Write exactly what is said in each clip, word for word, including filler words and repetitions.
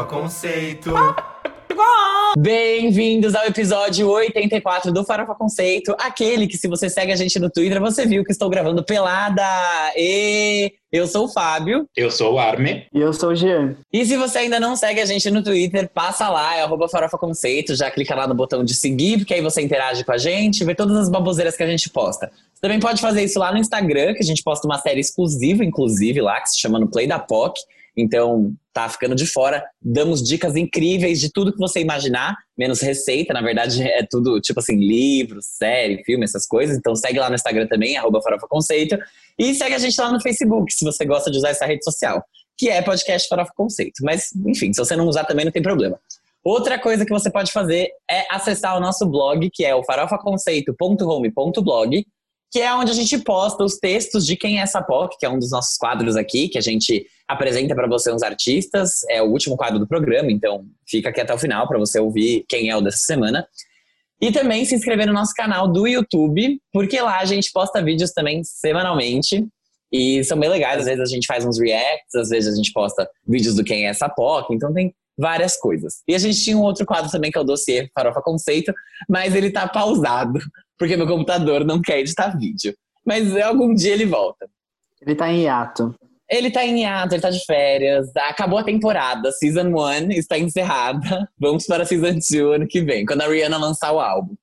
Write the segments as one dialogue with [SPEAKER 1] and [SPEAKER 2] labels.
[SPEAKER 1] Conceito.
[SPEAKER 2] Bem-vindos ao episódio oitenta e quatro do Farofa Conceito, aquele que, se você segue a gente no Twitter, você viu que estou gravando pelada. E eu sou o Fábio.
[SPEAKER 3] Eu sou o Arme.
[SPEAKER 4] E eu sou o Jean.
[SPEAKER 2] E se você ainda não segue a gente no Twitter, passa lá, é arroba Farofa Conceito, já clica lá no botão de seguir, porque aí você interage com a gente, vê todas as baboseiras que a gente posta. Você também pode fazer isso lá no Instagram, que a gente posta uma série exclusiva, inclusive, lá, que se chama No Play da P O C. Então, tá ficando de fora. Damos dicas incríveis de tudo que você imaginar, menos receita. Na verdade, é tudo, tipo assim, livros, série, filme, essas coisas. Então, segue lá no Instagram também, arroba Farofa Conceito. E segue a gente lá no Facebook, se você gosta de usar essa rede social, que é podcast Farofa Conceito. Mas, enfim, se você não usar também não tem problema. Outra coisa que você pode fazer é acessar o nosso blog, que é o farofaconceito ponto home ponto blog, que é onde a gente posta os textos de Quem é essa P O C, que é um dos nossos quadros aqui, que a gente apresenta para você uns artistas. É o último quadro do programa, então fica aqui até o final para você ouvir quem é o dessa semana. E também se inscrever no nosso canal do YouTube, porque lá a gente posta vídeos também semanalmente. E são bem legais, às vezes a gente faz uns reacts, às vezes a gente posta vídeos do Quem é essa P O C, então tem várias coisas. E a gente tinha um outro quadro também, que é o dossiê Farofa Conceito, mas ele tá pausado, porque meu computador não quer editar vídeo. Mas algum dia ele volta.
[SPEAKER 4] Ele tá em hiato.
[SPEAKER 2] Ele tá em hiato, ele tá de férias. Acabou a temporada. Season um está encerrada. Vamos para a Season dois ano que vem, quando a Rihanna lançar o álbum.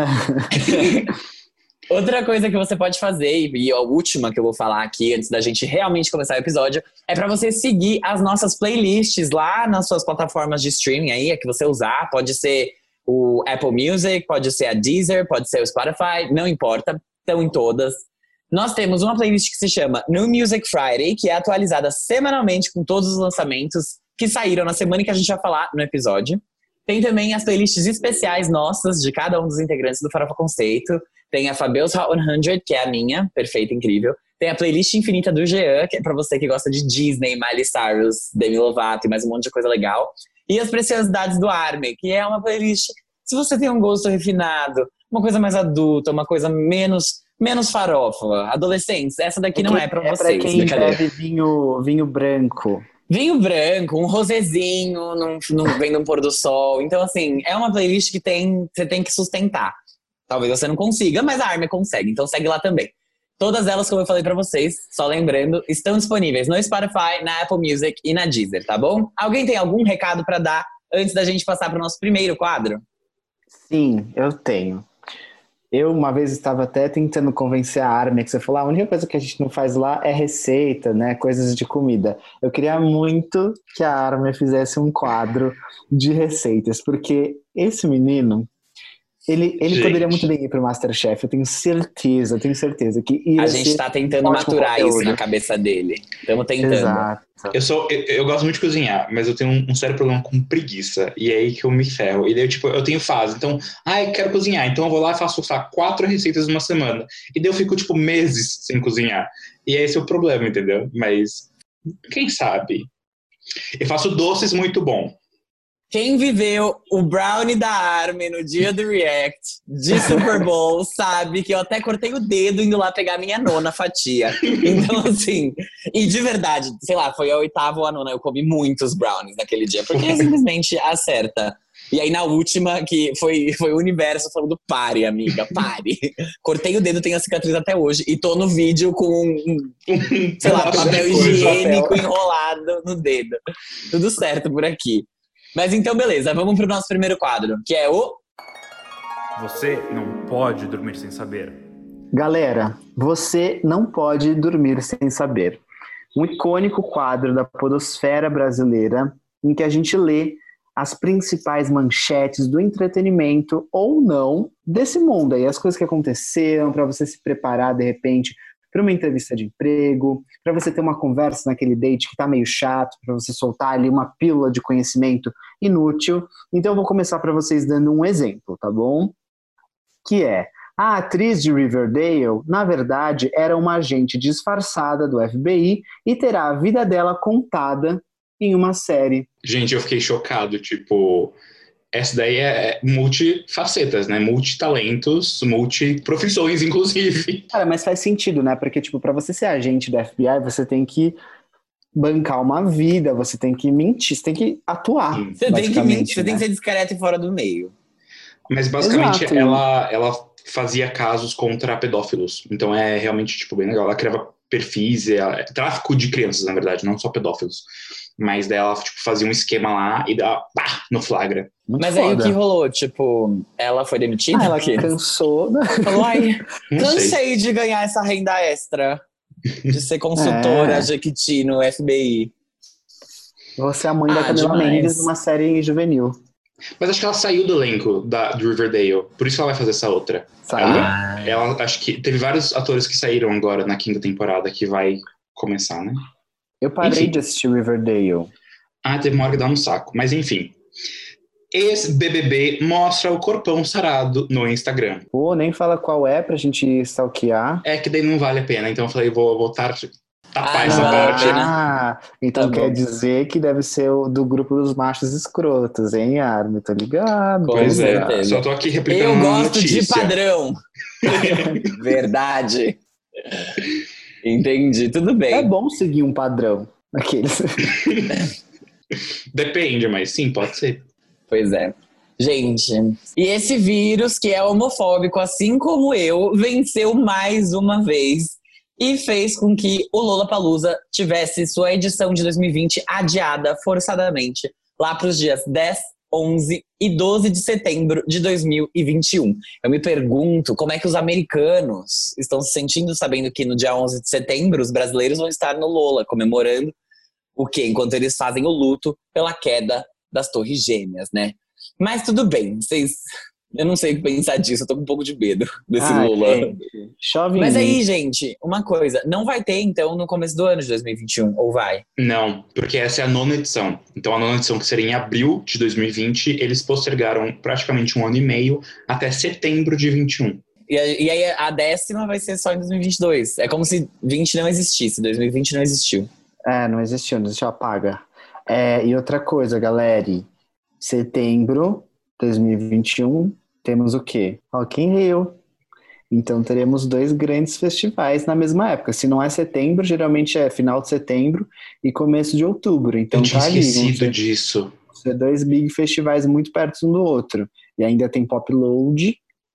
[SPEAKER 2] Outra coisa que você pode fazer, e a última que eu vou falar aqui, antes da gente realmente começar o episódio, é pra você seguir as nossas playlists lá nas suas plataformas de streaming aí, a que você usar. Pode ser o Apple Music, pode ser a Deezer, pode ser o Spotify, não importa, estão em todas. Nós temos uma playlist que se chama New Music Friday, que é atualizada semanalmente com todos os lançamentos que saíram na semana, que a gente vai falar no episódio. Tem também as playlists especiais nossas, de cada um dos integrantes do Farofa Conceito. Tem a Fabio's Hot cem, que é a minha, perfeita, incrível. Tem a playlist infinita do Jean, que é pra você que gosta de Disney, Miley Cyrus, Demi Lovato e mais um monte de coisa legal. E as preciosidades do Arme, que é uma playlist, se você tem um gosto refinado, uma coisa mais adulta, uma coisa menos, menos farofa, adolescentes, essa daqui é não é pra
[SPEAKER 4] é
[SPEAKER 2] vocês.
[SPEAKER 4] É pra quem bebe vinho, vinho branco.
[SPEAKER 2] Vinho branco, um rosézinho, num, num, vendo um pôr do sol. Então, assim, é uma playlist que tem, você tem que sustentar. Talvez você não consiga, mas a Arme consegue. Então segue lá também. Todas elas, como eu falei pra vocês, só lembrando, estão disponíveis no Spotify, na Apple Music e na Deezer, tá bom? Alguém tem algum recado pra dar antes da gente passar pro nosso primeiro quadro?
[SPEAKER 4] Sim, eu tenho. Eu uma vez estava até tentando convencer a Arme, que você falou, ah, a única coisa que a gente não faz lá é receita, né, coisas de comida. Eu queria muito que a Arme fizesse um quadro de receitas, porque esse menino, ele, ele poderia muito bem ir pro MasterChef, eu tenho certeza, eu tenho certeza que ia
[SPEAKER 2] A gente tá tentando
[SPEAKER 4] um
[SPEAKER 2] maturar
[SPEAKER 4] conteúdo.
[SPEAKER 2] isso na cabeça dele. Estamos tentando.
[SPEAKER 4] Exato.
[SPEAKER 3] Eu, sou, eu, eu gosto muito de cozinhar, mas eu tenho um, um sério problema com preguiça. E é aí que eu me ferro. E daí, tipo, eu tenho fase. Então, ah, eu quero cozinhar. Então eu vou lá e faço, sei lá, quatro receitas numa semana. E daí eu fico, tipo, meses sem cozinhar. E esse é o problema, entendeu? Mas, quem sabe? Eu faço doces muito bom.
[SPEAKER 2] Quem viveu o brownie da Arme no dia do React de Super Bowl sabe que eu até cortei o dedo indo lá pegar a minha nona fatia. Então, assim, e de verdade, sei lá, foi a oitava ou a nona, eu comi muitos brownies naquele dia, porque simplesmente acerta. E aí na última, que foi, foi o universo falando, pare, amiga, pare. Cortei o dedo, tenho a cicatriz até hoje, e tô no vídeo com um, sei lá, papel higiênico enrolado no dedo. Tudo certo por aqui. Mas então, beleza, vamos pro nosso primeiro quadro, que é o...
[SPEAKER 1] Você não pode dormir sem saber.
[SPEAKER 4] Galera, você não pode dormir sem saber. Um icônico quadro da podosfera brasileira em que a gente lê as principais manchetes do entretenimento ou não desse mundo aí, as coisas que aconteceram para você se preparar de repente para uma entrevista de emprego, para você ter uma conversa naquele date que tá meio chato, para você soltar ali uma pílula de conhecimento inútil. Então eu vou começar para vocês dando um exemplo, tá bom? Que é, a atriz de Riverdale, na verdade, era uma agente disfarçada do F B I e terá a vida dela contada em uma série.
[SPEAKER 3] Gente, eu fiquei chocado, tipo... Essa daí é multifacetas, né? Multitalentos, multiprofissões, inclusive.
[SPEAKER 4] Cara, mas faz sentido, né? Porque, tipo, pra você ser agente do F B I, você tem que bancar uma vida, você tem que mentir, você tem que atuar.
[SPEAKER 3] Sim.
[SPEAKER 2] Você tem que mentir, você
[SPEAKER 4] né?
[SPEAKER 2] tem que ser discreto e fora do meio.
[SPEAKER 3] Mas basicamente
[SPEAKER 4] Exato.
[SPEAKER 3] ela, ela fazia casos contra pedófilos. Então é realmente tipo, bem legal. Ela criava perfis, ela, tráfico de crianças, na verdade, não só pedófilos. Mas daí ela tipo, fazia um esquema lá e dá pá, no flagra.
[SPEAKER 4] Muito
[SPEAKER 2] Mas
[SPEAKER 4] foda.
[SPEAKER 2] aí o que rolou? Tipo, ela foi demitida?
[SPEAKER 4] Ah, ela
[SPEAKER 2] Porque
[SPEAKER 4] cansou.
[SPEAKER 2] falou, ai,
[SPEAKER 3] Não sei.
[SPEAKER 2] cansei de ganhar essa renda extra. De ser consultora,
[SPEAKER 4] É.
[SPEAKER 2] Jequiti no F B I.
[SPEAKER 4] Você é a mãe
[SPEAKER 2] Ah,
[SPEAKER 4] da Camila
[SPEAKER 2] demais.
[SPEAKER 4] Mendes numa série juvenil.
[SPEAKER 3] Mas acho que ela saiu do elenco da, do Riverdale. Por isso ela vai fazer essa outra.
[SPEAKER 4] Saiu?
[SPEAKER 3] Ela, ela acho que teve vários atores que saíram agora na quinta temporada que vai começar, né?
[SPEAKER 4] Eu parei
[SPEAKER 3] Enfim.
[SPEAKER 4] de assistir Riverdale.
[SPEAKER 3] Ah, teve uma hora que dá um saco. Mas enfim. Ex-B B B mostra o corpão sarado no Instagram.
[SPEAKER 4] Pô, nem fala qual é pra gente stalkear.
[SPEAKER 3] É que daí não vale a pena. Então eu falei, vou voltar tapar
[SPEAKER 2] Ah,
[SPEAKER 3] essa
[SPEAKER 2] não vale a
[SPEAKER 3] parte.
[SPEAKER 2] pena.
[SPEAKER 4] Ah, então
[SPEAKER 2] Tá
[SPEAKER 4] quer
[SPEAKER 2] bom.
[SPEAKER 4] dizer que deve ser o do grupo dos machos escrotos, hein, Armin? Tô ligado.
[SPEAKER 2] Com
[SPEAKER 3] Pois é.
[SPEAKER 2] certeza.
[SPEAKER 3] Só tô aqui replicando
[SPEAKER 2] Eu
[SPEAKER 3] uma
[SPEAKER 2] gosto
[SPEAKER 3] notícia.
[SPEAKER 2] de padrão. Verdade. Entendi, tudo bem.
[SPEAKER 4] É bom seguir um padrão. Aqueles.
[SPEAKER 3] Depende, mas sim, pode ser.
[SPEAKER 2] Pois é. Gente, e esse vírus que é homofóbico, assim como eu, venceu mais uma vez e fez com que o Lollapalooza tivesse sua edição de dois mil e vinte adiada forçadamente lá para os dias dez, onze e doze de setembro de dois mil e vinte e um. Eu me pergunto como é que os americanos estão se sentindo sabendo que no dia onze de setembro os brasileiros vão estar no Lola comemorando o quê? Enquanto eles fazem o luto pela queda das Torres Gêmeas, né? Mas tudo bem, vocês... Eu não sei o que pensar disso, eu tô com um pouco de medo desse
[SPEAKER 4] Ai,
[SPEAKER 2] Lula.
[SPEAKER 4] gente, chove em
[SPEAKER 2] Mas
[SPEAKER 4] mim.
[SPEAKER 2] aí, gente, uma coisa, não vai ter então no começo do ano de dois mil e vinte e um, ou vai?
[SPEAKER 3] Não, porque essa é a nona edição. Então a nona edição, que seria em abril de dois mil e vinte, eles postergaram praticamente um ano e meio até setembro de vinte e um.
[SPEAKER 2] E, a- e aí a décima vai ser só em dois mil e vinte e dois. É como se vinte não existisse, dois mil e vinte não existiu.
[SPEAKER 4] É, não existiu, não existiu, apaga. É, e outra coisa, galera, setembro de dois mil e vinte e um, temos o quê? Rock in Rio. Então teremos dois grandes festivais na mesma época. Se não é setembro, geralmente é final de setembro e começo de outubro. Então
[SPEAKER 3] Eu tinha
[SPEAKER 4] tá ali, vão
[SPEAKER 3] esquecido
[SPEAKER 4] ser,
[SPEAKER 3] disso.
[SPEAKER 4] ser dois big festivais muito perto um do outro. E ainda tem Pop Load,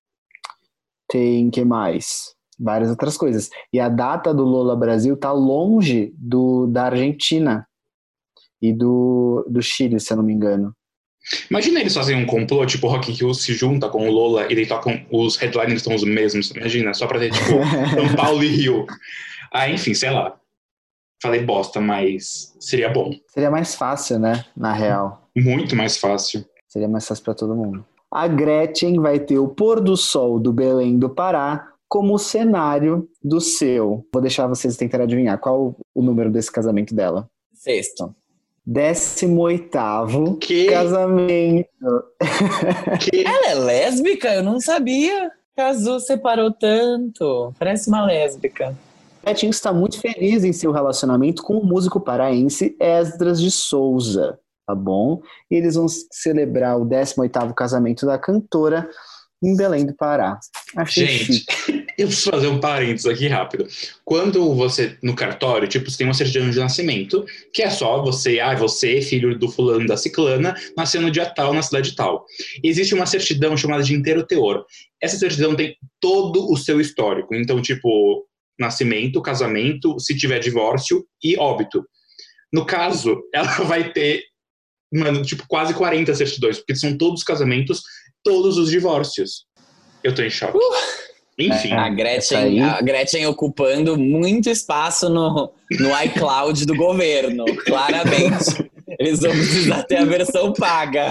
[SPEAKER 4] tem que mais? Várias outras coisas. E a data do Lola Brasil tá longe do, da Argentina e do, do Chile, se eu não me engano.
[SPEAKER 3] Imagina eles fazem um complô, tipo, o Rock in Rio se junta com o Lola e daí tocam, os headliners são os mesmos, imagina, só pra ter, tipo, São Paulo e Rio. Ah, enfim, sei lá. Falei bosta, mas seria bom.
[SPEAKER 4] Seria mais fácil, né? Na real.
[SPEAKER 3] Muito mais fácil.
[SPEAKER 4] Seria mais fácil para todo mundo. A Gretchen vai ter o pôr do sol do Belém do Pará como cenário do seu. Vou deixar vocês tentarem adivinhar qual o número desse casamento dela.
[SPEAKER 2] Sexto.
[SPEAKER 4] Décimo oitavo
[SPEAKER 3] Que?
[SPEAKER 4] casamento.
[SPEAKER 3] Que?
[SPEAKER 2] Ela é lésbica? Eu não sabia. Casou, separou tanto. Parece uma lésbica.
[SPEAKER 4] Gretchen está muito feliz em seu relacionamento com o músico paraense Esdras de Souza, tá bom? E eles vão celebrar o décimo oitavo casamento da cantora em Belém do Pará. Achei
[SPEAKER 3] Gente,
[SPEAKER 4] chique.
[SPEAKER 3] eu preciso fazer um parênteses aqui rápido. Quando você, no cartório, tipo, você tem uma certidão de nascimento, que é só você, ah, você, filho do fulano da ciclana, nasceu no dia tal, na cidade tal. Existe uma certidão chamada de inteiro teor. Essa certidão tem todo o seu histórico. Então, tipo, nascimento, casamento, se tiver divórcio e óbito. No caso, ela vai ter, mano, tipo, quase quarenta certidões, porque são todos os casamentos, todos os divórcios. Eu tô em choque.
[SPEAKER 2] Uh!
[SPEAKER 3] Enfim.
[SPEAKER 2] A Gretchen, a Gretchen ocupando muito espaço no, no iCloud do governo, claramente. Eles vão precisar ter a versão paga.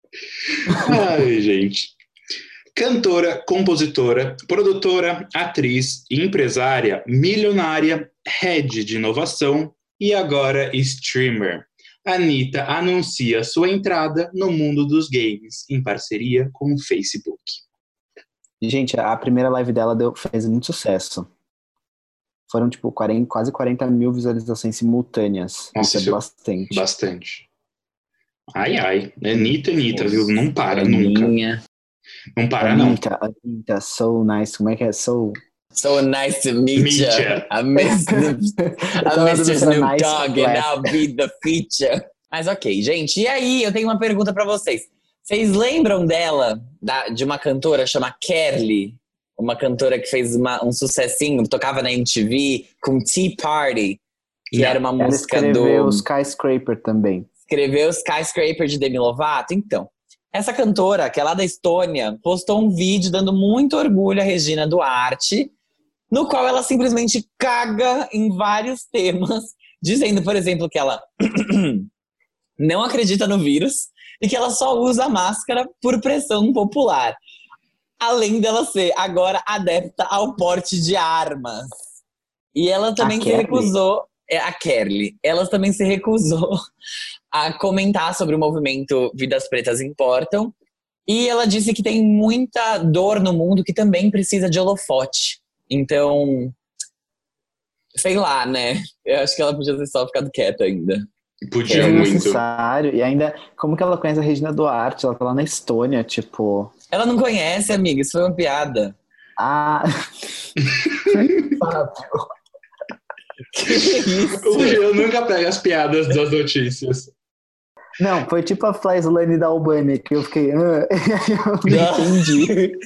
[SPEAKER 3] Ai, gente. Cantora, compositora, produtora, atriz, empresária, milionária, head de inovação e agora streamer. Anitta anuncia sua entrada no mundo dos games em parceria com o Facebook.
[SPEAKER 4] Gente, a primeira live dela deu, fez muito sucesso. Foram, tipo, quarenta, quase quarenta mil visualizações simultâneas.
[SPEAKER 3] Nossa,
[SPEAKER 4] isso é
[SPEAKER 3] isso é
[SPEAKER 4] bastante.
[SPEAKER 3] Bastante. Ai, ai. Anitta, Anitta, viu? Não para nunca.
[SPEAKER 2] Aninha.
[SPEAKER 3] Não para,
[SPEAKER 4] Anitta, Anitta, so nice. Como é que é? So,
[SPEAKER 2] So nice to meet,
[SPEAKER 3] Meet
[SPEAKER 2] you.
[SPEAKER 3] ya.
[SPEAKER 2] I miss the, I miss your Snoop
[SPEAKER 4] nice
[SPEAKER 2] Dogg and
[SPEAKER 4] black.
[SPEAKER 2] I'll be the feature. Mas ok, gente. E aí, eu tenho uma pergunta pra vocês. Vocês lembram dela, da, de uma cantora chamada Kerli? Uma cantora que fez uma, um sucessinho, tocava na M T V com Tea Party, que
[SPEAKER 3] Não.
[SPEAKER 2] era uma
[SPEAKER 4] Ela
[SPEAKER 2] música
[SPEAKER 4] escreveu
[SPEAKER 2] do...
[SPEAKER 4] Skyscraper também.
[SPEAKER 2] Escreveu Skyscraper de Demi Lovato. Então, essa cantora, que é lá da Estônia, postou um vídeo dando muito orgulho à Regina Duarte, no qual ela simplesmente caga em vários temas, dizendo, por exemplo, que ela não acredita no vírus e que ela só usa máscara por pressão popular. Além dela ser agora adepta ao porte de armas. E ela também
[SPEAKER 4] A
[SPEAKER 2] se
[SPEAKER 4] Kerli?
[SPEAKER 2] recusou, é, a Kerli, ela também se recusou a comentar sobre o movimento Vidas Pretas Importam. E ela disse que tem muita dor no mundo que também precisa de holofote. Então, sei lá, né? Eu acho que ela podia ter só ficado quieta ainda.
[SPEAKER 3] Podia
[SPEAKER 4] É
[SPEAKER 3] muito.
[SPEAKER 4] necessário. E ainda, como que ela conhece a Regina Duarte? Ela tá lá na Estônia, tipo...
[SPEAKER 2] Ela não conhece, amiga, isso foi uma piada.
[SPEAKER 4] Ah...
[SPEAKER 2] Que isso?
[SPEAKER 3] O Jean nunca pega as piadas das notícias.
[SPEAKER 4] Não, foi tipo a Flyslane da Albânia, que eu fiquei... Ah, eu não entendi.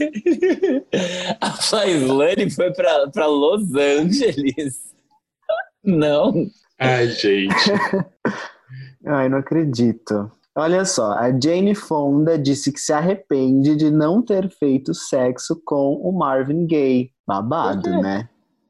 [SPEAKER 2] A Flyslane foi pra, pra Los Angeles. Não.
[SPEAKER 3] Ai, gente.
[SPEAKER 4] Ai, não acredito. Olha só, a Jane Fonda disse que se arrepende de não ter feito sexo com o Marvin Gaye. Babado, né?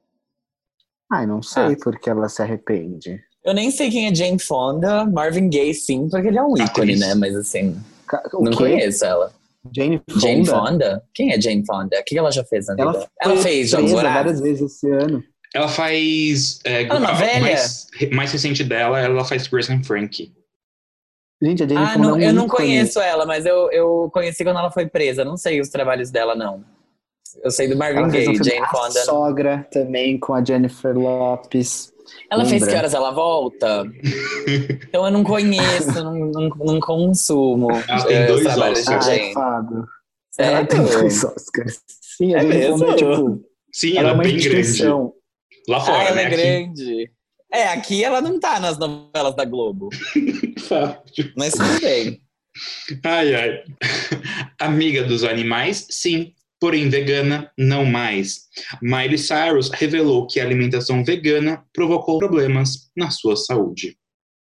[SPEAKER 4] Ai, não sei
[SPEAKER 2] Ah.
[SPEAKER 4] por que ela se arrepende.
[SPEAKER 2] Eu nem sei quem é Jane Fonda. Marvin Gaye, sim, porque ele é um ícone,
[SPEAKER 3] Atriz.
[SPEAKER 2] né? Mas assim,
[SPEAKER 4] Ca- o
[SPEAKER 2] não
[SPEAKER 4] quê?
[SPEAKER 2] conheço ela.
[SPEAKER 4] Jane Fonda?
[SPEAKER 2] Jane Fonda? Quem é Jane Fonda? O que ela já fez na vida?
[SPEAKER 4] Ela,
[SPEAKER 2] Ela
[SPEAKER 4] foi
[SPEAKER 2] fez Jogos
[SPEAKER 4] presa
[SPEAKER 2] Vorazes?
[SPEAKER 4] várias vezes esse ano.
[SPEAKER 3] Ela faz. É,
[SPEAKER 2] Ela é uma
[SPEAKER 3] a-
[SPEAKER 2] velha?
[SPEAKER 3] Mais, mais recente dela, ela faz Grace and Frankie.
[SPEAKER 4] Gente, a Jane
[SPEAKER 2] Ah,
[SPEAKER 4] Fonda
[SPEAKER 2] não,
[SPEAKER 4] é um
[SPEAKER 2] eu não
[SPEAKER 4] ícone.
[SPEAKER 2] conheço ela, mas eu, eu conheci quando ela foi presa. Não sei os trabalhos dela, não. Eu sei do Marvin
[SPEAKER 4] Ela fez um
[SPEAKER 2] Gaye,
[SPEAKER 4] filme
[SPEAKER 2] Jane
[SPEAKER 4] A
[SPEAKER 2] Fonda.
[SPEAKER 4] Sogra também, com a Jennifer Lopez.
[SPEAKER 2] Ela fez
[SPEAKER 4] Lembra?
[SPEAKER 2] Que Horas Ela Volta? Então eu não conheço, não, não, não consumo
[SPEAKER 3] Ela tem
[SPEAKER 2] eh,
[SPEAKER 3] dois
[SPEAKER 2] os trabalhos de
[SPEAKER 3] Oscars.
[SPEAKER 4] Ai,
[SPEAKER 2] Jane.
[SPEAKER 4] Fábio. Ela
[SPEAKER 2] Sério?
[SPEAKER 4] tem dois Oscars. Sim, a
[SPEAKER 2] É
[SPEAKER 4] Jane
[SPEAKER 2] mesmo?
[SPEAKER 4] Fonda é tipo...
[SPEAKER 3] Sim,
[SPEAKER 4] ela
[SPEAKER 3] ela,
[SPEAKER 4] é uma
[SPEAKER 3] é bem grande.
[SPEAKER 4] instituição.
[SPEAKER 3] Lá fora,
[SPEAKER 2] Ah, ela
[SPEAKER 3] né?
[SPEAKER 2] é
[SPEAKER 3] Aqui-
[SPEAKER 2] grande. É, aqui ela não tá nas novelas da Globo.
[SPEAKER 3] Fábio.
[SPEAKER 2] Mas tudo bem.
[SPEAKER 3] Ai, ai. Amiga dos animais, sim. Porém, vegana, não mais. Miley Cyrus revelou que a alimentação vegana provocou problemas na sua saúde.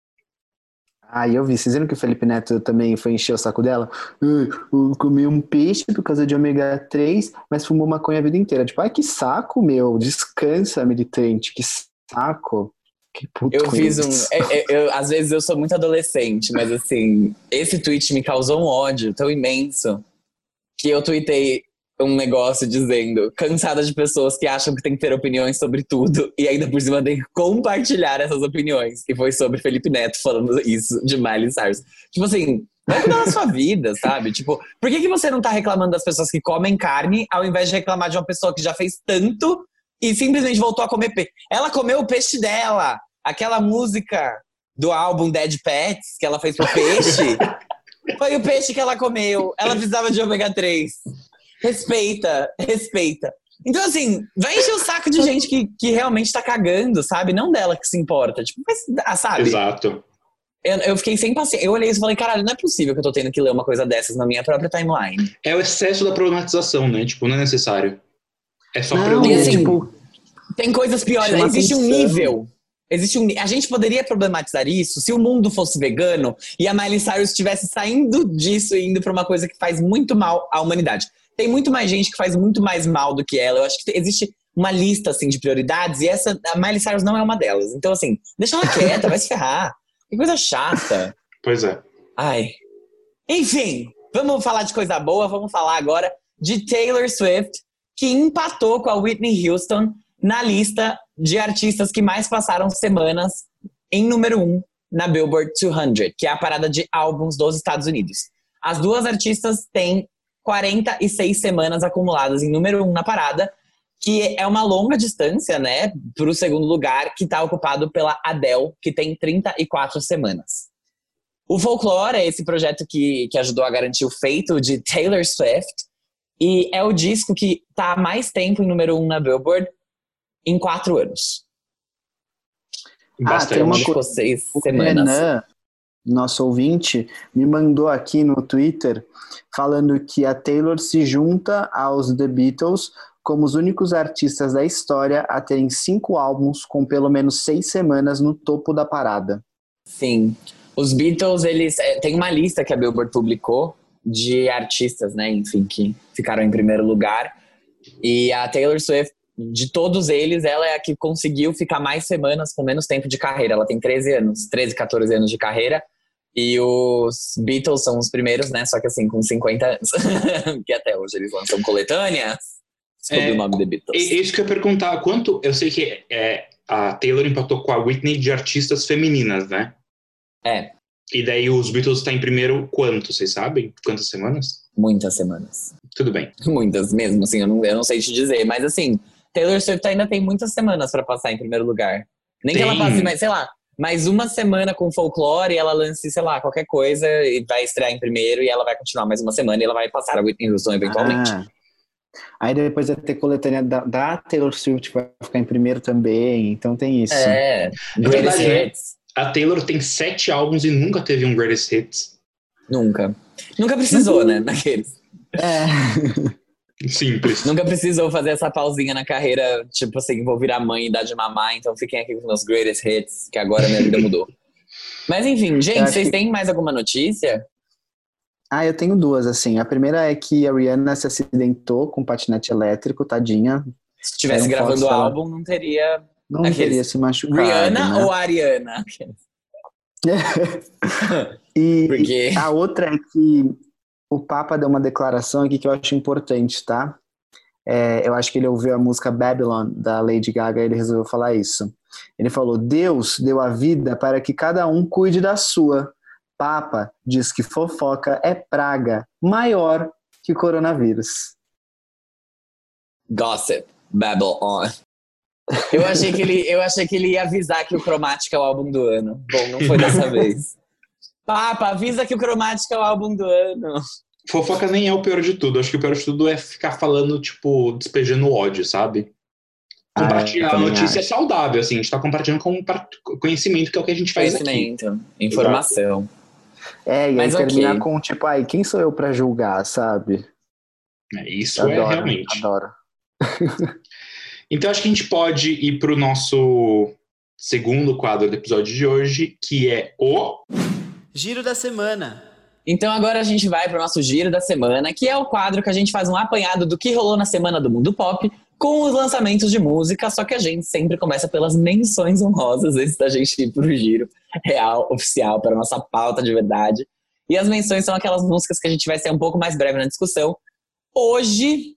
[SPEAKER 4] Ah, eu vi. Vocês viram que o Felipe Neto também foi encher o saco dela? "Ai, eu comi um peixe por causa de ômega três, mas fumou maconha a vida inteira." Tipo, ai, que saco, meu. Descansa, militante. Que saco. Que puto
[SPEAKER 2] Eu
[SPEAKER 4] com
[SPEAKER 2] fiz um.
[SPEAKER 4] isso.
[SPEAKER 2] é- é- eu- às vezes eu sou muito adolescente, mas assim, esse tweet me causou um ódio tão imenso que eu tuitei um negócio dizendo: cansada de pessoas que acham que tem que ter opiniões sobre tudo e ainda por cima tem que compartilhar essas opiniões. E foi sobre Felipe Neto falando isso de Miley Cyrus. Tipo assim, vai cuidar da sua vida, sabe? Tipo, por que, que você não tá reclamando das pessoas que comem carne ao invés de reclamar de uma pessoa que já fez tanto e simplesmente voltou a comer peixe? Ela comeu o peixe dela. Aquela música do álbum Dead Pets que ela fez pro peixe foi o peixe que ela comeu. Ela precisava de ômega três. Respeita, respeita. Então, assim, vai encher o saco de gente que, que realmente tá cagando, sabe? Não dela que se importa. Tipo, mas, ah, sabe?
[SPEAKER 3] Exato.
[SPEAKER 2] Eu, eu fiquei sem paciência. Eu olhei isso e falei, caralho, não é possível que eu tô tendo que ler uma coisa dessas na minha própria timeline.
[SPEAKER 3] É o excesso da problematização, né? Tipo, não é necessário. É só pra eu...
[SPEAKER 4] Não,
[SPEAKER 2] E assim,
[SPEAKER 4] tipo,
[SPEAKER 2] tem coisas piores.
[SPEAKER 4] chama
[SPEAKER 2] Existe um
[SPEAKER 4] atenção.
[SPEAKER 2] nível. Existe um, ni- a gente poderia problematizar isso se o mundo fosse vegano e a Miley Cyrus estivesse saindo disso e indo pra uma coisa que faz muito mal à humanidade. Tem muito mais gente que faz muito mais mal do que ela. Eu acho que existe uma lista, assim, de prioridades e essa, a Miley Cyrus não é uma delas. Então, assim, deixa ela quieta, vai se ferrar. Que coisa chata.
[SPEAKER 3] Pois é.
[SPEAKER 2] Ai. Enfim, vamos falar de coisa boa. Vamos falar agora de Taylor Swift, que empatou com a Whitney Houston na lista de artistas que mais passaram semanas em número um na Billboard duzentos, que é a parada de álbuns dos Estados Unidos. As duas artistas têm quarenta e seis semanas acumuladas em número um na parada, que é uma longa distância, né, para o segundo lugar, que está ocupado pela Adele, que tem trinta e quatro semanas. O Folklore é esse projeto que, que ajudou a garantir o feito de Taylor Swift. E é o disco que tá há mais tempo em número um na Billboard em quatro anos.
[SPEAKER 4] Ah, tem uma
[SPEAKER 2] Onde ficou
[SPEAKER 4] coisa.
[SPEAKER 2] seis
[SPEAKER 4] O
[SPEAKER 2] semanas.
[SPEAKER 4] Renan, nosso ouvinte, me mandou aqui no Twitter falando que a Taylor se junta aos The Beatles como os únicos artistas da história a terem cinco álbuns com pelo menos seis semanas no topo da parada.
[SPEAKER 2] Sim. Os Beatles, eles... é, tem uma lista que a Billboard publicou de artistas, né, enfim, que ficaram em primeiro lugar. E a Taylor Swift, de todos eles, ela é a que conseguiu ficar mais semanas com menos tempo de carreira. Ela tem treze anos, treze, catorze anos de carreira. E os Beatles são os primeiros, né, só que assim, com cinquenta anos. Que até hoje eles lançam coletâneas sob
[SPEAKER 3] É,
[SPEAKER 2] o nome The Beatles.
[SPEAKER 3] É isso que eu ia perguntar. Quanto... Eu sei que é, a Taylor empatou com a Whitney de artistas femininas, né?
[SPEAKER 2] É.
[SPEAKER 3] E daí os Beatles tá em primeiro quanto, vocês sabem? Quantas semanas?
[SPEAKER 2] Muitas semanas.
[SPEAKER 3] Tudo bem.
[SPEAKER 2] Muitas mesmo, assim, eu não, eu não sei te dizer. Mas assim, Taylor Swift ainda tem muitas semanas pra passar em primeiro lugar. Nem
[SPEAKER 3] Tem.
[SPEAKER 2] que ela passe, mais, sei lá, mais uma semana com folclore e ela lance, sei lá, qualquer coisa e vai estrear em primeiro e ela vai continuar mais uma semana e ela vai passar a Whitney Houston eventualmente.
[SPEAKER 4] Ah. Aí depois vai ter coletânea da, da Taylor Swift, vai ficar em primeiro também, então tem isso.
[SPEAKER 2] É,
[SPEAKER 3] É
[SPEAKER 2] Greatest
[SPEAKER 3] verdade, né?
[SPEAKER 2] Hits.
[SPEAKER 3] A Taylor tem sete álbuns e nunca teve um Greatest Hits.
[SPEAKER 2] Nunca. Nunca precisou, né, naqueles.
[SPEAKER 4] É.
[SPEAKER 3] Simples.
[SPEAKER 2] Nunca precisou fazer essa pausinha na carreira, tipo assim, vou virar mãe e dar de mamar, então fiquem aqui com meus Greatest Hits, que agora minha vida mudou. Mas enfim, gente,
[SPEAKER 4] acho
[SPEAKER 2] vocês
[SPEAKER 4] que-
[SPEAKER 2] têm mais alguma notícia?
[SPEAKER 4] Ah, eu tenho duas, assim. A primeira é que a Rihanna se acidentou com patinete elétrico, tadinha.
[SPEAKER 2] Se estivesse
[SPEAKER 4] Eram
[SPEAKER 2] gravando o
[SPEAKER 4] fotos dela.
[SPEAKER 2] álbum, não teria...
[SPEAKER 4] Não
[SPEAKER 2] Aqueles-
[SPEAKER 4] teria se machucado,
[SPEAKER 2] Rihanna
[SPEAKER 4] né?
[SPEAKER 2] ou Ariana?
[SPEAKER 4] E
[SPEAKER 2] Porque-
[SPEAKER 4] a outra é que o Papa deu uma declaração aqui que eu acho importante, tá? É, eu acho que ele ouviu a música Babylon, da Lady Gaga, e ele resolveu falar isso. Ele falou, Deus deu a vida para que cada um cuide da sua. Papa diz que fofoca é praga maior que coronavírus.
[SPEAKER 2] Gossip, Babble On. Eu achei, que ele, eu achei que ele ia avisar que o Chromatica é o álbum do ano. Bom, não foi dessa vez. Papa, avisa que o Chromatica é o álbum do ano.
[SPEAKER 3] Fofoca nem é o pior de tudo. Acho que o pior de tudo é ficar falando, tipo, despejando ódio, sabe?
[SPEAKER 4] Ah,
[SPEAKER 3] Compartilhar
[SPEAKER 4] eu
[SPEAKER 3] a
[SPEAKER 4] também
[SPEAKER 3] notícia é
[SPEAKER 4] acho.
[SPEAKER 3] saudável, assim. A gente tá compartilhando com conhecimento, que é o que a gente faz aqui.
[SPEAKER 2] Conhecimento, informação.
[SPEAKER 4] É, e
[SPEAKER 2] Mas
[SPEAKER 4] aí terminar
[SPEAKER 2] ok.
[SPEAKER 4] com tipo, ai, quem sou eu pra julgar, sabe?
[SPEAKER 3] É, isso
[SPEAKER 4] Adoro,
[SPEAKER 3] é realmente.
[SPEAKER 4] adoro.
[SPEAKER 3] Então acho que a gente pode ir pro nosso segundo quadro do episódio de hoje, que é o...
[SPEAKER 5] Giro da semana.
[SPEAKER 2] Então agora a gente vai para o nosso Giro da Semana, que é o quadro que a gente faz um apanhado do que rolou na semana do mundo pop, com os lançamentos de música, só que a gente sempre começa pelas menções honrosas antes da gente ir pro giro real, oficial, para a nossa pauta de verdade. E as menções são aquelas músicas que a gente vai ser um pouco mais breve na discussão. Hoje,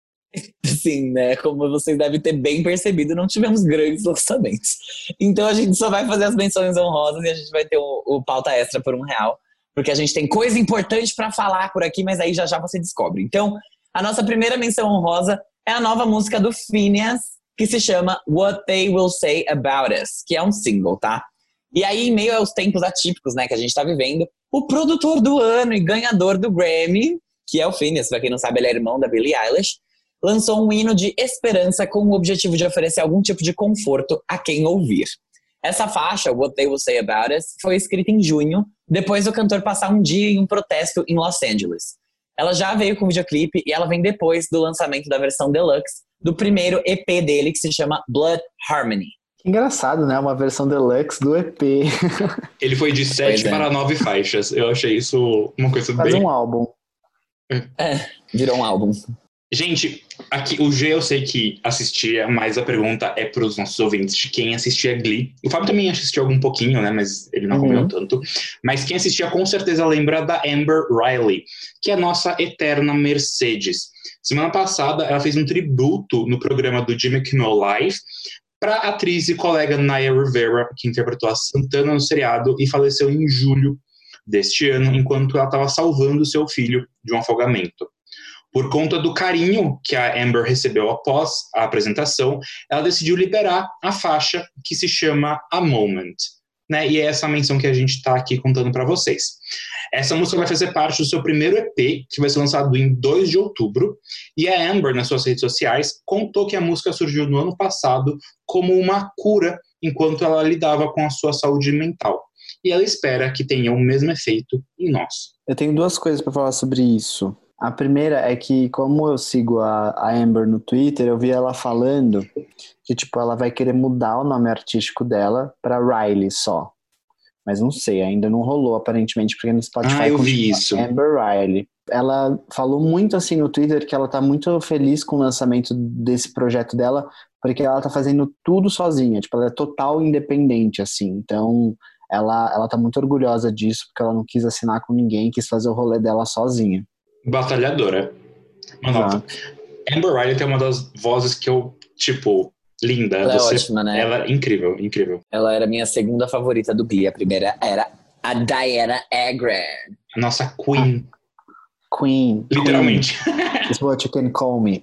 [SPEAKER 2] sim, né, como vocês devem ter bem percebido, não tivemos grandes lançamentos. Então a gente só vai fazer as menções honrosas e a gente vai ter o, o pauta extra por um real, porque a gente tem coisa importante para falar por aqui, mas aí já já você descobre. Então, a nossa primeira menção honrosa é a nova música do Finneas, que se chama What They Will Say About Us, que é um single, tá? E aí, em meio aos tempos atípicos, né, que a gente tá vivendo, o produtor do ano e ganhador do Grammy, que é o Finneas, pra quem não sabe, ele é irmão da Billie Eilish, lançou um hino de esperança com o objetivo de oferecer algum tipo de conforto a quem ouvir. Essa faixa, What They Will Say About Us, foi escrita em junho, depois do cantor passar um dia em um protesto em Los Angeles. Ela já veio com videoclipe e ela vem depois do lançamento da versão deluxe do primeiro E P dele, que se chama Blood Harmony.
[SPEAKER 4] Que engraçado, né? Uma versão deluxe do E P.
[SPEAKER 3] Ele foi de sete
[SPEAKER 2] Pois é.
[SPEAKER 3] para nove faixas. Eu achei isso uma coisa
[SPEAKER 4] Faz
[SPEAKER 3] bem...
[SPEAKER 4] um álbum.
[SPEAKER 2] É, virou um álbum.
[SPEAKER 3] Gente, aqui o G eu sei que assistia, mas a pergunta é para os nossos ouvintes de quem assistia Glee. O Fábio também assistiu algum pouquinho, né? Mas ele não
[SPEAKER 4] Uhum.
[SPEAKER 3] comeu tanto. Mas quem assistia com certeza lembra da Amber Riley, que é a nossa eterna Mercedes. Semana passada ela fez um tributo no programa do Jimmy Kimmel Live para a atriz e colega Naya Rivera, que interpretou a Santana no seriado e faleceu em julho deste ano, enquanto ela estava salvando seu filho de um afogamento. Por conta do carinho que a Amber recebeu após a apresentação, ela decidiu liberar a faixa que se chama A Moment. né? E é essa menção que a gente tá aqui contando para vocês. Essa música vai fazer parte do seu primeiro E P, que vai ser lançado em dois de outubro, e a Amber, nas suas redes sociais, contou que a música surgiu no ano passado como uma cura enquanto ela lidava com a sua saúde mental. E ela espera que tenha o mesmo efeito em nós.
[SPEAKER 4] Eu tenho duas coisas para falar sobre isso. A primeira é que, como eu sigo a, a Amber no Twitter, eu vi ela falando que, tipo, ela vai querer mudar o nome artístico dela para Riley só. Mas não sei, ainda não rolou, aparentemente, porque no Spotify
[SPEAKER 3] ah, eu vi isso.
[SPEAKER 4] Amber Riley. Ela falou muito assim no Twitter que ela tá muito feliz com o lançamento desse projeto dela, porque ela tá fazendo tudo sozinha, tipo, ela é total independente, assim. Então, ela, ela tá muito orgulhosa disso, porque ela não quis assinar com ninguém, quis fazer o rolê dela sozinha.
[SPEAKER 3] Batalhadora. Uma nota. Amber Riley tem uma das vozes que eu, tipo... linda.
[SPEAKER 2] Ela
[SPEAKER 3] Você,
[SPEAKER 2] é ótima, né?
[SPEAKER 3] Ela é incrível, incrível.
[SPEAKER 2] Ela era a minha segunda favorita do Glee. A primeira era a Diana Agron.
[SPEAKER 3] A nossa Queen.
[SPEAKER 4] Ah, Queen.
[SPEAKER 3] Literalmente.
[SPEAKER 4] Queen. It's what you can call me.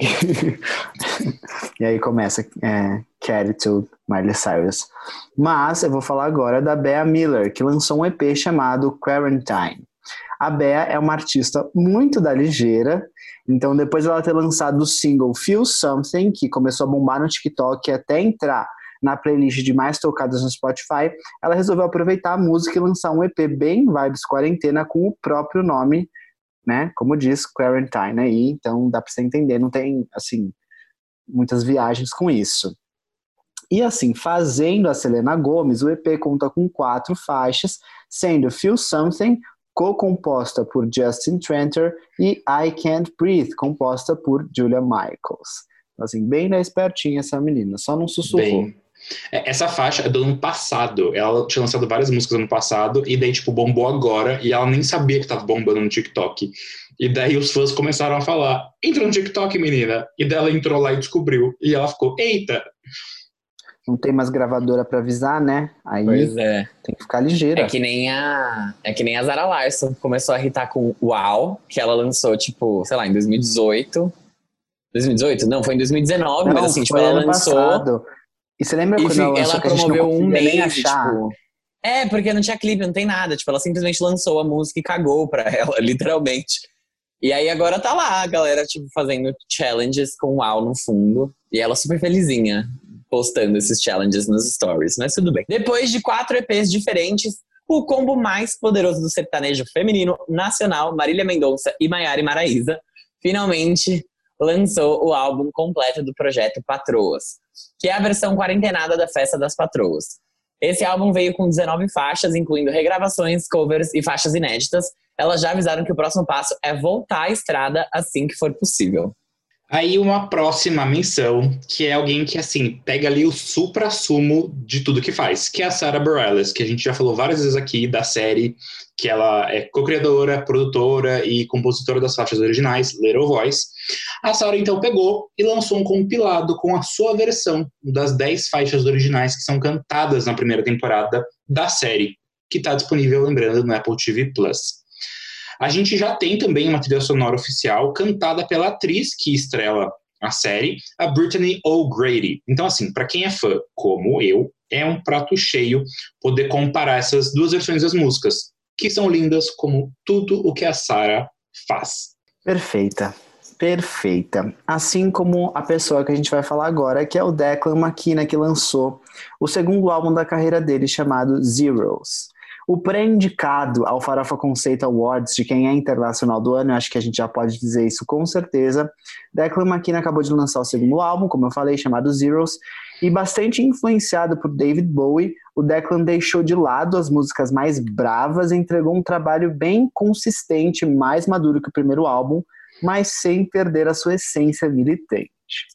[SPEAKER 4] E aí começa é, Attitude, Miley Cyrus. Mas eu vou falar agora da Bea Miller, que lançou um E P chamado Quarantine. A Bea é uma artista muito da ligeira. Então, depois dela ter lançado o single Feel Something, que começou a bombar no TikTok e até entrar na playlist de mais tocadas no Spotify, ela resolveu aproveitar a música e lançar um E P bem vibes quarentena com o próprio nome, né? Como diz, Quarantine aí. Então, dá pra você entender, não tem, assim, muitas viagens com isso. E assim, fazendo a Selena Gomez, o E P conta com quatro faixas, sendo Feel Something, co-composta por Justin Tranter, e I Can't Breathe, composta por Julia Michaels. Então, assim, bem na espertinha essa menina, só não sussurrou.
[SPEAKER 3] Bem. Essa faixa é do ano passado. Ela tinha lançado várias músicas no ano passado, e daí, tipo, bombou agora, e ela nem sabia que tava bombando no TikTok. E daí os fãs começaram a falar, entra no TikTok, menina. E daí ela entrou lá e descobriu. E ela ficou, eita!
[SPEAKER 4] Não tem mais gravadora pra avisar, né? Aí
[SPEAKER 2] pois é.
[SPEAKER 4] Tem que ficar ligeira.
[SPEAKER 2] É que nem a, é que nem a Zara Larsson começou a irritar com Wow, que ela lançou, tipo, sei lá, em dois mil e dezoito. dois mil e dezoito? Não, foi em dois mil e dezenove,
[SPEAKER 4] Não,
[SPEAKER 2] mas assim, tipo,
[SPEAKER 4] foi
[SPEAKER 2] ela
[SPEAKER 4] ano
[SPEAKER 2] lançou.
[SPEAKER 4] Passado. E você lembra
[SPEAKER 2] E
[SPEAKER 4] quando ela lançou
[SPEAKER 2] ela
[SPEAKER 4] que a gente
[SPEAKER 2] promoveu
[SPEAKER 4] não
[SPEAKER 2] um
[SPEAKER 4] conseguia nem
[SPEAKER 2] mês,
[SPEAKER 4] achar?
[SPEAKER 2] tipo. É, porque não tinha clipe, não tem nada. Tipo, ela simplesmente lançou a música e cagou pra ela, literalmente. E aí agora tá lá a galera, tipo, fazendo challenges com Wow no fundo. E ela super felizinha, postando esses challenges nos stories, mas tudo bem. Depois de quatro E Ps diferentes, o combo mais poderoso do sertanejo feminino nacional, Marília Mendonça e Maiara e Maraíza, finalmente lançou o álbum completo do projeto Patroas, que é a versão quarentenada da Festa das Patroas. Esse álbum veio com dezenove faixas, incluindo regravações, covers e faixas inéditas. Elas já avisaram que o próximo passo é voltar à estrada assim que for possível.
[SPEAKER 3] Aí uma próxima menção, que é alguém que, assim, pega ali o supra-sumo de tudo que faz, que é a Sara Bareilles, que a gente já falou várias vezes aqui da série, que ela é co-criadora, produtora e compositora das faixas originais, Little Voice. A Sara, então, pegou e lançou um compilado com a sua versão das dez faixas originais que são cantadas na primeira temporada da série, que está disponível, lembrando, no Apple T V Plus. A gente já tem também uma trilha sonora oficial cantada pela atriz que estrela a série, a Brittany O'Grady. Então, assim, para quem é fã, como eu, é um prato cheio poder comparar essas duas versões das músicas, que são lindas como tudo o que a Sara faz.
[SPEAKER 4] Perfeita, perfeita. Assim como a pessoa que a gente vai falar agora, que é o Declan McKenna, que lançou o segundo álbum da carreira dele, chamado Zeros. O pré-indicado ao Farofa Conceito Awards de quem é internacional do ano, eu acho que a gente já pode dizer isso com certeza. Declan McKenna acabou de lançar o segundo álbum, como eu falei, chamado Zeros, e bastante influenciado por David Bowie, o Declan deixou de lado as músicas mais bravas e entregou um trabalho bem consistente, mais maduro que o primeiro álbum, mas sem perder a sua essência militante.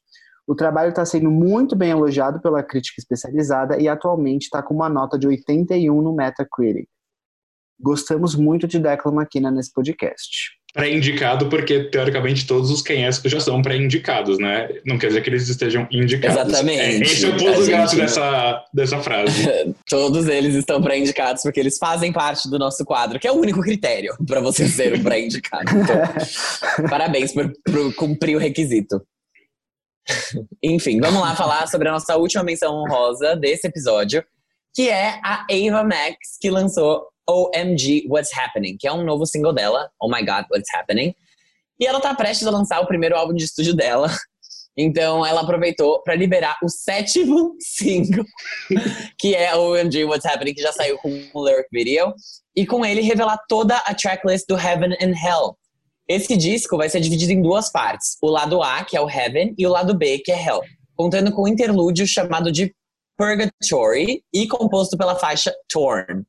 [SPEAKER 4] O trabalho está sendo muito bem elogiado pela crítica especializada e atualmente está com uma nota de oitenta e um no Metacritic. Gostamos muito de Declan McKenna nesse podcast.
[SPEAKER 3] Pré-indicado porque, teoricamente, todos os Quem É já são pré-indicados, né? Não quer dizer que eles estejam indicados.
[SPEAKER 2] Exatamente.
[SPEAKER 3] É, esse é o ponto gato dessa, dessa frase.
[SPEAKER 2] Todos eles estão pré-indicados porque eles fazem parte do nosso quadro, que é o único critério para você ser um pré-indicado. Então, parabéns por, por cumprir o requisito. Enfim, vamos lá falar sobre a nossa última menção honrosa desse episódio, que é a Ava Max, que lançou O M G What's Happening, que é um novo single dela, Oh My God What's Happening. E ela tá prestes a lançar o primeiro álbum de estúdio dela. Então ela aproveitou para liberar o sétimo single, que é o O M G What's Happening, que já saiu com um lyric video. E com ele revelar toda a tracklist do Heaven and Hell. Esse disco vai ser dividido em duas partes. O lado A, que é o Heaven, e o lado B, que é Hell. Contando com um interlúdio chamado de Purgatory e composto pela faixa Torn,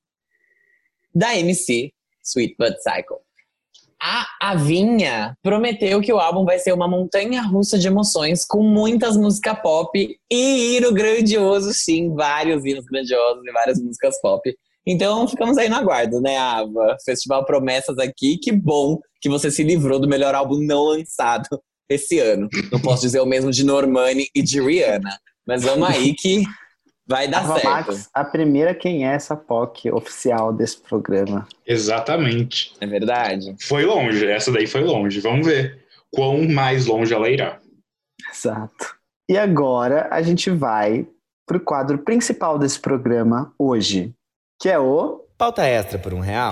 [SPEAKER 2] da M C Sweet But Psycho. A Avinha prometeu que o álbum vai ser uma montanha-russa de emoções com muitas músicas pop e hino grandioso, sim, vários hinos grandiosos e várias músicas pop. Então ficamos aí no aguardo, né, Ava? Festival Promessas aqui, que bom que você se livrou do melhor álbum não lançado esse ano. Não posso dizer o mesmo de Normani e de Rihanna, mas vamos aí que vai dar
[SPEAKER 4] Ava
[SPEAKER 2] certo.
[SPEAKER 4] Max, a primeira quem é essa P O C oficial desse programa.
[SPEAKER 3] Exatamente.
[SPEAKER 2] É verdade.
[SPEAKER 3] Foi longe, essa daí foi longe. Vamos ver quão mais longe ela irá.
[SPEAKER 4] Exato. E agora a gente vai pro quadro principal desse programa hoje, que é o...
[SPEAKER 5] Pauta extra por um real.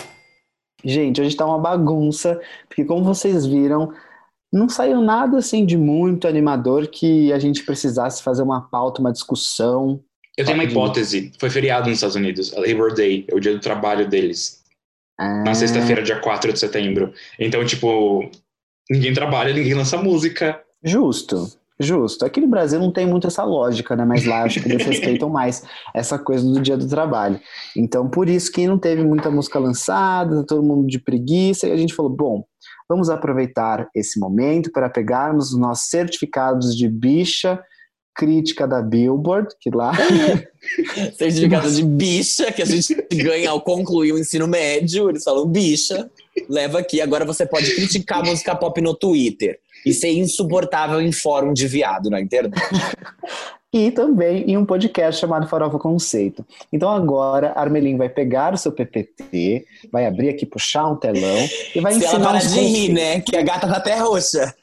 [SPEAKER 4] Gente, hoje tá uma bagunça, porque como vocês viram, não saiu nada assim de muito animador que a gente precisasse fazer uma pauta, uma discussão.
[SPEAKER 3] Eu tenho uma
[SPEAKER 4] De-
[SPEAKER 3] hipótese. Foi feriado nos Estados Unidos. Labor Day. É o dia do trabalho deles.
[SPEAKER 4] Ah,
[SPEAKER 3] Na sexta-feira, dia quatro de setembro. Então, tipo, ninguém trabalha, ninguém lança música.
[SPEAKER 4] Justo, justo. Aqui no Brasil não tem muito essa lógica, né? Mas lá acho que eles respeitam mais essa coisa do dia do trabalho. Então, por isso que não teve muita música lançada, tá todo mundo de preguiça, e a gente falou, bom, vamos aproveitar esse momento para pegarmos os nossos certificados de bicha crítica da Billboard, que lá...
[SPEAKER 2] Certificado de bicha, que a gente ganha ao concluir o ensino médio. Eles falam bicha, leva aqui. Agora você pode criticar a música pop no Twitter e ser insuportável em fórum de viado na internet.
[SPEAKER 4] E também em um podcast chamado Farofa Conceito. Então agora a Armelin vai pegar o seu P P T, vai abrir aqui, puxar um telão e vai
[SPEAKER 2] Se
[SPEAKER 4] ensinar
[SPEAKER 2] ela parar
[SPEAKER 4] uns
[SPEAKER 2] de rir,
[SPEAKER 4] conceitos.
[SPEAKER 2] né? Que a gata tá até roxa.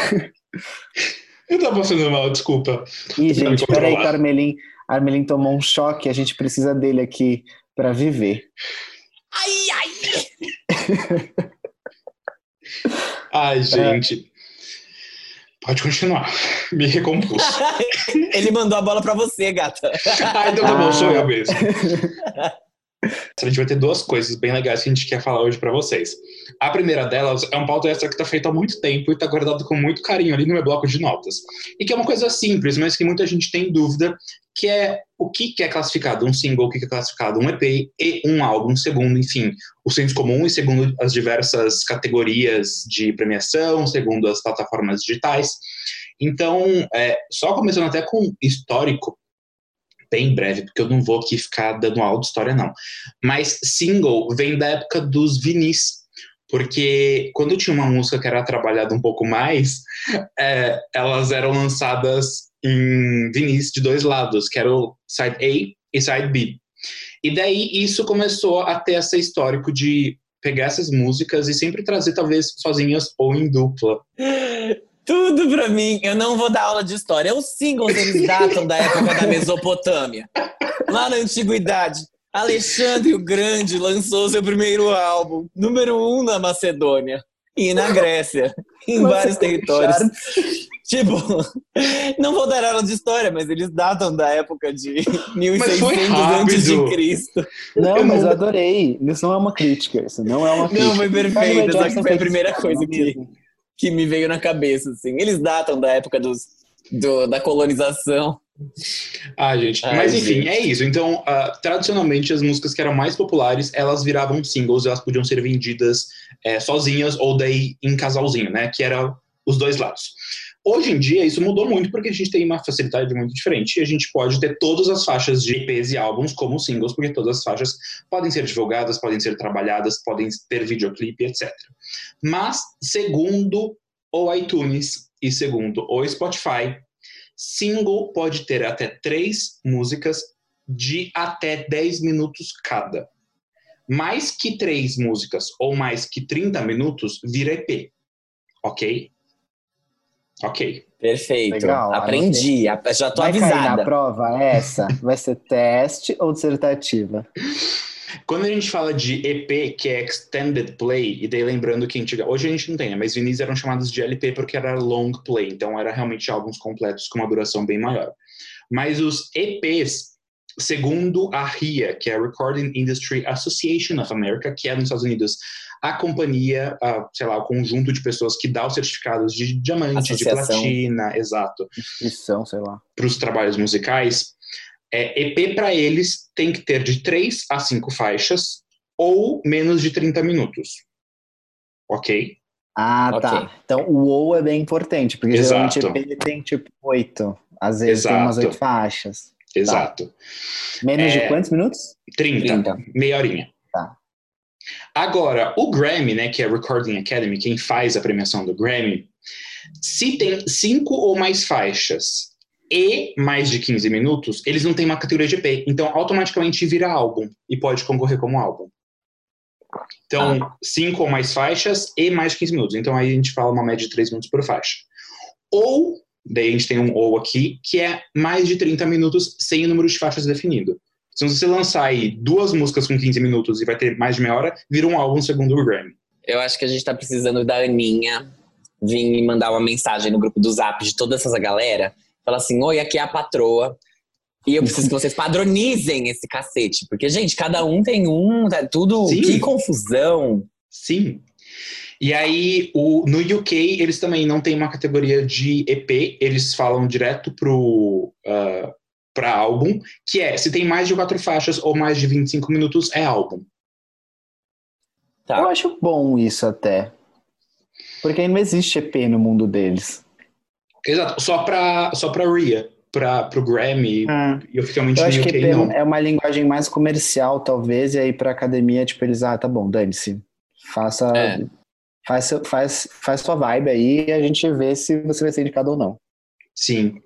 [SPEAKER 3] Eu tava passando mal, desculpa.
[SPEAKER 4] Ih,
[SPEAKER 3] Tô
[SPEAKER 4] gente,
[SPEAKER 3] tentando
[SPEAKER 4] peraí que a
[SPEAKER 3] controlar.
[SPEAKER 4] Armelin, a Armelin tomou um choque, a gente precisa dele aqui pra viver.
[SPEAKER 2] Ai, ai!
[SPEAKER 3] Ai, gente. Pode continuar. Me recompus.
[SPEAKER 2] Ele mandou a bola pra você, gata.
[SPEAKER 3] Ah, então tá bom, sou
[SPEAKER 4] Ah.
[SPEAKER 3] eu mesmo. A gente vai ter duas coisas bem legais que a gente quer falar hoje pra vocês. A primeira delas é um pauta extra que tá feito há muito tempo e tá guardado com muito carinho ali no meu bloco de notas. E que é uma coisa simples, mas que muita gente tem dúvida, que é o que é classificado um single, o que é classificado um E P e um álbum, segundo, enfim, o senso comum e segundo as diversas categorias de premiação, segundo as plataformas digitais. Então, é, só começando até com histórico, bem breve, porque eu não vou aqui ficar dando aula de história, não. Mas single vem da época dos vinis, porque quando tinha uma música que era trabalhada um pouco mais, é, elas eram lançadas em vinis de dois lados, que era o side A e side B. E daí isso começou a ter esse histórico de pegar essas músicas e sempre trazer, talvez, sozinhas ou em dupla.
[SPEAKER 2] Tudo pra mim. Eu não vou dar aula de história. Os singles, eles datam da época da Mesopotâmia. Lá na Antiguidade, Alexandre o Grande lançou seu primeiro álbum, número um na Macedônia e na Grécia, em
[SPEAKER 4] Nossa,
[SPEAKER 2] vários territórios. Tipo, não vou dar aula de história, mas eles datam da época de mil e seiscentos antes de Cristo.
[SPEAKER 4] Não,
[SPEAKER 3] Eu
[SPEAKER 4] mas
[SPEAKER 3] não-
[SPEAKER 4] eu adorei. Isso não é uma crítica. Isso não é uma crítica.
[SPEAKER 2] Não, foi perfeito.
[SPEAKER 4] Carly Rae
[SPEAKER 2] Só que
[SPEAKER 4] Jepsen
[SPEAKER 2] foi a
[SPEAKER 4] fez
[SPEAKER 2] primeira
[SPEAKER 4] isso,
[SPEAKER 2] coisa
[SPEAKER 4] não é
[SPEAKER 2] que,
[SPEAKER 4] mesmo?
[SPEAKER 2] que me veio na cabeça, assim. Eles datam da época dos, do, da colonização.
[SPEAKER 3] Ah, gente.
[SPEAKER 2] Ai,
[SPEAKER 3] Mas enfim,
[SPEAKER 2] gente.
[SPEAKER 3] é isso. Então, ah, tradicionalmente, as músicas que eram mais populares, elas viravam singles, elas podiam ser vendidas eh, sozinhas ou daí em casalzinho, né? Que era os dois lados. Hoje em dia, isso mudou muito porque a gente tem uma facilidade muito diferente e a gente pode ter todas as faixas de E Ps e álbuns como singles, porque todas as faixas podem ser divulgadas, podem ser trabalhadas, podem ter videoclipe, etcétera. Mas, segundo o iTunes e segundo o Spotify, single pode ter até três músicas de até dez minutos cada. Mais que três músicas ou mais que trinta minutos vira E P, ok? Ok.
[SPEAKER 2] Perfeito.
[SPEAKER 4] Legal,
[SPEAKER 2] Aprendi. A- Já tô
[SPEAKER 4] Vai cair na
[SPEAKER 2] avisada.
[SPEAKER 4] prova essa? Vai ser teste ou dissertativa?
[SPEAKER 3] Quando a gente fala de E P, que é Extended Play, e daí lembrando que antiga, hoje a gente não tem, né? Mas vinis eram chamados de L P porque era Long Play, então era realmente álbuns completos com uma duração bem maior. Mas os E Ps, segundo a R I A, que é a Recording Industry Association of America, que é nos Estados Unidos a companhia, a, sei lá, o conjunto de pessoas que dá os certificados de diamante, de
[SPEAKER 2] Associação.
[SPEAKER 3] platina, exato,
[SPEAKER 4] Instituição, sei lá.
[SPEAKER 3] para os trabalhos musicais, é, E P para eles tem que ter de três a cinco faixas ou menos de trinta minutos. Ok?
[SPEAKER 4] Ah,
[SPEAKER 2] Ok.
[SPEAKER 4] tá. Então o ou é bem importante, porque
[SPEAKER 3] Exato.
[SPEAKER 4] geralmente ele tem tipo oito. Às vezes tem umas
[SPEAKER 3] Exato.
[SPEAKER 4] oito faixas.
[SPEAKER 3] Exato.
[SPEAKER 4] Menos
[SPEAKER 3] É,
[SPEAKER 4] de quantos minutos?
[SPEAKER 3] trinta,
[SPEAKER 2] trinta.
[SPEAKER 3] meia horinha.
[SPEAKER 4] Tá.
[SPEAKER 3] Agora, o Grammy, né, que é a Recording Academy, quem faz a premiação do Grammy, se tem cinco ou mais faixas e mais de quinze minutos, eles não têm uma categoria de E P. Então, automaticamente vira álbum e pode concorrer como álbum. Então,
[SPEAKER 2] Ah.
[SPEAKER 3] cinco ou mais faixas e mais de quinze minutos. Então, aí a gente fala uma média de três minutos por faixa. Ou, daí a gente tem um ou aqui, que é mais de trinta minutos sem o número de faixas definido. Se você lançar aí duas músicas com quinze minutos e vai ter mais de meia hora, vira um álbum segundo o Grammy.
[SPEAKER 2] Eu acho que a gente tá precisando da Aninha vir e mandar uma mensagem no grupo do Zap de toda essa galera. Fala assim, oi, aqui é a patroa. E eu preciso que vocês padronizem esse cacete. Porque, gente, cada um tem um, tá tudo…
[SPEAKER 3] Sim.
[SPEAKER 2] Que confusão.
[SPEAKER 3] Sim. E aí, o, no U K, eles também não têm uma categoria de E P, eles falam direto pro, uh, pra álbum, que é, se tem mais de quatro faixas ou mais de vinte e cinco minutos, é álbum.
[SPEAKER 2] Tá.
[SPEAKER 4] Eu acho bom isso até. Porque não existe E P no mundo deles.
[SPEAKER 3] Exato, só pra, só pra R I A, pra, pro Grammy,
[SPEAKER 4] Ah.
[SPEAKER 3] e oficialmente
[SPEAKER 4] Eu
[SPEAKER 3] no
[SPEAKER 4] acho que
[SPEAKER 3] U K
[SPEAKER 4] E P
[SPEAKER 3] não.
[SPEAKER 4] é uma linguagem mais comercial, talvez, e aí pra academia, tipo, eles, ah, tá bom, dane-se. Faça,
[SPEAKER 2] É.
[SPEAKER 4] faz, faz, faz sua vibe aí e a gente vê se você vai ser indicado ou não.
[SPEAKER 3] Sim.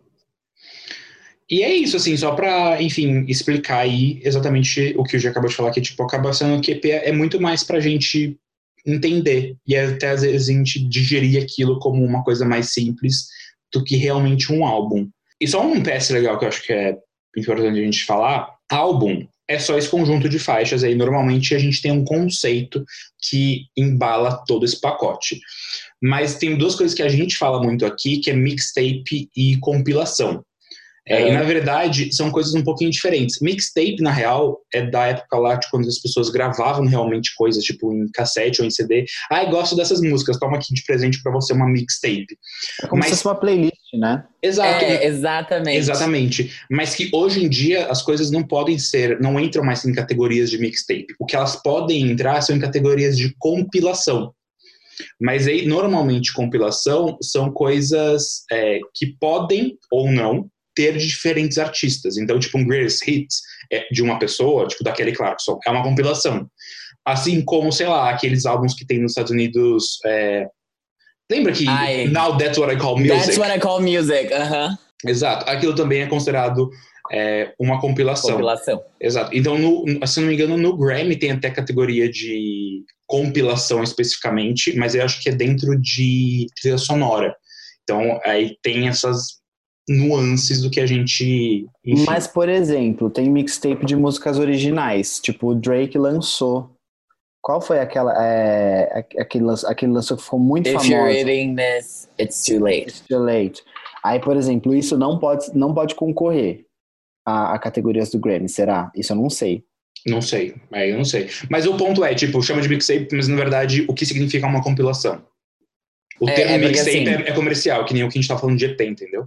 [SPEAKER 3] E é isso, assim, só pra, enfim, explicar aí exatamente o que o Gê acabou de falar, que tipo, acaba sendo que E P é muito mais pra gente entender, e até às vezes a gente digerir aquilo como uma coisa mais simples do que realmente um álbum. E só um P S legal que eu acho que é importante a gente falar, álbum é só esse conjunto de faixas aí, normalmente a gente tem um conceito que embala todo esse pacote. Mas tem duas coisas que a gente fala muito aqui, que é mixtape e compilação. É,
[SPEAKER 2] Uhum.
[SPEAKER 3] E, na verdade, são coisas um pouquinho diferentes. Mixtape, na real, é da época lá de quando as pessoas gravavam realmente coisas, tipo em cassete ou em C D. Ai, gosto dessas músicas, toma aqui de presente pra você uma mixtape.
[SPEAKER 4] É como
[SPEAKER 3] Mas-
[SPEAKER 4] se fosse uma playlist, né?
[SPEAKER 3] Exato.
[SPEAKER 2] É, exatamente.
[SPEAKER 3] Exatamente. Mas que hoje em dia as coisas não podem ser, não entram mais em categorias de mixtape. O que elas podem entrar são em categorias de compilação. Mas aí, normalmente, compilação são coisas é, que podem ou não ter de diferentes artistas. Então, tipo, um Greatest Hits é de uma pessoa, tipo, da Kelly Clarkson, é uma compilação. Assim como, sei lá, aqueles álbuns que tem nos Estados Unidos. É... Lembra que
[SPEAKER 2] Ai.
[SPEAKER 3] Now That's What I Call Music?
[SPEAKER 2] That's what I call music. Aham.
[SPEAKER 3] Exato. Aquilo também é considerado é, uma compilação.
[SPEAKER 2] Compilação.
[SPEAKER 3] Exato. Então, no, se não me engano, no Grammy tem até categoria de compilação especificamente, mas eu acho que é dentro de trilha sonora. Então, aí tem essas nuances do que a gente... Enfim.
[SPEAKER 4] Mas, por exemplo, tem mixtape de músicas originais. Tipo, o Drake lançou. Qual foi aquela... É, aquele, lanço, aquele lanço que ficou muito
[SPEAKER 2] If
[SPEAKER 4] famoso?
[SPEAKER 2] you're eating this, it's too late.
[SPEAKER 4] It's too late. Aí, por exemplo, isso não pode, não pode concorrer a, a categorias do Grammy, será? Isso eu não sei.
[SPEAKER 3] Não sei, aí eu não sei. Mas o ponto é, tipo, chama de mixtape, mas na verdade, o que significa uma compilação? O
[SPEAKER 2] É,
[SPEAKER 3] termo
[SPEAKER 2] é porque,
[SPEAKER 3] mixtape
[SPEAKER 2] assim,
[SPEAKER 3] é, é comercial, que nem o que a gente tá falando de E P, entendeu?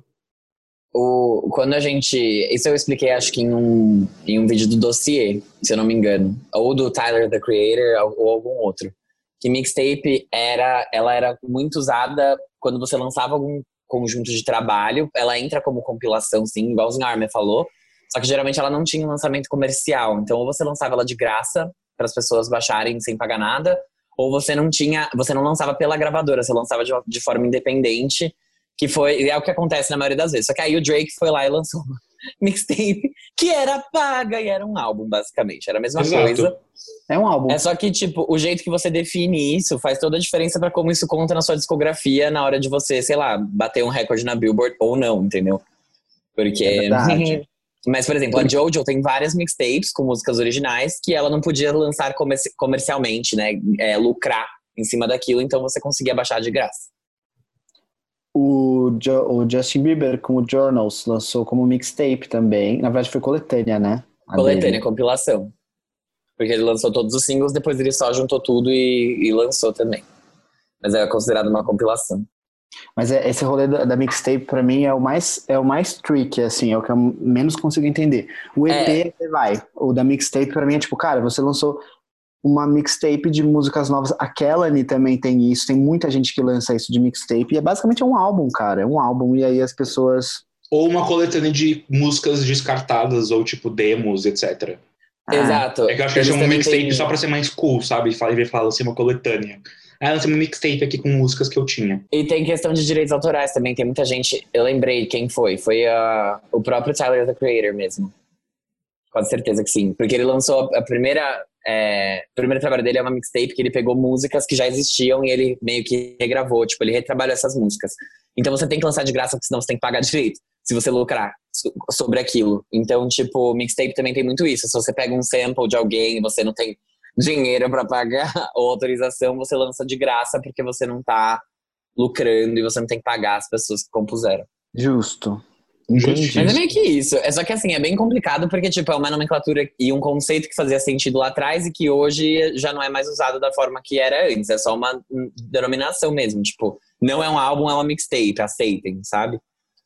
[SPEAKER 2] O, quando a gente… Isso eu expliquei, acho que em um, em um vídeo do Dossiê, se eu não me engano. Ou do Tyler, the Creator, ou algum outro. Que mixtape era… Ela era muito usada quando você lançava algum conjunto de trabalho. Ela entra como compilação, sim, igualzinho a Armin falou. Só que geralmente ela não tinha um lançamento comercial. Então, ou você lançava ela de graça, para as pessoas baixarem sem pagar nada, ou você não tinha… Você não lançava pela gravadora, você lançava de, de forma independente. Que foi, é o que acontece na maioria das vezes. Só que aí o Drake foi lá e lançou mixtape que era paga e era um álbum, basicamente. Era a mesma
[SPEAKER 3] Exato.
[SPEAKER 2] coisa.
[SPEAKER 4] É um álbum.
[SPEAKER 2] É só que, tipo, o jeito que você define isso faz toda a diferença pra como isso conta na sua discografia na hora de você, sei lá, bater um recorde na Billboard ou não, entendeu? Porque...
[SPEAKER 4] É verdade.
[SPEAKER 2] Mas, por exemplo, a Jojo tem várias mixtapes com músicas originais que ela não podia lançar comerci- comercialmente, né? É, lucrar em cima daquilo, então você conseguia baixar de graça.
[SPEAKER 4] O, Jo- o Justin Bieber com o Journals lançou como mixtape também. Na verdade foi coletânea, né? A
[SPEAKER 2] Coletânea,
[SPEAKER 4] dele.
[SPEAKER 2] compilação. Porque ele lançou todos os singles, depois ele só juntou tudo e, e lançou também. Mas é considerado uma compilação.
[SPEAKER 4] Mas é- esse rolê da, da mixtape pra mim é o mais é o mais tricky, assim, é o que eu menos consigo entender. O E P você vai, o da mixtape pra mim é tipo, cara, você lançou uma mixtape de músicas novas. A Kelly também tem isso, tem muita gente que lança isso de mixtape e é basicamente um álbum, cara, é um álbum e aí as pessoas
[SPEAKER 3] Ou uma coletânea de músicas descartadas, ou tipo demos, etcétera.
[SPEAKER 4] Ah,
[SPEAKER 2] Exato.
[SPEAKER 3] É que eu acho que eles
[SPEAKER 2] Eles
[SPEAKER 3] chamam
[SPEAKER 2] também
[SPEAKER 3] mixtape
[SPEAKER 2] têm-
[SPEAKER 3] só pra ser mais cool, sabe? Fala- Em vez de falar assim, uma coletânea. Ah, lancei uma mixtape aqui com músicas que eu tinha.
[SPEAKER 2] E tem questão de direitos autorais também. Tem muita gente... Eu lembrei quem foi. Foi uh, o próprio Tyler, the Creator mesmo. Com certeza que sim. Porque ele lançou a primeira... É, o primeiro trabalho dele é uma mixtape que ele pegou músicas que já existiam e ele meio que regravou. Tipo, ele retrabalhou essas músicas. Então você tem que lançar de graça, porque senão você tem que pagar direito. Se você lucrar so- sobre aquilo. Então, tipo, mixtape também tem muito isso. Se você pega um sample de alguém e você não tem dinheiro pra pagar ou autorização, você lança de graça porque você não tá lucrando e você não tem que pagar as pessoas que compuseram.
[SPEAKER 4] justo. Entendi.
[SPEAKER 3] Justíssimo.
[SPEAKER 2] Mas é meio que isso. É só que assim, é bem complicado porque, tipo, é uma nomenclatura e um conceito que fazia sentido lá atrás e que hoje já não é mais usado da forma que era antes. É só uma hum, denominação mesmo. Tipo, não é um álbum, é uma mixtape. Aceitem, sabe?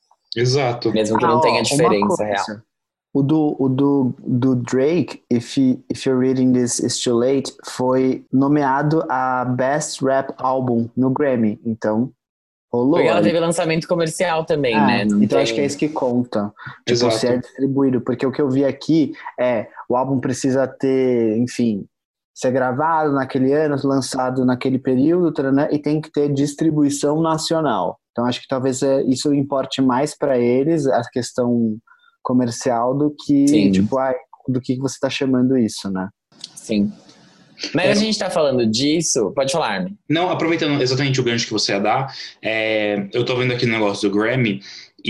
[SPEAKER 3] Exato.
[SPEAKER 2] Mesmo que
[SPEAKER 4] Ah,
[SPEAKER 2] não
[SPEAKER 4] ó,
[SPEAKER 2] tenha
[SPEAKER 4] uma
[SPEAKER 2] diferença
[SPEAKER 4] coisa.
[SPEAKER 2] real.
[SPEAKER 4] O do, o do, do Drake, if, you, if You're Reading This It's Too Late, foi nomeado a Best Rap Album no Grammy. Então, rolou.
[SPEAKER 2] Porque ela
[SPEAKER 4] ali.
[SPEAKER 2] teve lançamento comercial também,
[SPEAKER 4] Ah,
[SPEAKER 2] né? Não
[SPEAKER 4] então
[SPEAKER 2] tem...
[SPEAKER 4] acho que é isso que conta. Tipo,
[SPEAKER 3] Exato.
[SPEAKER 4] se é distribuído. Porque o que eu vi aqui é o álbum precisa ter, enfim, ser gravado naquele ano, lançado naquele período, taranã, e tem que ter distribuição nacional. Então acho que talvez é, isso importe mais para eles, a questão comercial, do que,
[SPEAKER 2] Sim.
[SPEAKER 4] tipo, ai, do que você tá chamando isso, né?
[SPEAKER 2] Sim. Mas
[SPEAKER 3] É.
[SPEAKER 2] a gente tá falando disso... Pode falar, Armin.
[SPEAKER 3] Não, aproveitando exatamente o gancho que você ia dar, é, eu tô vendo aqui no negócio do Grammy,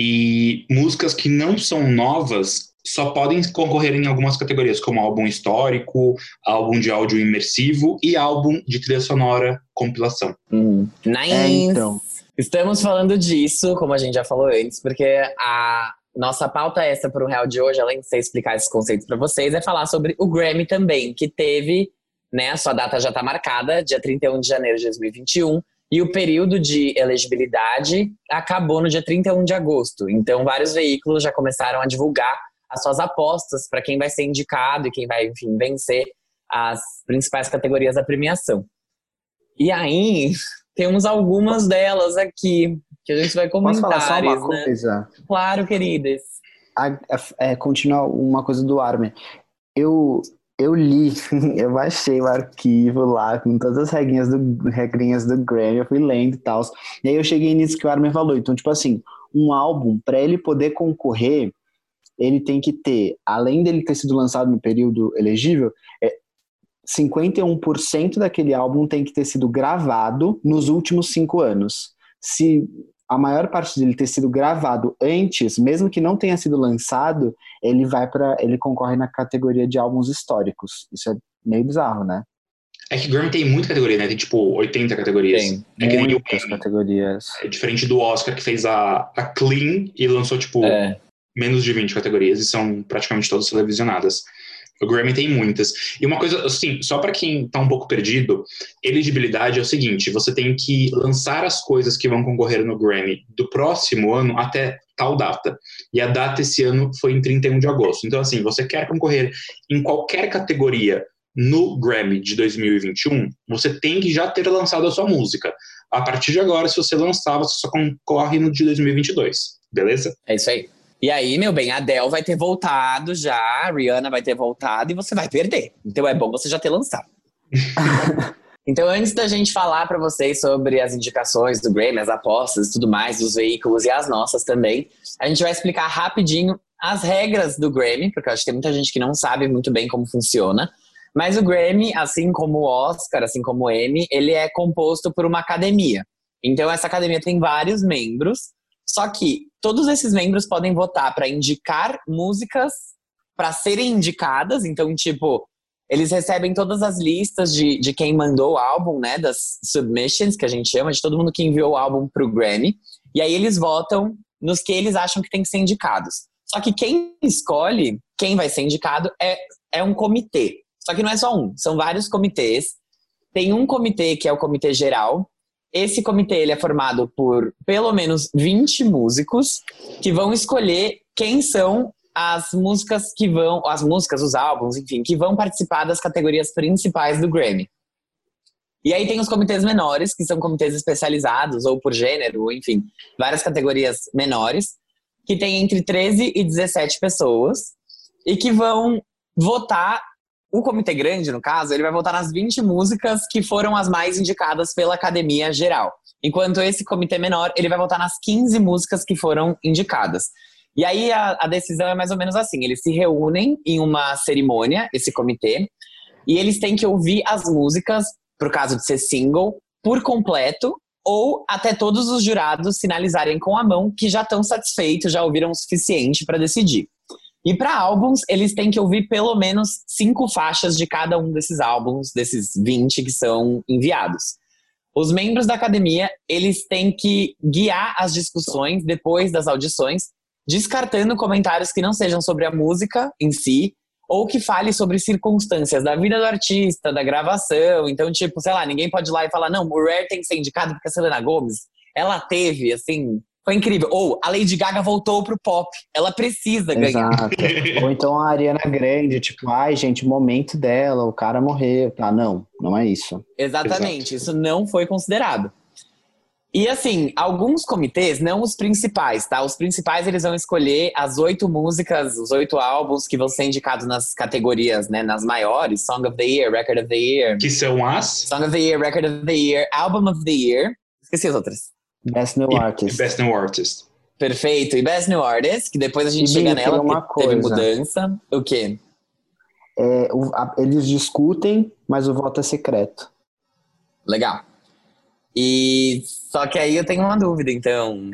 [SPEAKER 3] e músicas que não são novas só podem concorrer em algumas categorias, como álbum histórico, álbum de áudio imersivo e álbum de trilha sonora compilação.
[SPEAKER 2] Uhum. Nice!
[SPEAKER 4] É, então.
[SPEAKER 2] Estamos falando disso, como a gente já falou antes, porque a nossa pauta extra para o Real de hoje, além de você explicar esses conceitos para vocês, é falar sobre o Grammy também, que teve, né, a sua data já está marcada, dia trinta e um de janeiro de dois mil e vinte e um, e o período de elegibilidade acabou no dia trinta e um de agosto. Então, vários veículos já começaram a divulgar as suas apostas para quem vai ser indicado e quem vai, enfim, vencer as principais categorias da premiação. E aí, temos algumas delas aqui, que a gente vai
[SPEAKER 4] Posso
[SPEAKER 2] comentar,
[SPEAKER 4] falar só uma
[SPEAKER 2] né?
[SPEAKER 4] coisa?
[SPEAKER 2] Claro, queridas.
[SPEAKER 4] A, a, é, continuar uma coisa do Armin. Eu, eu li, eu baixei o arquivo lá com todas as regrinhas do, regrinhas do Grammy, eu fui lendo e tal. E aí eu cheguei nisso que o Armin falou. Então, tipo assim, um álbum, para ele poder concorrer, ele tem que ter, além dele ter sido lançado no período elegível, é, cinquenta e um por cento daquele álbum tem que ter sido gravado nos últimos cinco anos. Se a maior parte dele ter sido gravado antes, mesmo que não tenha sido lançado, ele vai para, ele concorre na categoria de álbuns históricos. Isso é meio bizarro, né?
[SPEAKER 3] É que Grammy tem muita categoria, né? Tem tipo oitenta categorias.
[SPEAKER 2] Tem.
[SPEAKER 3] É que nem o
[SPEAKER 4] Muitas
[SPEAKER 3] Emmy.
[SPEAKER 4] categorias.
[SPEAKER 3] É diferente do Oscar, que fez a, a Clean e lançou tipo
[SPEAKER 2] É.
[SPEAKER 3] menos de vinte categorias e são praticamente todas televisionadas. O Grammy tem muitas. E uma coisa, assim, só para quem tá um pouco perdido, elegibilidade é o seguinte, você tem que lançar as coisas que vão concorrer no Grammy do próximo ano até tal data. E a data esse ano foi em trinta e um de agosto. Então, assim, você quer concorrer em qualquer categoria no Grammy de dois mil e vinte e um, você tem que já ter lançado a sua música. A partir de agora, se você lançar, você só concorre no de dois mil e vinte e dois. Beleza?
[SPEAKER 2] É isso aí. E aí, meu bem, a Adele vai ter voltado já, a Rihanna vai ter voltado e você vai perder. Então é bom você já ter lançado. Então, antes da gente falar pra vocês sobre as indicações do Grammy, as apostas e tudo mais, dos veículos e as nossas também, a gente vai explicar rapidinho as regras do Grammy, porque eu acho que tem muita gente que não sabe muito bem como funciona. Mas o Grammy, assim como o Oscar, assim como o Emmy, ele é composto por uma academia. Então essa academia tem vários membros, só que todos esses membros podem votar para indicar músicas para serem indicadas. Então, tipo, eles recebem todas as listas de, de quem mandou o álbum, né? Das submissions, que a gente chama, de todo mundo que enviou o álbum pro Grammy. E aí eles votam nos que eles acham que tem que ser indicados. Só que quem escolhe quem vai ser indicado é, é um comitê. Só que não é só um, são vários comitês. Tem um comitê que é o comitê geral. Esse comitê ele é formado por pelo menos vinte músicos que vão escolher quem são as músicas que vão, as músicas, os álbuns, enfim, que vão participar das categorias principais do Grammy. E aí tem os comitês menores, que são comitês especializados, ou por gênero, ou enfim, várias categorias menores, que tem entre treze e dezessete pessoas, e que vão votar. O comitê grande, no caso, ele vai votar nas vinte músicas que foram as mais indicadas pela Academia Geral. Enquanto esse comitê menor, ele vai votar nas quinze músicas que foram indicadas. E aí a, a decisão é mais ou menos assim, eles se reúnem em uma cerimônia, esse comitê, e eles têm que ouvir as músicas, pro caso de ser single, por completo, ou até todos os jurados sinalizarem com a mão que já estão satisfeitos, já ouviram o suficiente para decidir. E para álbuns, eles têm que ouvir pelo menos cinco faixas de cada um desses álbuns, desses vinte que são enviados. Os membros da academia, eles têm que guiar as discussões depois das audições, descartando comentários que não sejam sobre a música em si, ou que fale sobre circunstâncias da vida do artista, da gravação. Então, tipo, sei lá, ninguém pode ir lá e falar, não, o Rare tem que ser indicado porque a Selena Gomez, ela teve, assim... Foi incrível. Ou a Lady Gaga voltou pro pop. Ela precisa ganhar.
[SPEAKER 4] Exato. Ou então a Ariana Grande, tipo, ai, gente, momento dela, o cara morreu. Ah, não, não é isso.
[SPEAKER 2] Exatamente.
[SPEAKER 3] Exato.
[SPEAKER 2] Isso não foi considerado. E assim, alguns comitês, não os principais, tá? Os principais, eles vão escolher as oito músicas, os oito álbuns que vão ser indicados nas categorias, né? Nas maiores. Song of the Year, Record of the Year.
[SPEAKER 3] Que são as...
[SPEAKER 2] Song of the Year, Record of the Year, Album of the Year. Esqueci as outras.
[SPEAKER 4] Best New
[SPEAKER 3] E,
[SPEAKER 4] Artist.
[SPEAKER 3] e Best New Artist.
[SPEAKER 2] Perfeito. E Best New Artist, que depois a gente
[SPEAKER 4] E,
[SPEAKER 2] chega
[SPEAKER 4] Bia,
[SPEAKER 2] nela,
[SPEAKER 4] tem uma
[SPEAKER 2] porque teve
[SPEAKER 4] coisa.
[SPEAKER 2] mudança. O quê?
[SPEAKER 4] É, o- a- eles discutem, mas o voto é secreto.
[SPEAKER 2] Legal. E só que aí eu tenho uma dúvida, então.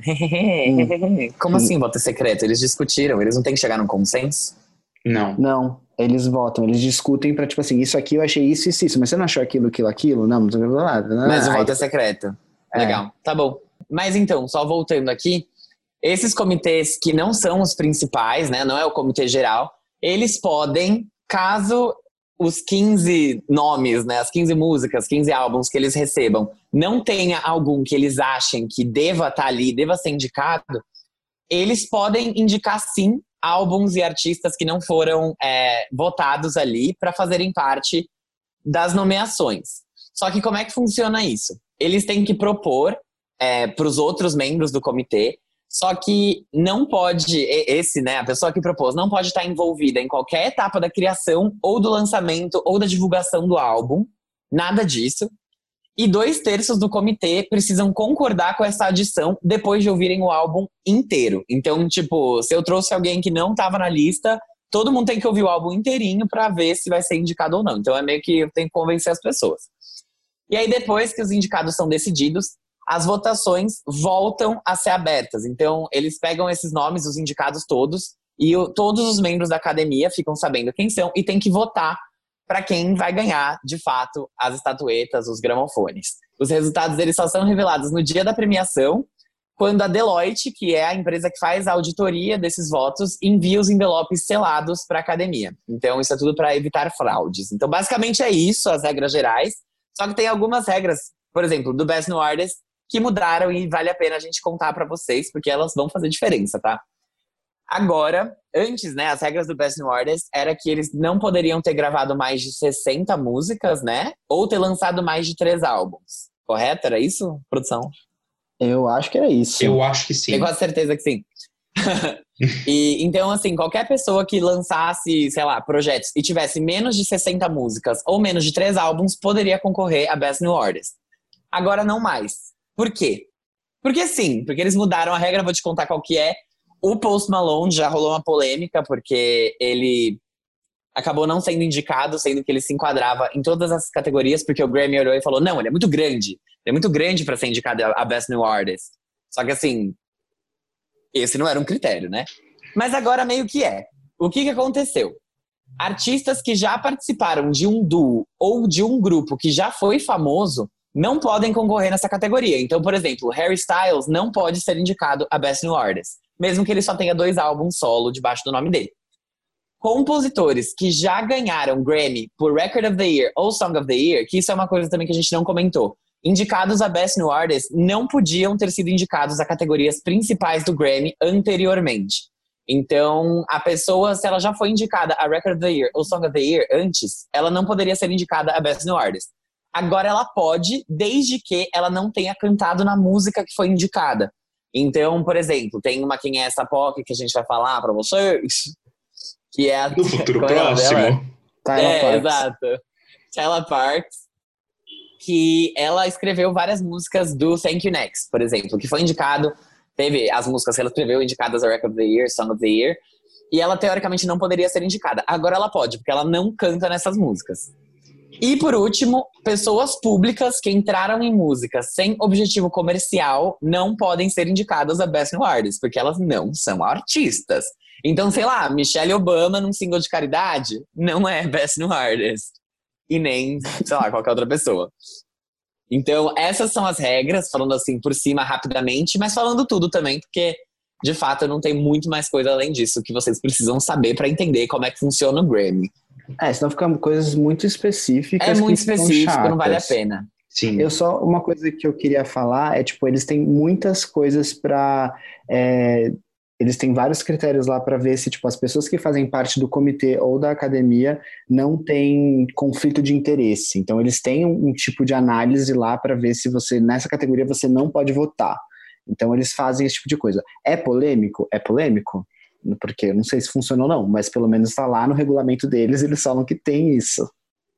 [SPEAKER 2] Como assim voto secreto? Eles discutiram, eles não têm que chegar num consenso?
[SPEAKER 3] Não.
[SPEAKER 4] Não, eles votam, eles discutem pra, tipo assim, isso aqui eu achei isso, isso, isso, mas você não achou aquilo, aquilo, aquilo? Não, não sei o que lá.
[SPEAKER 2] Mas o
[SPEAKER 4] Aí-
[SPEAKER 2] voto é secreto.
[SPEAKER 4] É.
[SPEAKER 2] Legal, tá bom. Mas então, só voltando aqui, esses comitês que não são os principais, né? Não é o comitê geral, eles podem, caso os quinze nomes, né? As quinze músicas, quinze álbuns que eles recebam, não tenha algum que eles achem que deva estar ali, deva ser indicado, eles podem indicar sim álbuns e artistas que não foram é, votados ali para fazerem parte das nomeações. Só que como é que funciona isso? Eles têm que propor é, para os outros membros do comitê, só que não pode, esse, né, a pessoa que propôs, não pode estar envolvida em qualquer etapa da criação ou do lançamento ou da divulgação do álbum, nada disso. E dois terços do comitê precisam concordar com essa adição depois de ouvirem o álbum inteiro. Então, tipo, se eu trouxe alguém que não estava na lista, todo mundo tem que ouvir o álbum inteirinho para ver se vai ser indicado ou não. Então é meio que eu tenho que convencer as pessoas. E aí, depois que os indicados são decididos, as votações voltam a ser abertas. Então, eles pegam esses nomes, os indicados todos, e o, todos os membros da academia ficam sabendo quem são e tem que votar para quem vai ganhar, de fato, as estatuetas, os gramofones. Os resultados deles só são revelados no dia da premiação, quando a Deloitte, que é a empresa que faz a auditoria desses votos, envia os envelopes selados para a academia. Então, isso é tudo para evitar fraudes. Então, basicamente é isso, as regras gerais. Só que tem algumas regras, por exemplo, do Best New Artist, que mudaram e vale a pena a gente contar para vocês, porque elas vão fazer diferença, tá? Agora, antes, né, as regras do Best New Artist era que eles não poderiam ter gravado mais de sessenta músicas, né? Ou ter lançado mais de três álbuns. Correto? Era isso, produção?
[SPEAKER 4] Eu acho que era isso.
[SPEAKER 3] Eu acho que sim.
[SPEAKER 2] Tenho quase certeza que sim. E, então, assim, qualquer pessoa que lançasse, sei lá, projetos e tivesse menos de sessenta músicas ou menos de três álbuns, poderia concorrer a Best New Artist. Agora não mais. Por quê? Porque sim, porque eles mudaram a regra, vou te contar qual que é. O Post Malone já rolou uma polêmica, porque ele acabou não sendo indicado, sendo que ele se enquadrava em todas as categorias, porque o Grammy olhou e falou, não, ele é muito grande. Ele é muito grande pra ser indicado a Best New Artist. Só que assim, esse não era um critério, né? Mas agora meio que é. O que que aconteceu? Artistas que já participaram de um duo ou de um grupo que já foi famoso não podem concorrer nessa categoria. Então, por exemplo, Harry Styles não pode ser indicado a Best New Artist, mesmo que ele só tenha dois álbuns solo debaixo do nome dele. Compositores que já ganharam Grammy por Record of the Year ou Song of the Year, que isso é uma coisa também que a gente não comentou, indicados a Best New Artist não podiam ter sido indicados a categorias principais do Grammy anteriormente. Então, a pessoa, se ela já foi indicada a Record of the Year ou Song of the Year antes, ela não poderia ser indicada a Best New Artist. Agora ela pode, desde que ela não tenha cantado na música que foi indicada. Então, por exemplo, tem uma Quem é essa P O C que a gente vai falar pra vocês, que é a...
[SPEAKER 3] No futuro
[SPEAKER 2] qual é
[SPEAKER 3] próximo.
[SPEAKER 4] Tyler
[SPEAKER 2] É,
[SPEAKER 4] Parks.
[SPEAKER 2] exato. Tyler Parks, que ela escreveu várias músicas do Thank You Next, por exemplo, que foi indicado, teve as músicas que ela escreveu indicadas a Record of the Year, Song of the Year, e ela teoricamente não poderia ser indicada. Agora ela pode, porque ela não canta nessas músicas. E por último, pessoas públicas que entraram em músicas sem objetivo comercial não podem ser indicadas a Best New Artist, porque elas não são artistas. Então, sei lá, Michelle Obama num single de caridade não é Best New Artist. E nem, sei lá, qualquer outra pessoa. Então, essas são as regras, falando assim por cima rapidamente, mas falando tudo também, porque de fato não tem muito mais coisa além disso que vocês precisam saber pra entender como é que funciona o Grammy.
[SPEAKER 4] É, senão ficam coisas muito específicas.
[SPEAKER 2] É muito
[SPEAKER 4] que ficam
[SPEAKER 2] específico, não vale a
[SPEAKER 4] chatas.
[SPEAKER 2] pena.
[SPEAKER 3] Sim.
[SPEAKER 4] Eu só, uma coisa que eu queria falar é, tipo, eles têm muitas coisas pra... É, eles têm vários critérios lá pra ver se, tipo, as pessoas que fazem parte do comitê ou da academia não têm conflito de interesse. Então, eles têm um, um tipo de análise lá pra ver se você, nessa categoria, você não pode votar. Então, eles fazem esse tipo de coisa. É polêmico? É polêmico? Porque eu não sei se funciona ou não, mas pelo menos tá lá no regulamento deles, eles falam que tem isso.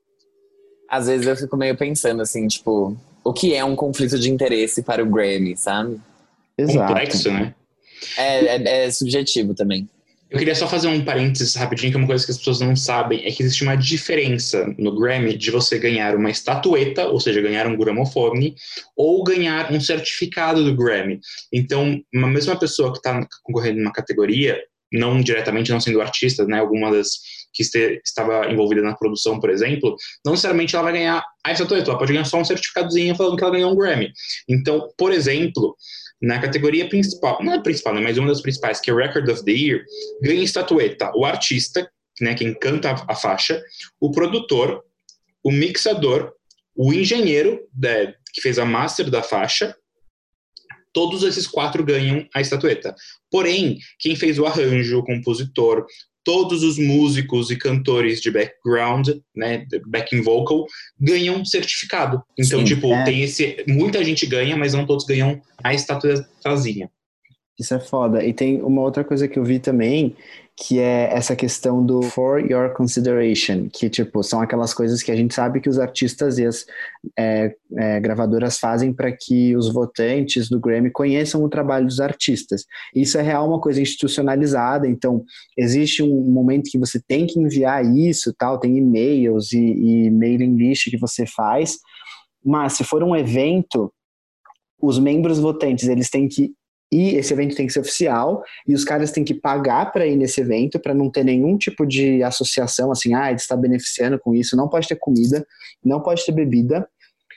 [SPEAKER 2] Às vezes eu fico meio pensando assim, tipo, o que é um conflito de interesse para o Grammy, sabe?
[SPEAKER 4] Exato.
[SPEAKER 3] Complexo, né?
[SPEAKER 2] É, é, é subjetivo também.
[SPEAKER 3] Eu queria só fazer um parênteses rapidinho, que é uma coisa que as pessoas não sabem, é que existe uma diferença no Grammy de você ganhar uma estatueta, ou seja, ganhar um gramofone, ou ganhar um certificado do Grammy. Então, uma mesma pessoa que está concorrendo numa categoria, não diretamente, não sendo artista, né, alguma das que este, estava envolvida na produção, por exemplo, não necessariamente ela vai ganhar a estatueta, ela pode ganhar só um certificadozinho falando que ela ganhou um Grammy. Então, por exemplo, na categoria principal, não é principal, né, mas uma das principais, que é Record of the Year, ganha estatueta o artista, né, quem canta a, a faixa, o produtor, o mixador, o engenheiro né, que fez a master da faixa. Todos esses quatro ganham a estatueta. Porém, quem fez o arranjo, o compositor, todos os músicos e cantores de background, né, backing vocal, ganham certificado. Então,
[SPEAKER 2] Sim,
[SPEAKER 3] tipo,
[SPEAKER 4] é.
[SPEAKER 3] tem esse... Muita gente ganha, mas não todos ganham a estatuetazinha.
[SPEAKER 4] Isso é foda. E tem uma outra coisa que eu vi também, que é essa questão do for your consideration, que, tipo, são aquelas coisas que a gente sabe que os artistas e as é, é, gravadoras fazem para que os votantes do Grammy conheçam o trabalho dos artistas. Isso é real uma coisa institucionalizada, então existe um momento que você tem que enviar isso, tal, tem e-mails e, e mailing list que você faz, mas se for um evento, os membros votantes, eles têm que e esse evento tem que ser oficial, e os caras têm que pagar para ir nesse evento, para não ter nenhum tipo de associação, assim, ah, ele está beneficiando com isso, não pode ter comida, não pode ter bebida,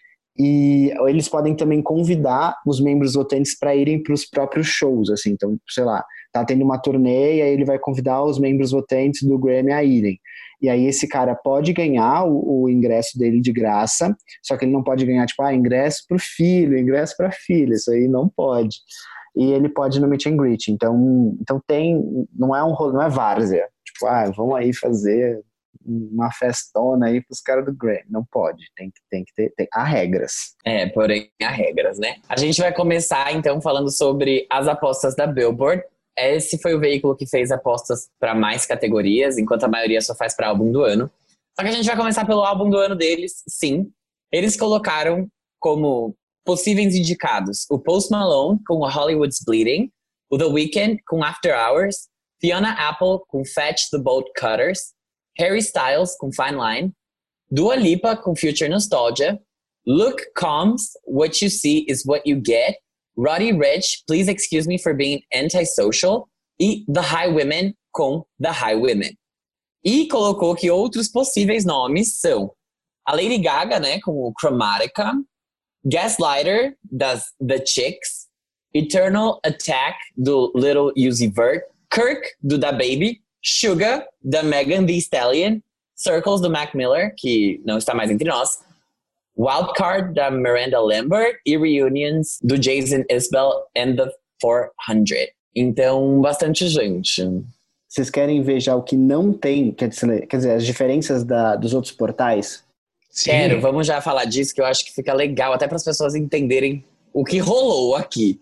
[SPEAKER 4] e eles podem também convidar os membros votantes para irem para os próprios shows, assim, então, sei lá, tá tendo uma turnê, e aí ele vai convidar os membros votantes do Grammy a irem, e aí esse cara pode ganhar o, o ingresso dele de graça, só que ele não pode ganhar, tipo, ah, ingresso pro filho, ingresso pra filha, isso aí não pode. E ele pode ir no meet and greet, então, então tem, não é um rolo, não é várzea, tipo, ah, vamos aí fazer uma festona aí pros caras do Grammy, não pode, tem que, tem que ter, tem, há regras.
[SPEAKER 2] É, porém há regras, né? A gente vai começar então falando sobre as apostas da Billboard. Esse foi o veículo que fez apostas para mais categorias, enquanto a maioria só faz para álbum do ano. Só que a gente vai começar pelo álbum do ano deles, sim. Eles colocaram como possíveis indicados o Post Malone com o Hollywood's Bleeding, o The Weeknd com After Hours, Fiona Apple com Fetch the Bolt Cutters, Harry Styles com Fine Line, Dua Lipa com Future Nostalgia, Luke Combs, What You See Is What You Get, Roddy Ricch, Please Excuse Me for Being Antisocial, e The Highwomen com The Highwomen. E colocou que outros possíveis nomes são a Lady Gaga, né, com o Chromatica, Gaslighter, das The Chicks, Eternal Attack, do Little Uzi Vert, Kirk, do Da Baby, Suga, da Megan Thee Stallion, Circles, do Mac Miller, que não está mais entre nós, Wildcard, da Miranda Lambert, e Reunions, do Jason Isbell and the quatrocentos. Então, bastante gente.
[SPEAKER 4] Vocês querem ver já o que não tem, quer dizer, quer dizer as diferenças da, dos outros portais?
[SPEAKER 3] Sim.
[SPEAKER 2] Quero, vamos já falar disso, que eu acho que fica legal, até para as pessoas entenderem o que rolou aqui.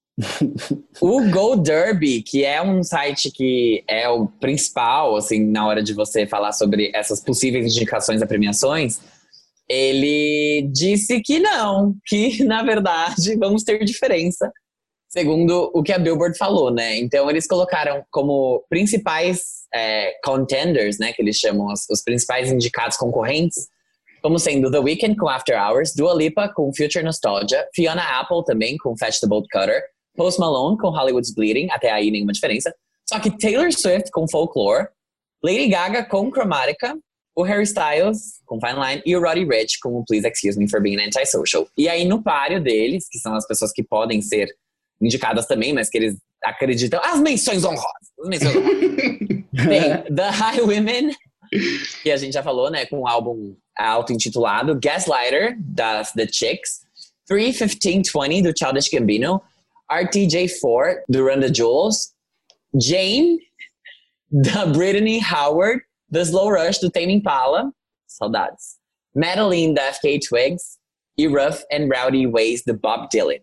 [SPEAKER 2] O Go Derby, que é um site que é o principal, assim, na hora de você falar sobre essas possíveis indicações a premiações, ele disse que não, que na verdade vamos ter diferença, segundo o que a Billboard falou, né? Então eles colocaram como principais é, contenders, né, que eles chamam os, os principais indicados concorrentes, como sendo The Weeknd com After Hours, Dua Lipa com Future Nostalgia, Fiona Apple também com Fetch the Bolt Cutter, Post Malone com Hollywood's Bleeding, até aí nenhuma diferença. Só que Taylor Swift com Folklore, Lady Gaga com Chromatica, o Harry Styles com Fine Line e o Roddy Ricch com Please Excuse Me for Being Antisocial. E aí no páreo deles, que são as pessoas que podem ser indicadas também, mas que eles acreditam, as menções honrosas, as menções honrosas. Tem The Highwomen, que a gente já falou, né, com um álbum auto-intitulado, Gaslighter, das The Chicks, three fifteen twenty, do Childish Gambino, R T J four, do Run the Jewels, Jane, da Brittany Howard, The Slow Rush, do Tame Impala, saudades, Madeline, da F K Twigs, e Rough and Rowdy Ways, do Bob Dylan.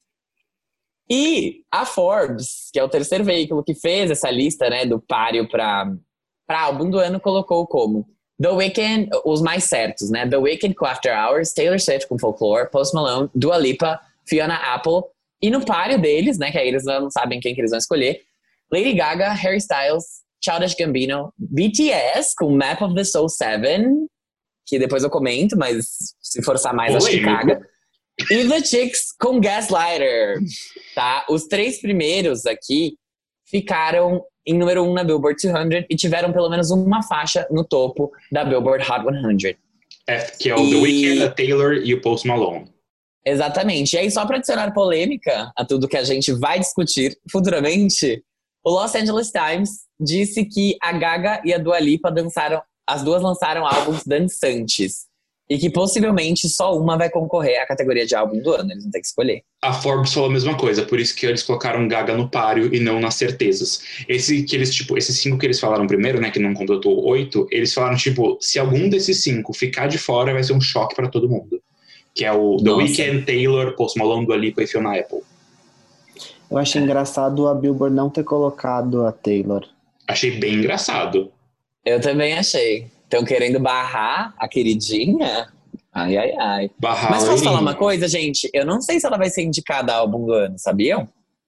[SPEAKER 2] E a Forbes, que é o terceiro veículo que fez essa lista, né, do páreo para álbum do ano, colocou como The Weeknd, os mais certos, né? The Weeknd com After Hours, Taylor Swift com Folklore, Post Malone, Dua Lipa, Fiona Apple. E no páreo deles, né, que aí eles não sabem quem que eles vão escolher, Lady Gaga, Harry Styles, Childish Gambino, B T S com Map of the Soul seven, que depois eu comento, mas se forçar mais, acho que caga. E The Chicks com Gaslighter, tá? Os três primeiros aqui ficaram em número um na Billboard duzentos e tiveram pelo menos uma faixa no topo da Billboard Hot cem.
[SPEAKER 3] É, que é o
[SPEAKER 2] e...
[SPEAKER 3] The Weeknd, a Taylor e o Post Malone.
[SPEAKER 2] Exatamente. E aí, só para adicionar polêmica a tudo que a gente vai discutir futuramente, o Los Angeles Times disse que a Gaga e a Dua Lipa dançaram, as duas lançaram álbuns dançantes. E que possivelmente só uma vai concorrer à categoria de álbum do ano, eles vão ter que escolher.
[SPEAKER 3] A Forbes falou a mesma coisa, por isso que eles colocaram Gaga no páreo e não nas certezas. Esse, que eles, tipo, esses cinco que eles falaram primeiro, né, que não completou oito, eles falaram, tipo, se algum desses cinco ficar de fora, vai ser um choque pra todo mundo. Que é o The Weeknd, Taylor, Post Malone, Dua Lipa e Fiona Apple.
[SPEAKER 4] Eu achei engraçado a Billboard não ter colocado a Taylor.
[SPEAKER 3] Achei bem engraçado.
[SPEAKER 2] Eu também achei. Estão querendo barrar a queridinha? Ai, ai, ai.
[SPEAKER 3] Barrar
[SPEAKER 2] Mas posso
[SPEAKER 3] ele.
[SPEAKER 2] falar uma coisa, gente? Eu não sei se ela vai ser indicada ao álbum do ano, sabiam?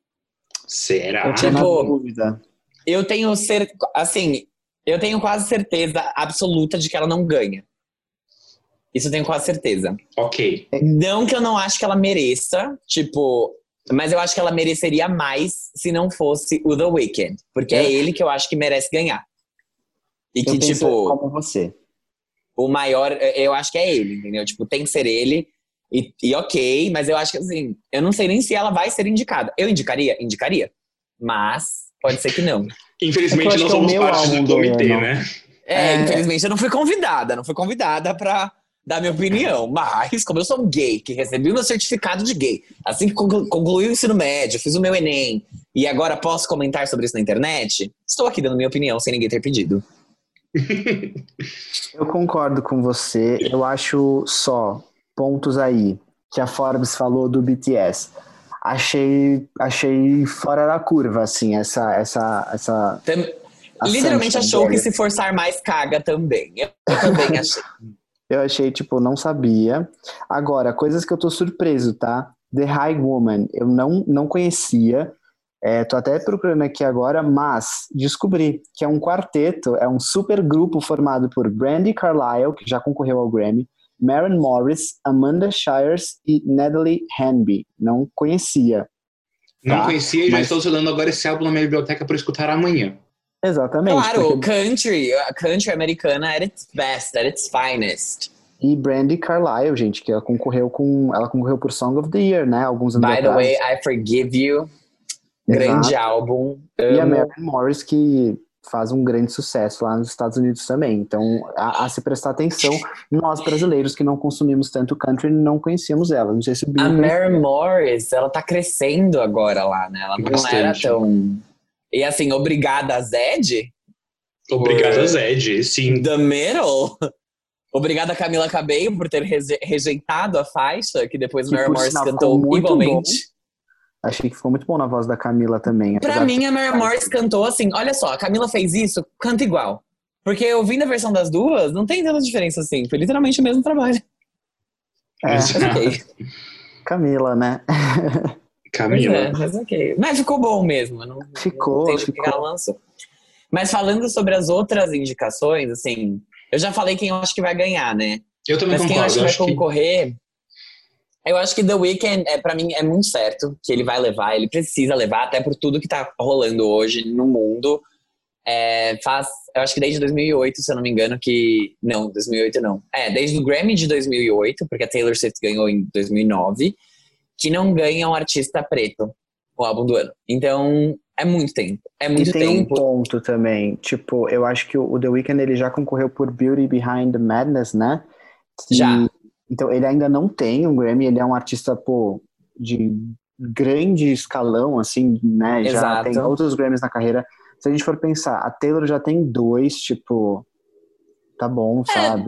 [SPEAKER 3] Será?
[SPEAKER 4] Eu tinha
[SPEAKER 2] Tipo,
[SPEAKER 4] na dúvida.
[SPEAKER 2] Eu tenho cer... assim, eu tenho quase certeza absoluta de que ela não ganha. Isso eu tenho quase certeza.
[SPEAKER 3] Ok.
[SPEAKER 2] Não que eu não acho que ela mereça, tipo, mas eu acho que ela mereceria mais se não fosse o The Weeknd. Porque é, é ele que eu acho que merece ganhar. E
[SPEAKER 4] eu
[SPEAKER 2] que,
[SPEAKER 4] penso
[SPEAKER 2] tipo,
[SPEAKER 4] como você.
[SPEAKER 2] O maior, eu acho que é ele, entendeu? Tipo, tem que ser ele. E, e ok, mas eu acho que assim, eu não sei nem se ela vai ser indicada. Eu indicaria? Indicaria. Mas pode ser que não.
[SPEAKER 3] Infelizmente
[SPEAKER 4] é
[SPEAKER 3] não
[SPEAKER 4] é
[SPEAKER 3] somos parte do comitê,
[SPEAKER 4] ano.
[SPEAKER 3] né?
[SPEAKER 2] É,
[SPEAKER 4] É.
[SPEAKER 2] infelizmente eu não fui convidada. Não fui convidada pra dar minha opinião. Mas, como eu sou um gay, que recebi o meu certificado de gay, assim que conclu- concluí o ensino médio, fiz o meu Enem, e agora posso comentar sobre isso na internet, estou aqui dando minha opinião sem ninguém ter pedido.
[SPEAKER 4] Eu concordo com você. Eu acho só pontos aí que a Forbes falou do B T S. Achei, achei fora da curva, assim, essa... essa, essa
[SPEAKER 2] Tam- Literalmente
[SPEAKER 4] assumption
[SPEAKER 2] achou que
[SPEAKER 4] dele.
[SPEAKER 2] se forçar mais caga também. Eu, eu também achei.
[SPEAKER 4] Eu achei, tipo, não sabia. Agora, coisas que eu tô surpreso, tá? The High Woman, eu não, não conhecia. É, tô até procurando aqui agora, mas descobri que é um quarteto, é um super grupo formado por Brandi Carlile, que já concorreu ao Grammy, Maren Morris, Amanda Shires e Natalie Hanby. Não conhecia.
[SPEAKER 3] Não
[SPEAKER 4] Tá?
[SPEAKER 3] conhecia e já
[SPEAKER 4] Mas-
[SPEAKER 3] estou usando agora esse álbum na minha biblioteca para escutar amanhã.
[SPEAKER 4] Exatamente.
[SPEAKER 2] Claro,
[SPEAKER 4] porque-
[SPEAKER 2] country, a country americana at its best, at its finest.
[SPEAKER 4] E Brandi Carlile, gente, que ela concorreu com. Ela concorreu por Song of the Year, né? Alguns anos
[SPEAKER 2] By the
[SPEAKER 4] atrás.
[SPEAKER 2] way, I Forgive You. Grande álbum.
[SPEAKER 4] E a
[SPEAKER 2] Amo.
[SPEAKER 4] Maren Morris, que faz um grande sucesso lá nos Estados Unidos também. Então, a, a se prestar atenção, nós brasileiros que não consumimos tanto country, não conhecíamos ela. Não sei se o Bill
[SPEAKER 2] A
[SPEAKER 4] conhece.
[SPEAKER 2] Maren Morris, ela tá crescendo agora lá, né? Ela não
[SPEAKER 3] Bastante.
[SPEAKER 2] era tão... E assim, obrigada a Zed,
[SPEAKER 3] Obrigado,
[SPEAKER 2] Por-
[SPEAKER 3] Zed. Sim.
[SPEAKER 2] The Middle. Obrigada a Camila Cabello por ter reje- rejeitado a faixa, que depois
[SPEAKER 4] Que,
[SPEAKER 2] Maren
[SPEAKER 4] por
[SPEAKER 2] Morris
[SPEAKER 4] sinal,
[SPEAKER 2] cantou
[SPEAKER 4] ficou muito
[SPEAKER 2] igualmente.
[SPEAKER 4] Achei que ficou muito bom na voz da Camila também.
[SPEAKER 2] Pra
[SPEAKER 4] apesar de-
[SPEAKER 2] mim, a Maren Morris cantou assim, olha só, a Camila fez isso, canta igual. Porque ouvindo a versão das duas, não tem tanta diferença assim. Foi literalmente o mesmo trabalho.
[SPEAKER 4] É,
[SPEAKER 2] Mas ok.
[SPEAKER 4] Camila, né?
[SPEAKER 2] Pois
[SPEAKER 3] Camila.
[SPEAKER 2] é, mas ok. Mas ficou bom mesmo. eu Não,
[SPEAKER 4] Ficou,
[SPEAKER 2] não entendi
[SPEAKER 4] ficou.
[SPEAKER 2] porque ela lançou. Mas falando sobre as outras indicações, assim, eu já falei quem eu acho que vai ganhar, né?
[SPEAKER 3] Eu também
[SPEAKER 2] Mas quem eu
[SPEAKER 3] concordo.
[SPEAKER 2] acho que
[SPEAKER 3] Eu
[SPEAKER 2] vai
[SPEAKER 3] acho que
[SPEAKER 2] concorrer, eu acho que The Weeknd, é, pra mim, é muito certo que ele vai levar, ele precisa levar, até por tudo que tá rolando hoje no mundo. É, faz, eu acho que desde dois mil e oito, se eu não me engano, que... Não, dois mil e oito não. É, desde o Grammy de dois mil e oito, porque a Taylor Swift ganhou em dois mil e nove, que não ganha um artista preto o álbum do ano. Então, é muito tempo. É muito
[SPEAKER 4] E tem
[SPEAKER 2] tempo.
[SPEAKER 4] um ponto também, tipo, eu acho que o, o The Weeknd ele já concorreu por Beauty Behind the Madness, né? Que-
[SPEAKER 2] Já.
[SPEAKER 4] Então ele ainda não tem um Grammy, ele é um artista, pô, de grande escalão, assim, né? Já
[SPEAKER 2] Exato.
[SPEAKER 4] tem outros Grammys na carreira. Se a gente for pensar, a Taylor já tem dois, tipo, tá bom, sabe?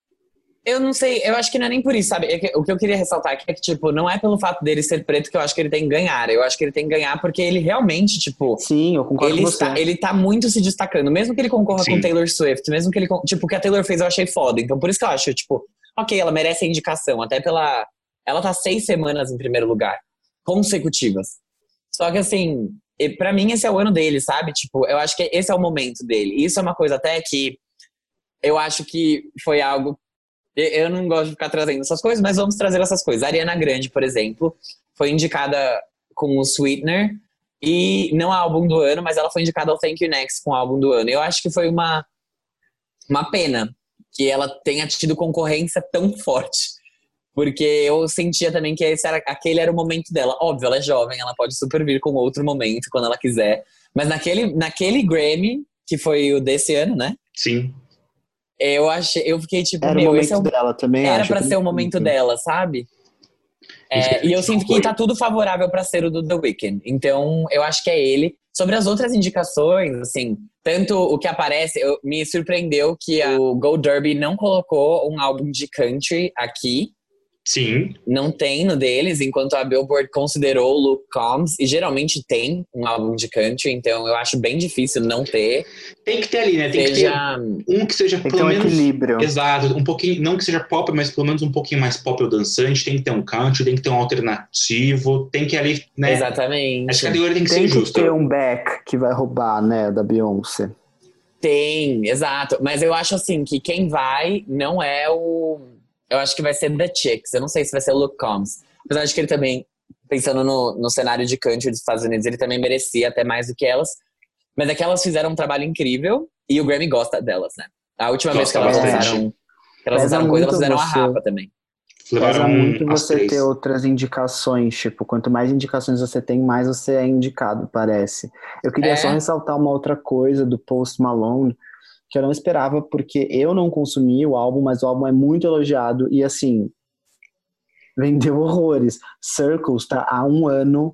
[SPEAKER 2] Eu não sei, eu acho que não é nem por isso, sabe? É que- o que eu queria ressaltar aqui é que, tipo, não é pelo fato dele ser preto que eu acho que ele tem que ganhar. Eu acho que ele tem que ganhar porque ele realmente, tipo,
[SPEAKER 4] Sim, eu concordo
[SPEAKER 2] ele
[SPEAKER 4] com você.
[SPEAKER 2] está, ele tá muito se destacando. Mesmo que ele concorra
[SPEAKER 3] Sim.
[SPEAKER 2] com Taylor Swift, mesmo que ele... con- Tipo, o que a Taylor fez eu achei foda. Então, por isso que eu acho, tipo, ok, ela merece a indicação. Até pela... Ela tá seis semanas em primeiro lugar, consecutivas. Só que, assim, e pra mim esse é o ano dele, sabe? Tipo, eu acho que esse é o momento dele. E isso é uma coisa até que eu acho que foi algo... Eu eu não gosto de ficar trazendo essas coisas, mas vamos trazer essas coisas. A Ariana Grande, por exemplo, foi indicada com o Sweetener, e não a álbum do ano, mas ela foi indicada ao Thank You Next com o álbum do ano. Eu acho que foi uma, uma pena que ela tenha tido concorrência tão forte. Porque eu sentia também que esse era, aquele era o momento dela. Óbvio, ela é jovem, ela pode super vir com outro momento quando ela quiser. Mas naquele, naquele Grammy, que foi o desse ano, né?
[SPEAKER 3] Sim.
[SPEAKER 2] Eu achei, eu fiquei tipo,
[SPEAKER 4] Era o
[SPEAKER 2] meu,
[SPEAKER 4] momento
[SPEAKER 2] esse é o,
[SPEAKER 4] dela também,
[SPEAKER 2] era
[SPEAKER 4] acho.
[SPEAKER 2] pra
[SPEAKER 4] Eu
[SPEAKER 2] ser o
[SPEAKER 4] também
[SPEAKER 2] momento
[SPEAKER 4] sinto.
[SPEAKER 2] dela, sabe? É, e eu sinto que tá tudo favorável pra ser o do The Weeknd. Então, eu acho que é ele. Sobre as outras indicações, assim, tanto o que aparece, eu, me surpreendeu que a- o Go Derby não colocou um álbum de country aqui.
[SPEAKER 3] Sim.
[SPEAKER 2] Não tem no deles, enquanto a Billboard considerou o Luke Combs, e geralmente tem um álbum de country, então eu acho bem difícil não ter.
[SPEAKER 3] Tem que ter ali, né? Tem
[SPEAKER 2] Seja.
[SPEAKER 3] que ter um que seja
[SPEAKER 4] Tem que ter
[SPEAKER 3] pelo
[SPEAKER 4] um
[SPEAKER 3] menos.
[SPEAKER 4] equilíbrio.
[SPEAKER 3] Exato, um pouquinho, não que seja pop, mas pelo menos um pouquinho mais pop ou dançante. Tem que ter um country, tem que ter um alternativo, tem que ali, né?
[SPEAKER 2] Exatamente.
[SPEAKER 3] Acho que a categoria tem que
[SPEAKER 4] Tem
[SPEAKER 3] ser
[SPEAKER 4] que
[SPEAKER 3] justa.
[SPEAKER 4] ter um back que vai roubar, né, da Beyoncé.
[SPEAKER 2] Tem, exato. Mas eu acho assim que quem vai não é o. Eu acho que vai ser The Chicks. Eu não sei se vai ser o Luke Combs. Apesar de que ele também, pensando no, no cenário de country dos Estados Unidos, ele também merecia até mais do que elas. Mas é que elas fizeram um trabalho incrível e o Grammy gosta delas, né? A última vez que
[SPEAKER 3] Gosta
[SPEAKER 2] elas
[SPEAKER 4] bastante.
[SPEAKER 2] lançaram, que elas
[SPEAKER 4] Pesa
[SPEAKER 2] lançaram coisa, elas
[SPEAKER 4] muito
[SPEAKER 2] fizeram a
[SPEAKER 4] você.
[SPEAKER 2] Rapa também.
[SPEAKER 4] Pesa
[SPEAKER 3] Levaram
[SPEAKER 4] muito
[SPEAKER 3] as
[SPEAKER 4] você
[SPEAKER 3] três.
[SPEAKER 4] ter outras indicações, tipo, quanto mais indicações você tem, mais você é indicado, parece. Eu queria
[SPEAKER 2] É.
[SPEAKER 4] só ressaltar uma outra coisa do Post Malone, que eu não esperava, porque eu não consumi o álbum, mas o álbum é muito elogiado e, assim, vendeu horrores. Circles tá há um ano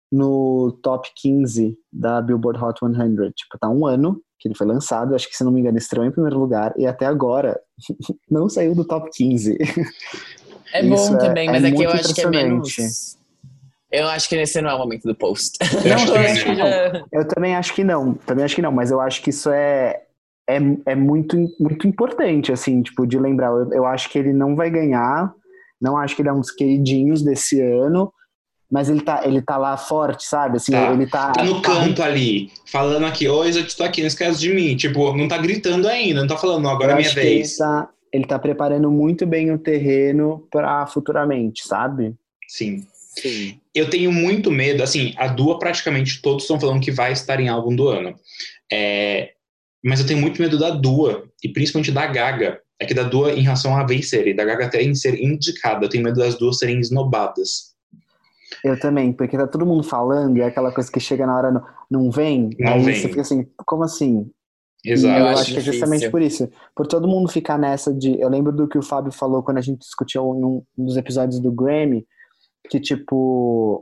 [SPEAKER 4] no top quinze da Billboard Hot cem. Tipo, tá há um ano que ele foi lançado, acho que, se não me engano, estreou em primeiro lugar, e até agora não saiu do top quinze.
[SPEAKER 2] É
[SPEAKER 4] Isso
[SPEAKER 2] bom
[SPEAKER 4] é-
[SPEAKER 2] também,
[SPEAKER 4] é
[SPEAKER 2] mas é que
[SPEAKER 4] muito
[SPEAKER 2] eu acho que é menos.
[SPEAKER 4] impressionante.
[SPEAKER 2] Eu acho que esse não é o momento do post.
[SPEAKER 3] Eu acho que
[SPEAKER 2] eu
[SPEAKER 3] também
[SPEAKER 2] acho que
[SPEAKER 3] não.
[SPEAKER 2] já.
[SPEAKER 4] Eu também acho que não, também acho que não, mas eu acho que isso é, é, é muito, muito importante, assim, tipo, de lembrar. Eu, eu acho que ele não vai ganhar, não acho que ele é um dos queridinhos desse ano, Mas ele tá, ele tá lá forte, sabe? Assim,
[SPEAKER 3] Tá.
[SPEAKER 4] ele tá...
[SPEAKER 3] Tá no canto ali, falando aqui, oi, eu estou aqui, não esquece de mim. Tipo, não tá gritando ainda, não tá falando, não, agora
[SPEAKER 4] Eu
[SPEAKER 3] é minha
[SPEAKER 4] acho que
[SPEAKER 3] vez.
[SPEAKER 4] ele tá, ele tá preparando muito bem o terreno pra futuramente, sabe?
[SPEAKER 3] Sim.
[SPEAKER 2] Sim.
[SPEAKER 3] Eu tenho muito medo, assim, a Dua praticamente todos estão falando que vai estar em álbum do ano. É, mas eu tenho muito medo da Dua, e principalmente da Gaga. É que da Dua em relação a vencer, e da Gaga até em ser indicada. Eu tenho medo das duas serem esnobadas.
[SPEAKER 4] Eu também, porque tá todo mundo falando e é aquela coisa que chega na hora não, não vem,
[SPEAKER 3] Não
[SPEAKER 4] aí
[SPEAKER 3] vem.
[SPEAKER 4] você fica assim, como assim?
[SPEAKER 3] Exato.
[SPEAKER 4] E eu,
[SPEAKER 2] Eu
[SPEAKER 4] acho
[SPEAKER 2] acho
[SPEAKER 4] que é justamente
[SPEAKER 2] difícil.
[SPEAKER 4] por isso, por todo mundo ficar nessa de... Eu lembro do que o Fábio falou quando a gente discutiu num um dos episódios do Grammy, que tipo,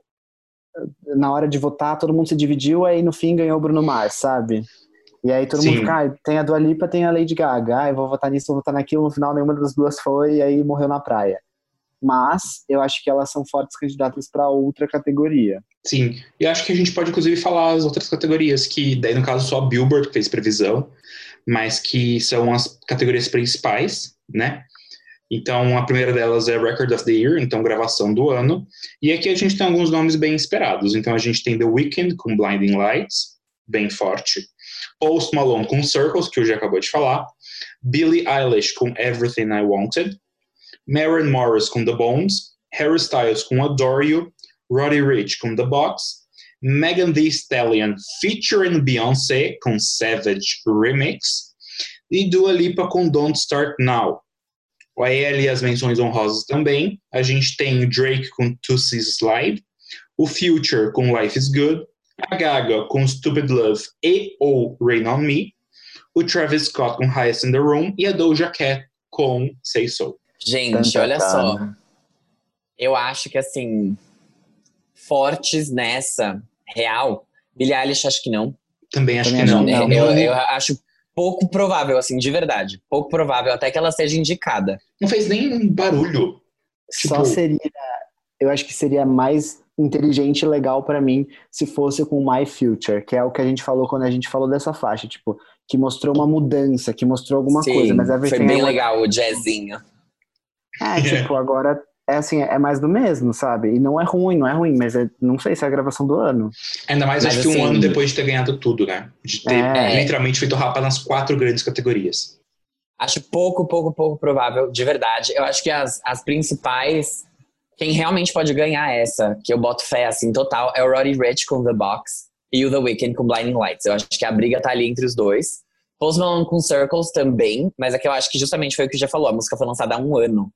[SPEAKER 4] na hora de votar todo mundo se dividiu, aí no fim ganhou o Bruno Mars, sabe? E aí todo
[SPEAKER 3] Sim.
[SPEAKER 4] mundo fica, ah, tem a Dua Lipa, tem a Lady Gaga, ah, eu vou votar nisso, vou votar naquilo, no final nenhuma das duas foi, e aí morreu na praia. Mas eu acho que elas são fortes candidatas para outra categoria.
[SPEAKER 3] Sim, e acho que a gente pode inclusive falar as outras categorias, que daí no caso só a Billboard fez previsão, mas que são as categorias principais, né? Então a primeira delas é Record of the Year, então gravação do ano, e aqui a gente tem alguns nomes bem esperados. Então a gente tem The Weeknd com Blinding Lights, bem forte, Post Malone com Circles, que o já acabou de falar, Billie Eilish com Everything I Wanted, Maren Morris com The Bones, Harry Styles com Adore You, Roddy Ricch com The Box, Megan Thee Stallion featuring Beyoncé com Savage Remix e Dua Lipa com Don't Start Now. Aí ali as menções honrosas também. A gente tem o Drake com Tootsie Slide, o Future com Life is Good, a Gaga com Stupid Love e ou Rain on Me, o Travis Scott com Highest in the Room e a Doja Cat com Say So.
[SPEAKER 2] Gente,
[SPEAKER 4] Tanta
[SPEAKER 2] olha só.
[SPEAKER 4] cara.
[SPEAKER 2] Eu acho que, assim, fortes nessa, real, Billie Eilish acho que não.
[SPEAKER 3] Também acho
[SPEAKER 4] Também
[SPEAKER 3] que
[SPEAKER 4] acho
[SPEAKER 3] não.
[SPEAKER 4] que não.
[SPEAKER 2] Eu,
[SPEAKER 3] Não,
[SPEAKER 2] eu acho pouco provável, assim, de verdade. Pouco provável até que ela seja indicada.
[SPEAKER 3] não fez nem um barulho.
[SPEAKER 4] Só
[SPEAKER 3] Tipo-
[SPEAKER 4] seria, eu acho que seria mais inteligente e legal pra mim se fosse com My Future, que é o que a gente falou quando a gente falou dessa faixa, tipo, que mostrou uma mudança, que mostrou alguma
[SPEAKER 2] Sim,
[SPEAKER 4] coisa, mas
[SPEAKER 2] foi
[SPEAKER 4] Everything
[SPEAKER 2] bem
[SPEAKER 4] I Want-
[SPEAKER 2] legal o jazzinho.
[SPEAKER 4] É, tipo, agora é assim, é mais do mesmo, sabe? E não é ruim, não é ruim, mas é, não sei se é a gravação do ano.
[SPEAKER 3] Ainda mais
[SPEAKER 2] Mas,
[SPEAKER 3] acho que um
[SPEAKER 2] assim-
[SPEAKER 3] ano depois de ter ganhado tudo, né? De ter
[SPEAKER 4] É.
[SPEAKER 3] literalmente feito rapa nas quatro grandes categorias.
[SPEAKER 2] Acho pouco, pouco, pouco provável, de verdade. Eu acho que as, as principais... Quem realmente pode ganhar essa, que eu boto fé, assim, total, é o Roddy Ricch com The Box e o The Weeknd com Blinding Lights. Eu acho que a briga tá ali entre os dois. Post Malone com Circles também, mas é que eu acho que justamente foi o que já falou, a música foi lançada há um ano.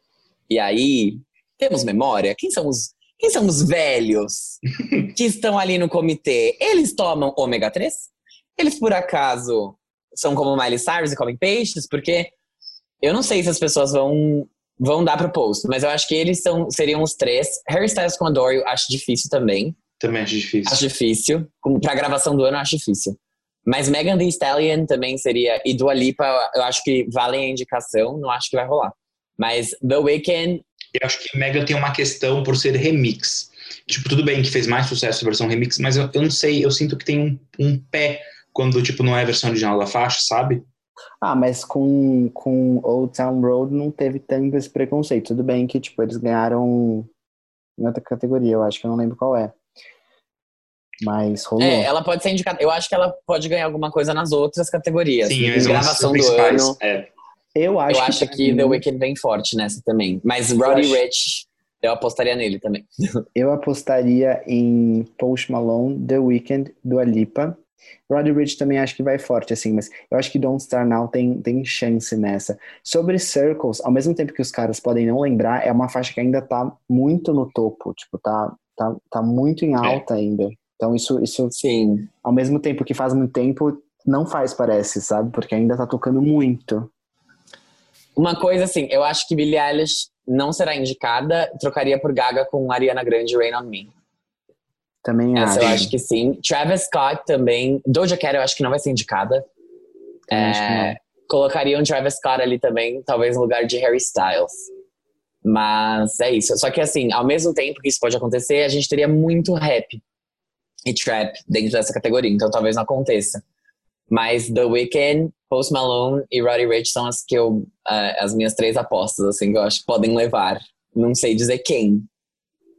[SPEAKER 2] E aí, temos memória? Quem são os, quem são os velhos que estão ali no comitê? Eles tomam ômega três? Eles, por acaso, são como Miley Cyrus e comem peixes? Porque eu não sei se as pessoas vão, vão dar pro Post, mas eu acho que eles são, seriam os três. Harry Styles com Adore You, acho difícil também.
[SPEAKER 3] Também acho difícil.
[SPEAKER 2] Acho difícil. Com- Pra gravação do ano, eu acho difícil. Mas Megan Thee Stallion também seria. E Dua Lipa, eu acho que valem a indicação, não acho que vai rolar. Mas The Weeknd,
[SPEAKER 3] Eu acho que Mega tem uma questão por ser remix. Tipo, tudo bem que fez mais sucesso a versão remix, mas eu, eu não sei, eu sinto que tem um, um pé quando, tipo, não é a versão original da faixa, sabe?
[SPEAKER 4] Ah, mas com, com Old Town Road não teve tanto esse preconceito. Tudo bem que, tipo, eles ganharam em outra categoria, eu acho que eu não lembro qual é. Mas rolou.
[SPEAKER 2] é, ela pode ser indicada. Eu acho que ela pode ganhar alguma coisa nas outras categorias.
[SPEAKER 3] Sim,
[SPEAKER 2] em
[SPEAKER 3] mas são as
[SPEAKER 2] gravação do
[SPEAKER 3] principais.
[SPEAKER 2] ano.
[SPEAKER 3] É.
[SPEAKER 4] Eu acho
[SPEAKER 2] Eu acho
[SPEAKER 4] pra
[SPEAKER 2] que
[SPEAKER 4] mim,
[SPEAKER 2] The Weeknd vem forte nessa também. Mas Roddy
[SPEAKER 4] acho-
[SPEAKER 2] Ricch, eu apostaria nele também.
[SPEAKER 4] eu apostaria em Post Malone, The Weeknd, Dua Lipa. Roddy Ricch também acho que vai forte, assim, mas eu acho que Don't Start Now tem, tem chance nessa. Sobre Circles, ao mesmo tempo que os caras podem não lembrar, é uma faixa que ainda tá muito no topo, tipo, tá, tá, tá muito em alta ainda. Então isso, isso,
[SPEAKER 2] Sim.
[SPEAKER 4] ao mesmo tempo que faz muito tempo, não faz, parece, sabe? Porque ainda tá tocando muito.
[SPEAKER 2] Uma coisa assim, eu acho que Billie Eilish não será indicada, trocaria por Gaga com Ariana Grande Rain on Me.
[SPEAKER 4] Também
[SPEAKER 2] Essa
[SPEAKER 4] acho.
[SPEAKER 2] eu acho que sim. Travis Scott também. Doja Cat eu acho que não vai ser indicada.
[SPEAKER 4] Também acho que não.
[SPEAKER 2] É, colocaria um Travis Scott ali também, talvez no lugar de Harry Styles. Mas é isso. Só que assim, ao mesmo tempo que isso pode acontecer, a gente teria muito rap e trap dentro dessa categoria. Então talvez não aconteça. Mas The Weeknd, Post Malone e Roddy Ricch são as que eu, uh, as minhas três apostas, assim, que eu acho que podem levar. Não sei dizer quem.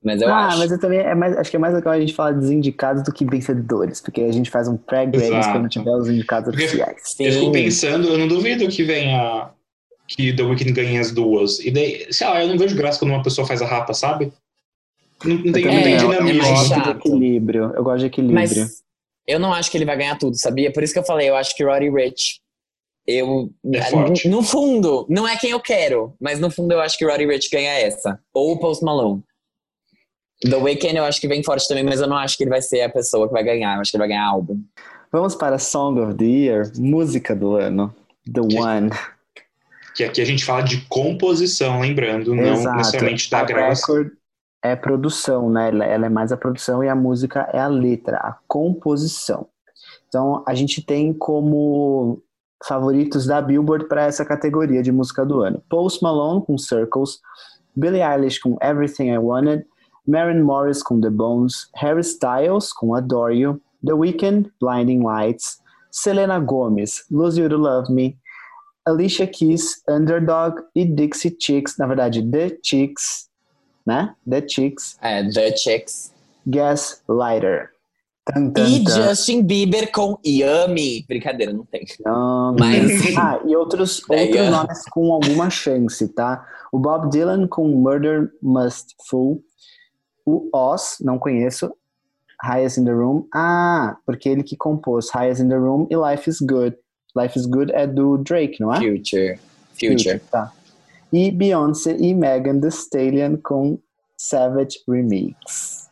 [SPEAKER 2] Mas eu
[SPEAKER 4] ah,
[SPEAKER 2] acho.
[SPEAKER 4] mas eu também é mais, acho que é mais legal a gente falar dos indicados do que vencedores, porque a gente faz um pré-Grammys
[SPEAKER 3] Exato.
[SPEAKER 4] quando tiver os indicados
[SPEAKER 3] Porque
[SPEAKER 4] oficiais.
[SPEAKER 3] Eu fico
[SPEAKER 2] Sim.
[SPEAKER 3] pensando, eu não duvido que venha. Que The Weeknd ganhe as duas. E daí, sei lá, eu não vejo graça quando uma pessoa faz a rapa, sabe? Não, não
[SPEAKER 4] Eu
[SPEAKER 3] tem, não
[SPEAKER 4] também
[SPEAKER 3] tem
[SPEAKER 2] É,
[SPEAKER 4] não, eu
[SPEAKER 2] é
[SPEAKER 3] dinamismo.
[SPEAKER 2] mais
[SPEAKER 4] gosto de
[SPEAKER 2] chato.
[SPEAKER 4] equilíbrio, eu gosto de equilíbrio.
[SPEAKER 2] Mas eu não acho que ele vai ganhar tudo, sabia? Por isso que eu falei, eu acho que Roddy Ricch, eu,
[SPEAKER 3] É forte.
[SPEAKER 2] no fundo, não é quem eu quero, mas no fundo eu acho que Roddy Ricch ganha essa. Ou o Post Malone. The Weeknd eu acho que vem forte também, mas eu não acho que ele vai ser a pessoa que vai ganhar. Eu acho que ele vai ganhar álbum.
[SPEAKER 4] Vamos para Song of the Year, música do ano, The
[SPEAKER 3] Que-
[SPEAKER 4] One.
[SPEAKER 3] Que aqui a gente fala de composição, lembrando, não
[SPEAKER 4] Exato.
[SPEAKER 3] necessariamente da
[SPEAKER 4] A
[SPEAKER 3] gravação.
[SPEAKER 4] record é produção, né? Ela, ela é mais a produção e a música é a letra, a composição. Então, a gente tem como favoritos da Billboard para essa categoria de música do ano. Post Malone com Circles, Billie Eilish com Everything I Wanted, Maren Morris com The Bones, Harry Styles com Adore You, The Weeknd, Blinding Lights, Selena Gomez, Lose You to Love Me, Alicia Keys, Underdog e Dixie Chicks, na verdade, The Chicks, né? The Chicks,
[SPEAKER 2] É, The Chicks.
[SPEAKER 4] Gaslighter. Tan, tan,
[SPEAKER 2] E
[SPEAKER 4] tan.
[SPEAKER 2] Justin Bieber com Yummy. Brincadeira, não tem.
[SPEAKER 4] Não.
[SPEAKER 2] Mas-
[SPEAKER 4] Ah, e outros,
[SPEAKER 2] É,
[SPEAKER 4] outros
[SPEAKER 2] yeah.
[SPEAKER 4] nomes com alguma chance, tá? O Bob Dylan com Murder Must Fall. O Oz, não conheço. Highest in the Room. Ah, porque ele que compôs Highest in the Room e Life is Good. Life is Good é do Drake, não é?
[SPEAKER 2] Future. Future.
[SPEAKER 4] Tá. E Beyoncé e Megan Thee Stallion com Savage Remix.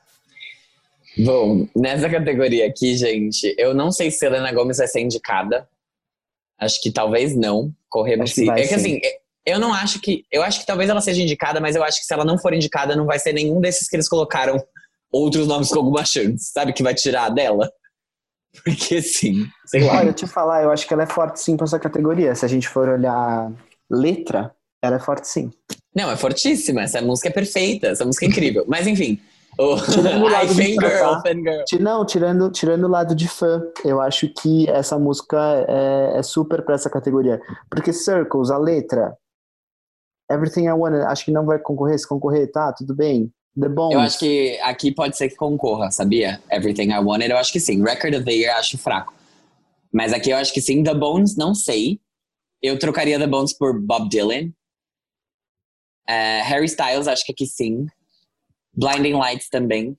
[SPEAKER 2] Bom, nessa categoria aqui, gente, eu não sei se Selena Gomez vai ser indicada. Acho que talvez não. Corremos
[SPEAKER 4] Acho que
[SPEAKER 2] se.
[SPEAKER 4] vai
[SPEAKER 2] É que
[SPEAKER 4] sim.
[SPEAKER 2] assim, eu não acho que. Eu acho que talvez ela seja indicada, mas eu acho que se ela não for indicada, não vai ser nenhum desses que eles colocaram outros nomes com alguma chance, sabe? Que vai tirar dela. Porque sim, sei lá.
[SPEAKER 4] Olha, te falar, eu acho que ela é forte sim pra essa categoria. Se a gente for olhar letra, ela é forte sim.
[SPEAKER 2] Não, é fortíssima. Essa música é perfeita. Essa música é incrível. Mas enfim. O...
[SPEAKER 4] Tirando o
[SPEAKER 2] Ai,
[SPEAKER 4] lado de
[SPEAKER 2] fangirl,
[SPEAKER 4] fã, tá?
[SPEAKER 2] fangirl.
[SPEAKER 4] Ti- Não, tirando, tirando o lado de fã, eu acho que essa música é, é super pra essa categoria. Porque Circles, a letra, Everything I Wanted, acho que não vai concorrer. Se concorrer, tá, tudo bem. The Bones.
[SPEAKER 2] Eu acho que aqui pode ser que concorra, sabia? Everything I Wanted, eu acho que sim. Record of the Year, eu acho fraco. Mas aqui eu acho que sim. The Bones, não sei. Eu trocaria The Bones por Bob Dylan. É, Harry Styles, acho que aqui sim. Blinding Lights também.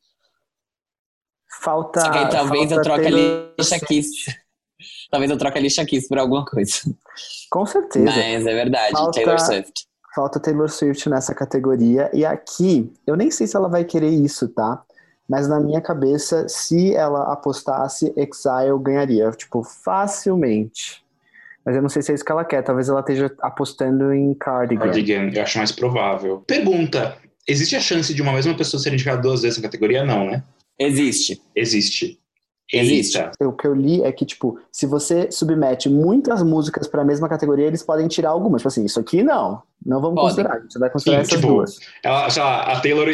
[SPEAKER 4] Falta.
[SPEAKER 2] Só que aí talvez
[SPEAKER 4] falta
[SPEAKER 2] eu troque a
[SPEAKER 4] Taylor
[SPEAKER 2] Alicia
[SPEAKER 4] Swift.
[SPEAKER 2] Keys. Talvez eu troque a Alicia Keys por alguma coisa.
[SPEAKER 4] Com certeza.
[SPEAKER 2] Mas é verdade,
[SPEAKER 4] Falta-
[SPEAKER 2] Taylor Swift.
[SPEAKER 4] Falta Taylor Swift nessa categoria. E aqui, eu nem sei se ela vai querer isso, tá? Mas na minha cabeça, se ela apostasse, Exile ganharia. Tipo, facilmente. Mas eu não sei se é isso que ela quer. Talvez ela esteja apostando em Cardigan.
[SPEAKER 3] Cardigan, eu acho mais provável. Pergunta: existe a chance de uma mesma pessoa ser indicada duas vezes na categoria? Não, né?
[SPEAKER 2] Existe.
[SPEAKER 3] Existe.
[SPEAKER 2] Existe.
[SPEAKER 3] Eita.
[SPEAKER 4] O que eu li é que, tipo, se você submete muitas músicas para a mesma categoria, eles podem tirar algumas. Tipo assim, isso aqui não. Não vamos
[SPEAKER 2] Podem.
[SPEAKER 4] considerar. A gente vai considerar
[SPEAKER 3] Sim,
[SPEAKER 4] essas
[SPEAKER 3] tipo,
[SPEAKER 4] duas.
[SPEAKER 3] Ela, sei lá, a Taylor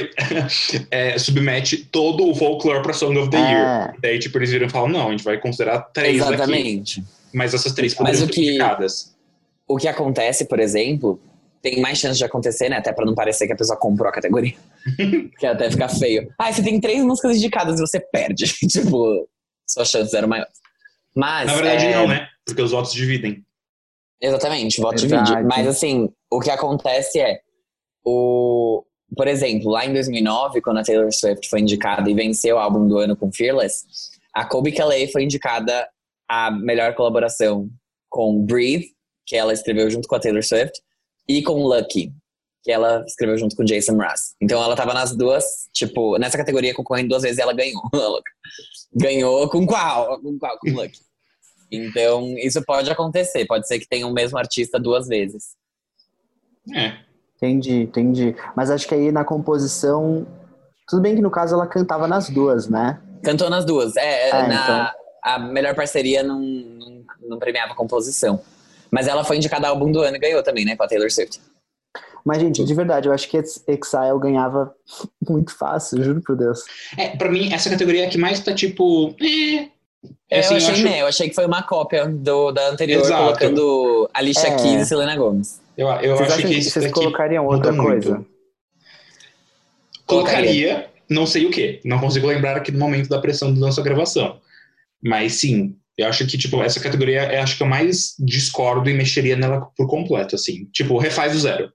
[SPEAKER 3] é, submete todo o folklore pra Song of the Year.
[SPEAKER 4] É,
[SPEAKER 3] Daí, tipo, eles viram e falam, não, a gente vai considerar três aqui.
[SPEAKER 2] Exatamente.
[SPEAKER 3] Mas essas três
[SPEAKER 2] Mas
[SPEAKER 3] poderiam
[SPEAKER 2] o
[SPEAKER 3] ser
[SPEAKER 2] que-
[SPEAKER 3] indicadas.
[SPEAKER 2] O que acontece, por exemplo, tem mais chance de acontecer, né? Até pra não parecer que a pessoa comprou a categoria. Que até fica feio. Ah, você tem três músicas indicadas e você perde. Tipo, suas chances eram maiores. Mas,
[SPEAKER 3] Na verdade,
[SPEAKER 2] é,
[SPEAKER 3] não, né? Porque os votos dividem.
[SPEAKER 2] Exatamente, voto
[SPEAKER 4] Verdade.
[SPEAKER 2] divide. Mas assim, o que acontece é, o, por exemplo, lá em dois mil e nove, quando a Taylor Swift foi indicada e venceu o álbum do ano com Fearless, a Colbie Calais foi indicada a melhor colaboração com Breathe, que ela escreveu junto com a Taylor Swift, e com Lucky, que ela escreveu junto com Jason Mraz. Então ela tava nas duas, tipo, nessa categoria concorrendo duas vezes e ela ganhou. Ganhou com qual? Com qual? Com Lucky. Então, isso pode acontecer. Pode ser que tenha o mesmo artista duas vezes.
[SPEAKER 3] É.
[SPEAKER 4] entendi, entendi. Mas acho que aí na composição. Tudo bem que no caso ela cantava nas duas, né?
[SPEAKER 2] Cantou nas duas. É,
[SPEAKER 4] Ah,
[SPEAKER 2] na, a melhor parceria não, não, não premiava a composição. Mas ela foi indicada ao álbum do ano e ganhou também, né? Com a Taylor Swift.
[SPEAKER 4] Mas, gente, de verdade, eu acho que Exile ganhava muito fácil, juro por Deus.
[SPEAKER 3] É, pra mim, essa categoria é a que mais tá, tipo... É,
[SPEAKER 2] É,
[SPEAKER 3] assim,
[SPEAKER 2] eu achei
[SPEAKER 3] acho-
[SPEAKER 2] né, eu achei que foi uma cópia do, da anterior,
[SPEAKER 3] Exato.
[SPEAKER 2] colocando Alicia
[SPEAKER 4] É.
[SPEAKER 2] Keys e Selena Gomez.
[SPEAKER 3] Eu, eu
[SPEAKER 4] Vocês
[SPEAKER 3] acho
[SPEAKER 4] acham
[SPEAKER 3] que
[SPEAKER 4] que
[SPEAKER 3] isso
[SPEAKER 4] vocês
[SPEAKER 3] daqui
[SPEAKER 4] colocariam
[SPEAKER 3] muda
[SPEAKER 4] outra
[SPEAKER 3] muito.
[SPEAKER 4] coisa?
[SPEAKER 3] Colocaria, não sei o quê. Não consigo lembrar aqui no momento da pressão da nossa gravação. Mas sim, eu acho que, tipo, essa categoria é acho que eu mais discordo e mexeria nela por completo, assim. Tipo, refaz do zero.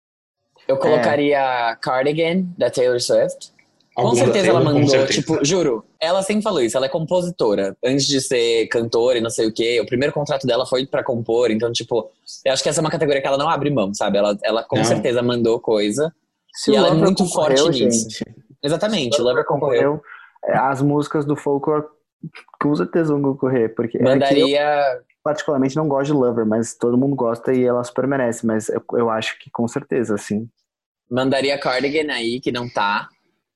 [SPEAKER 2] Eu colocaria Cardigan, da Taylor Swift. Com
[SPEAKER 3] Alguma da
[SPEAKER 2] certeza
[SPEAKER 3] Taylor,
[SPEAKER 2] ela
[SPEAKER 3] com
[SPEAKER 2] mandou,
[SPEAKER 3] certeza.
[SPEAKER 2] tipo, juro, ela sempre falou isso, ela é compositora. Antes de ser cantora e não sei o quê, o primeiro contrato dela foi pra compor, então, tipo, eu acho que essa é uma categoria que ela não abre mão, sabe? Ela, ela com
[SPEAKER 3] Não.
[SPEAKER 2] certeza mandou coisa.
[SPEAKER 4] Se
[SPEAKER 2] E
[SPEAKER 4] o
[SPEAKER 2] ela é
[SPEAKER 4] Lover
[SPEAKER 2] muito
[SPEAKER 4] concorreu,
[SPEAKER 2] forte nisso.
[SPEAKER 4] gente.
[SPEAKER 2] Exatamente,
[SPEAKER 4] Se
[SPEAKER 2] o
[SPEAKER 4] o
[SPEAKER 2] Lover concorreu.
[SPEAKER 4] é, as músicas do Folklore com certeza vão concorrer, porque é que eu
[SPEAKER 2] Mandaria.
[SPEAKER 4] particularmente não gosto de Lover, mas todo mundo gosta e ela super merece, mas eu, eu acho que com certeza, assim.
[SPEAKER 2] Mandaria Cardigan aí, que não tá.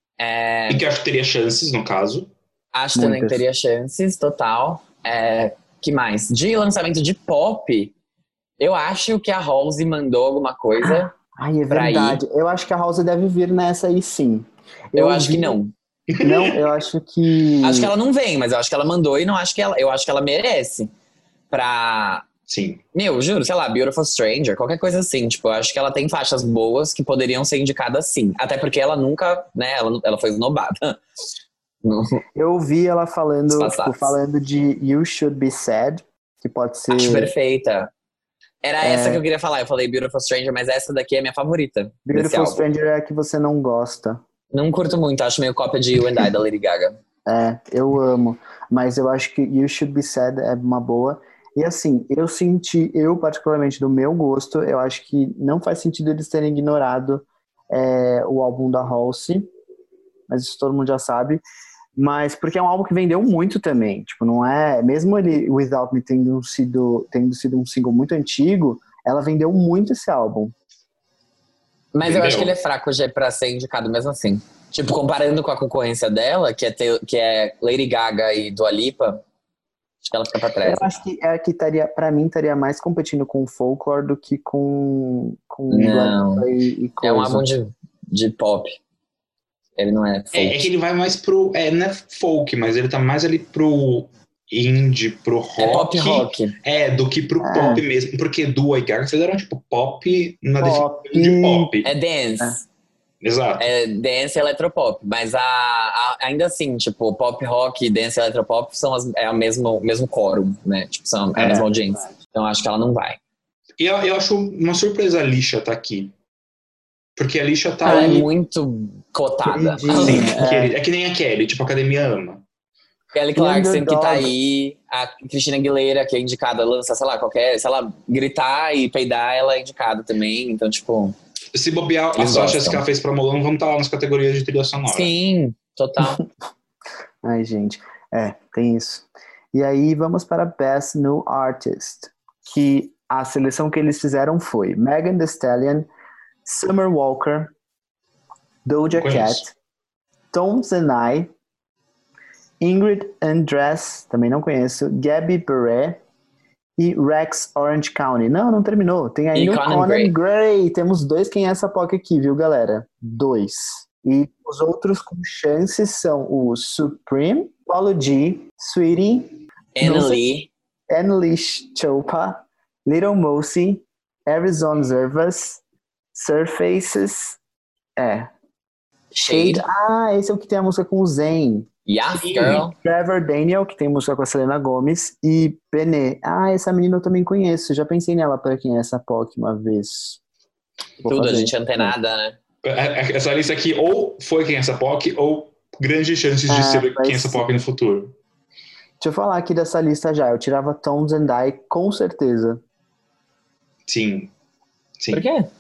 [SPEAKER 2] É,
[SPEAKER 3] E que eu acho que teria chances, no caso.
[SPEAKER 2] acho que também
[SPEAKER 4] Muitas.
[SPEAKER 2] teria chances, total. É, que mais? De lançamento de pop, eu acho que a Halsey mandou alguma coisa.
[SPEAKER 4] Ai, é
[SPEAKER 2] Pra
[SPEAKER 4] verdade. Eu acho que a House deve vir nessa aí, sim.
[SPEAKER 2] Eu, acho
[SPEAKER 4] vi-
[SPEAKER 2] que não.
[SPEAKER 4] Não, eu acho que...
[SPEAKER 2] Acho que ela não vem, mas eu acho que ela mandou e não acho que ela. Eu acho que ela merece. Pra.
[SPEAKER 3] Sim.
[SPEAKER 2] Meu, juro, sei lá, Beautiful Stranger, qualquer coisa assim. Tipo, eu acho que ela tem faixas boas que poderiam ser indicadas sim. Até porque ela nunca, né, ela, ela foi esnobada. Não.
[SPEAKER 4] Eu ouvi ela falando, tipo,
[SPEAKER 2] Passados.
[SPEAKER 4] falando de You Should Be Sad, que pode ser...
[SPEAKER 2] Acho perfeita. Era
[SPEAKER 4] É.
[SPEAKER 2] essa que eu queria falar. Eu falei Beautiful Stranger, mas essa daqui é minha favorita desse
[SPEAKER 4] Beautiful
[SPEAKER 2] álbum.
[SPEAKER 4] Stranger é a que você não gosta.
[SPEAKER 2] Não curto muito, acho meio cópia de You and I, da Lady Gaga.
[SPEAKER 4] É, eu amo. Mas eu acho que You Should Be Sad é uma boa. E assim, eu senti, eu particularmente do meu gosto, eu acho que não faz sentido eles terem ignorado é, o álbum da Halsey, mas isso todo mundo já sabe. Mas porque é um álbum que vendeu muito também. Tipo, não é. Mesmo ele, Without Me, tendo sido, tendo sido um single muito antigo, ela vendeu muito esse álbum.
[SPEAKER 2] Mas eu
[SPEAKER 3] Entendeu?
[SPEAKER 2] acho que ele é fraco já pra ser indicado mesmo assim. Tipo, comparando com a concorrência dela, que é, te- que é Lady Gaga e Dua Lipa, acho que ela fica pra trás.
[SPEAKER 4] Eu acho que é a que estaria, pra mim, estaria mais competindo com o Folklore do que com, com
[SPEAKER 2] Não.
[SPEAKER 4] Dua Lipa e, e
[SPEAKER 2] É um
[SPEAKER 4] coisa.
[SPEAKER 2] álbum de, de pop. Ele não é folk.
[SPEAKER 3] É, é que ele vai mais pro... É, não é folk, mas ele tá mais ali pro indie, pro rock.
[SPEAKER 2] É pop rock.
[SPEAKER 3] É, do que pro
[SPEAKER 4] É.
[SPEAKER 3] pop mesmo. Porque Dua e Gaga fizeram, tipo, pop na
[SPEAKER 4] Pop.
[SPEAKER 3] definição de pop.
[SPEAKER 2] É dance.
[SPEAKER 3] Exato.
[SPEAKER 2] É dance e eletropop. Mas a, a- ainda assim, tipo, pop rock e dance e eletropop são as, é o mesmo, mesmo quórum, né? Tipo, são é a
[SPEAKER 4] É.
[SPEAKER 2] mesma audiência. Então acho que ela não vai.
[SPEAKER 3] E eu, eu acho uma surpresa a Lixa tá aqui. Porque a Lixa tá
[SPEAKER 2] Ela é
[SPEAKER 3] ali...
[SPEAKER 2] muito cotada.
[SPEAKER 4] Queridinha.
[SPEAKER 3] Sim,
[SPEAKER 4] É.
[SPEAKER 3] que- é que nem a Kelly, tipo, a academia ama.
[SPEAKER 2] Kelly Clarkson, que tá
[SPEAKER 4] Underdog.
[SPEAKER 2] aí. A Christina Aguilera, que é indicada, lança, sei lá, qualquer... Se ela gritar e peidar, ela é indicada também. Então, tipo...
[SPEAKER 3] Se bobear,
[SPEAKER 2] Eles
[SPEAKER 3] as faixas
[SPEAKER 2] gostam.
[SPEAKER 3] que ela fez pra Mulan vão estar lá nas categorias de trilha sonora.
[SPEAKER 2] Sim, total.
[SPEAKER 4] Ai, gente. É, tem isso. E aí, vamos para Best New Artist. Que a seleção que eles fizeram foi Megan Thee Stallion, Summer Walker, Doja
[SPEAKER 3] Conheço.
[SPEAKER 4] Cat, Tom Zenai, Ingrid Andress, também não conheço, Gabby Beret e Rex Orange County. Não, não terminou. Tem ainda
[SPEAKER 2] E
[SPEAKER 4] o
[SPEAKER 2] Conan
[SPEAKER 4] Conan
[SPEAKER 2] Gray.
[SPEAKER 4] Gray. Temos dois quem é essa P O C aqui, viu, galera? Dois. E os outros com chances são o Supreme, Paulo G, Sweetie,
[SPEAKER 2] Anna
[SPEAKER 4] Não sei.
[SPEAKER 2] Lee.
[SPEAKER 4] English Chopa, Little Mousy, Arizona Zervas, Surfaces, é.
[SPEAKER 2] Shade.
[SPEAKER 4] Ah, esse é o que tem a música com o Zayn.
[SPEAKER 2] Yes,
[SPEAKER 3] Sim.
[SPEAKER 2] girl.
[SPEAKER 4] Trevor Daniel, que tem música com a Selena Gomez, e Bené. Ah, essa menina eu também conheço. Já pensei nela pra quem é essa P O C uma vez. Vou
[SPEAKER 2] Tudo, a
[SPEAKER 4] fazer.
[SPEAKER 2] gente é antenada, né?
[SPEAKER 3] Essa lista aqui ou foi quem é essa P O C, ou grandes chances de
[SPEAKER 4] Ah,
[SPEAKER 3] ser
[SPEAKER 4] vai
[SPEAKER 3] quem é essa P O C
[SPEAKER 4] ser.
[SPEAKER 3] no futuro.
[SPEAKER 4] Deixa eu falar aqui dessa lista já. Eu tirava Tom Zendai, com certeza.
[SPEAKER 3] Sim. Sim.
[SPEAKER 2] Por quê?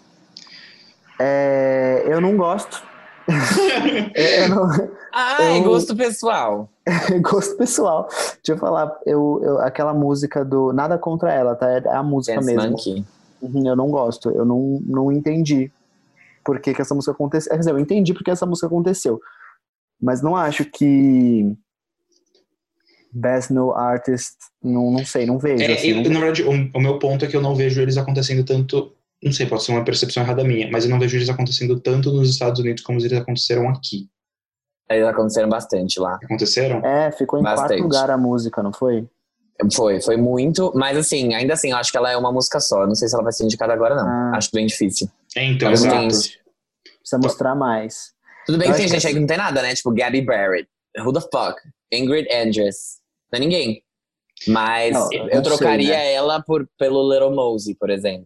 [SPEAKER 4] É, eu não gosto. eu não...
[SPEAKER 2] Ah, é
[SPEAKER 4] Eu-
[SPEAKER 2] gosto pessoal.
[SPEAKER 4] Gosto pessoal. Deixa eu falar, eu, eu- aquela música do Nada Contra Ela, tá? É a música
[SPEAKER 2] Dance
[SPEAKER 4] mesmo.
[SPEAKER 2] Monkey.
[SPEAKER 4] Uhum, eu não gosto, eu não, não entendi por que, que essa música aconteceu. Quer dizer, eu entendi porque essa música aconteceu, mas não acho que Best New Artist, não, não sei, não vejo.
[SPEAKER 3] É,
[SPEAKER 4] assim,
[SPEAKER 3] eu-
[SPEAKER 4] não-
[SPEAKER 3] na verdade, o, o meu ponto é que eu não vejo eles acontecendo tanto. Não sei, pode ser uma percepção errada minha, mas eu não vejo eles acontecendo tanto nos Estados Unidos como eles aconteceram aqui.
[SPEAKER 2] Eles aconteceram bastante lá.
[SPEAKER 3] Aconteceram?
[SPEAKER 4] É, ficou em
[SPEAKER 2] Bastante.
[SPEAKER 4] quarto lugar a música, não foi?
[SPEAKER 2] Foi, foi muito. Mas assim, ainda assim, eu acho que ela é uma música só. Eu não sei se ela vai ser indicada agora, não.
[SPEAKER 4] Ah.
[SPEAKER 2] Acho bem difícil.
[SPEAKER 3] É, então,
[SPEAKER 2] Mas
[SPEAKER 3] exato.
[SPEAKER 2] tem-
[SPEAKER 4] Precisa mostrar mais.
[SPEAKER 2] Tudo bem
[SPEAKER 4] Eu
[SPEAKER 2] que tem
[SPEAKER 4] acho que
[SPEAKER 2] gente aí que não tem nada, né? Tipo, Gabby Barrett. Who the fuck? Ingrid Andress. Não é ninguém. Mas
[SPEAKER 4] Não,
[SPEAKER 2] eu
[SPEAKER 4] não
[SPEAKER 2] trocaria
[SPEAKER 4] sei, né?
[SPEAKER 2] ela por, pelo Little Mosey, por exemplo.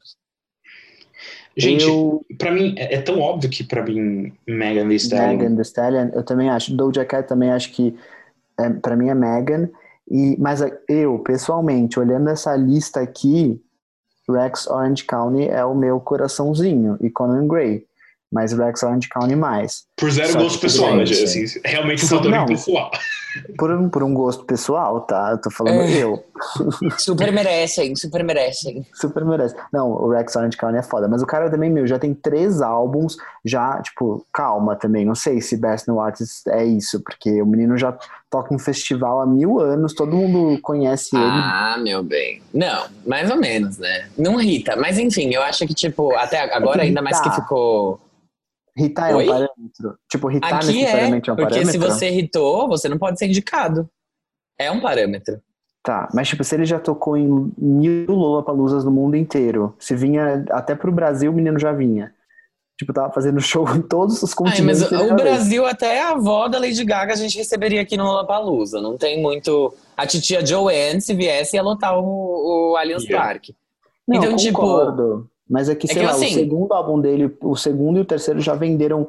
[SPEAKER 3] Gente,
[SPEAKER 4] Eu,
[SPEAKER 3] pra mim, é, é tão óbvio que pra mim, Megan Thee Stallion.
[SPEAKER 4] Megan Thee Stallion, eu também acho. Doja Cat também acho que, é, pra mim, é Megan. E, mas eu, pessoalmente, olhando essa lista aqui, Rex Orange County é o meu coraçãozinho. E Conan Gray. Mas Rex Orange County mais.
[SPEAKER 3] Por zero
[SPEAKER 4] Só
[SPEAKER 3] gosto
[SPEAKER 4] que,
[SPEAKER 3] pessoal, né?
[SPEAKER 2] gente,
[SPEAKER 3] Assim, realmente um
[SPEAKER 4] Sim,
[SPEAKER 3] fator
[SPEAKER 4] não.
[SPEAKER 3] impessoal.
[SPEAKER 4] Por um, por um gosto pessoal, tá? Eu tô falando
[SPEAKER 2] É.
[SPEAKER 4] eu.
[SPEAKER 2] Super merecem, super merecem.
[SPEAKER 4] Super merece. Não, o Rex Orange County é foda. Mas o cara também, meu, já tem três álbuns. Já, tipo, calma também. Não sei se Best New Artist é isso. Porque o menino já toca em festival há mil anos. Todo mundo conhece ele.
[SPEAKER 2] Ah, meu bem. Não, mais ou menos, né? Não irrita. Mas enfim, eu acho que, tipo, até agora, ainda mais que
[SPEAKER 4] irritar.
[SPEAKER 2] ficou.
[SPEAKER 4] Hitar é um
[SPEAKER 2] Oi?
[SPEAKER 4] parâmetro? Tipo, hitar
[SPEAKER 2] Aqui é,
[SPEAKER 4] necessariamente é um
[SPEAKER 2] porque se
[SPEAKER 4] parâmetro?
[SPEAKER 2] você irritou, você não pode ser indicado. É um parâmetro.
[SPEAKER 4] Tá, mas tipo, se ele já tocou em mil Lollapaloozas no mundo inteiro, se vinha até pro Brasil, o menino já vinha. Tipo, tava fazendo show em todos os
[SPEAKER 2] Ai, mas
[SPEAKER 4] continentes. ele
[SPEAKER 2] o
[SPEAKER 4] já veio.
[SPEAKER 2] Brasil, até a avó da Lady Gaga, a gente receberia aqui no Lollapalooza. Não tem muito. A titia Joanne, se viesse, ia lotar o, o Allianz
[SPEAKER 3] Yeah.
[SPEAKER 2] Parque.
[SPEAKER 4] Não,
[SPEAKER 2] Então,
[SPEAKER 4] eu
[SPEAKER 2] tipo.
[SPEAKER 4] concordo. Mas é que,
[SPEAKER 2] É
[SPEAKER 4] sei
[SPEAKER 2] que
[SPEAKER 4] lá, o
[SPEAKER 2] assim.
[SPEAKER 4] segundo álbum dele, o segundo e o terceiro já venderam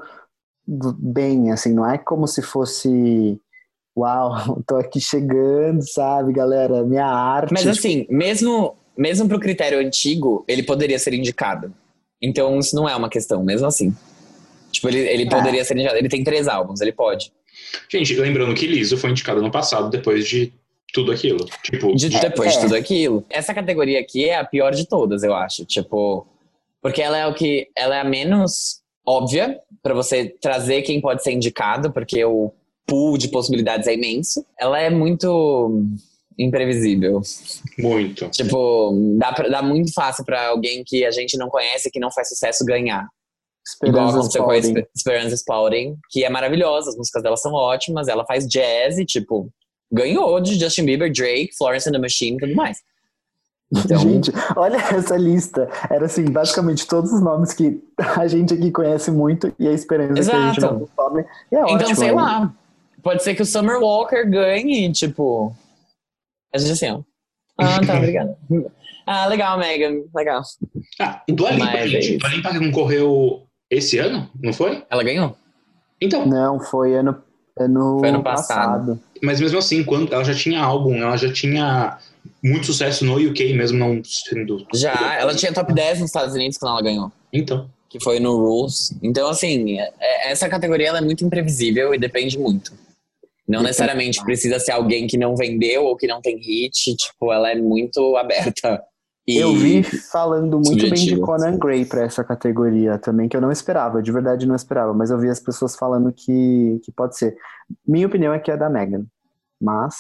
[SPEAKER 4] bem, assim, não é como se fosse, uau, tô aqui chegando, sabe, galera, minha arte.
[SPEAKER 2] Mas
[SPEAKER 4] tipo,
[SPEAKER 2] assim, mesmo, mesmo pro critério antigo, ele poderia ser indicado. Então, isso não é uma questão, mesmo assim. Tipo, ele, ele
[SPEAKER 4] É.
[SPEAKER 2] poderia ser indicado. Ele tem três álbuns, ele pode.
[SPEAKER 3] Gente, lembrando que Lizzo foi indicada no passado, depois de tudo aquilo. Tipo,
[SPEAKER 2] De,
[SPEAKER 3] de-
[SPEAKER 2] depois de
[SPEAKER 4] é.
[SPEAKER 2] tudo aquilo. Essa categoria aqui é a pior de todas, eu acho. Tipo, porque ela é o que. Ela é a menos óbvia pra você trazer quem pode ser indicado, porque o pool de possibilidades é imenso. Ela é muito imprevisível.
[SPEAKER 3] muito.
[SPEAKER 2] Tipo, dá, pra, dá muito fácil pra alguém que a gente não conhece, que não faz sucesso, ganhar. Igual
[SPEAKER 4] Esperança
[SPEAKER 2] aconteceu com a
[SPEAKER 4] Spalding.
[SPEAKER 2] Esper- Esperanza Spalding, que é maravilhosa, as músicas dela são ótimas, ela faz jazz e, tipo, ganhou de Justin Bieber, Drake, Florence and the Machine e tudo mais. Então,
[SPEAKER 4] Gente, olha essa lista. Era assim, basicamente todos os nomes que a gente aqui conhece muito e a esperança que a gente não
[SPEAKER 2] exato.
[SPEAKER 4] consome. E é
[SPEAKER 2] Então,
[SPEAKER 4] ótimo,
[SPEAKER 2] sei
[SPEAKER 4] aí.
[SPEAKER 2] lá, pode ser que o Summer Walker ganhe, tipo... A gente assim, ó. Ah, tá, obrigada. Ah, legal, Megan, legal.
[SPEAKER 3] Ah, Dua Lipa,
[SPEAKER 2] Mas é
[SPEAKER 3] gente.
[SPEAKER 2] isso.
[SPEAKER 3] Dua Lipa concorreu esse ano, não foi?
[SPEAKER 2] Ela ganhou?
[SPEAKER 3] Então,
[SPEAKER 4] Não, foi ano, ano,
[SPEAKER 2] Foi ano passado.
[SPEAKER 4] passado.
[SPEAKER 3] mas mesmo assim, quando ela já tinha álbum, ela já tinha muito sucesso no U K, mesmo não sendo.
[SPEAKER 2] Já, ela tinha top dez nos Estados Unidos quando ela ganhou.
[SPEAKER 3] Então.
[SPEAKER 2] Que foi no Rules. Então, assim, é- essa categoria ela é muito imprevisível e depende muito. Não
[SPEAKER 4] Depende.
[SPEAKER 2] necessariamente precisa ser alguém que não vendeu ou que não tem hit. Tipo, ela é muito aberta. E
[SPEAKER 4] Eu vi falando muito bem de
[SPEAKER 2] subjetiva.
[SPEAKER 4] Conan Gray pra essa categoria também, que eu não esperava, de verdade não esperava, mas eu vi as pessoas falando que, que pode ser. Minha opinião é que é da Megan, mas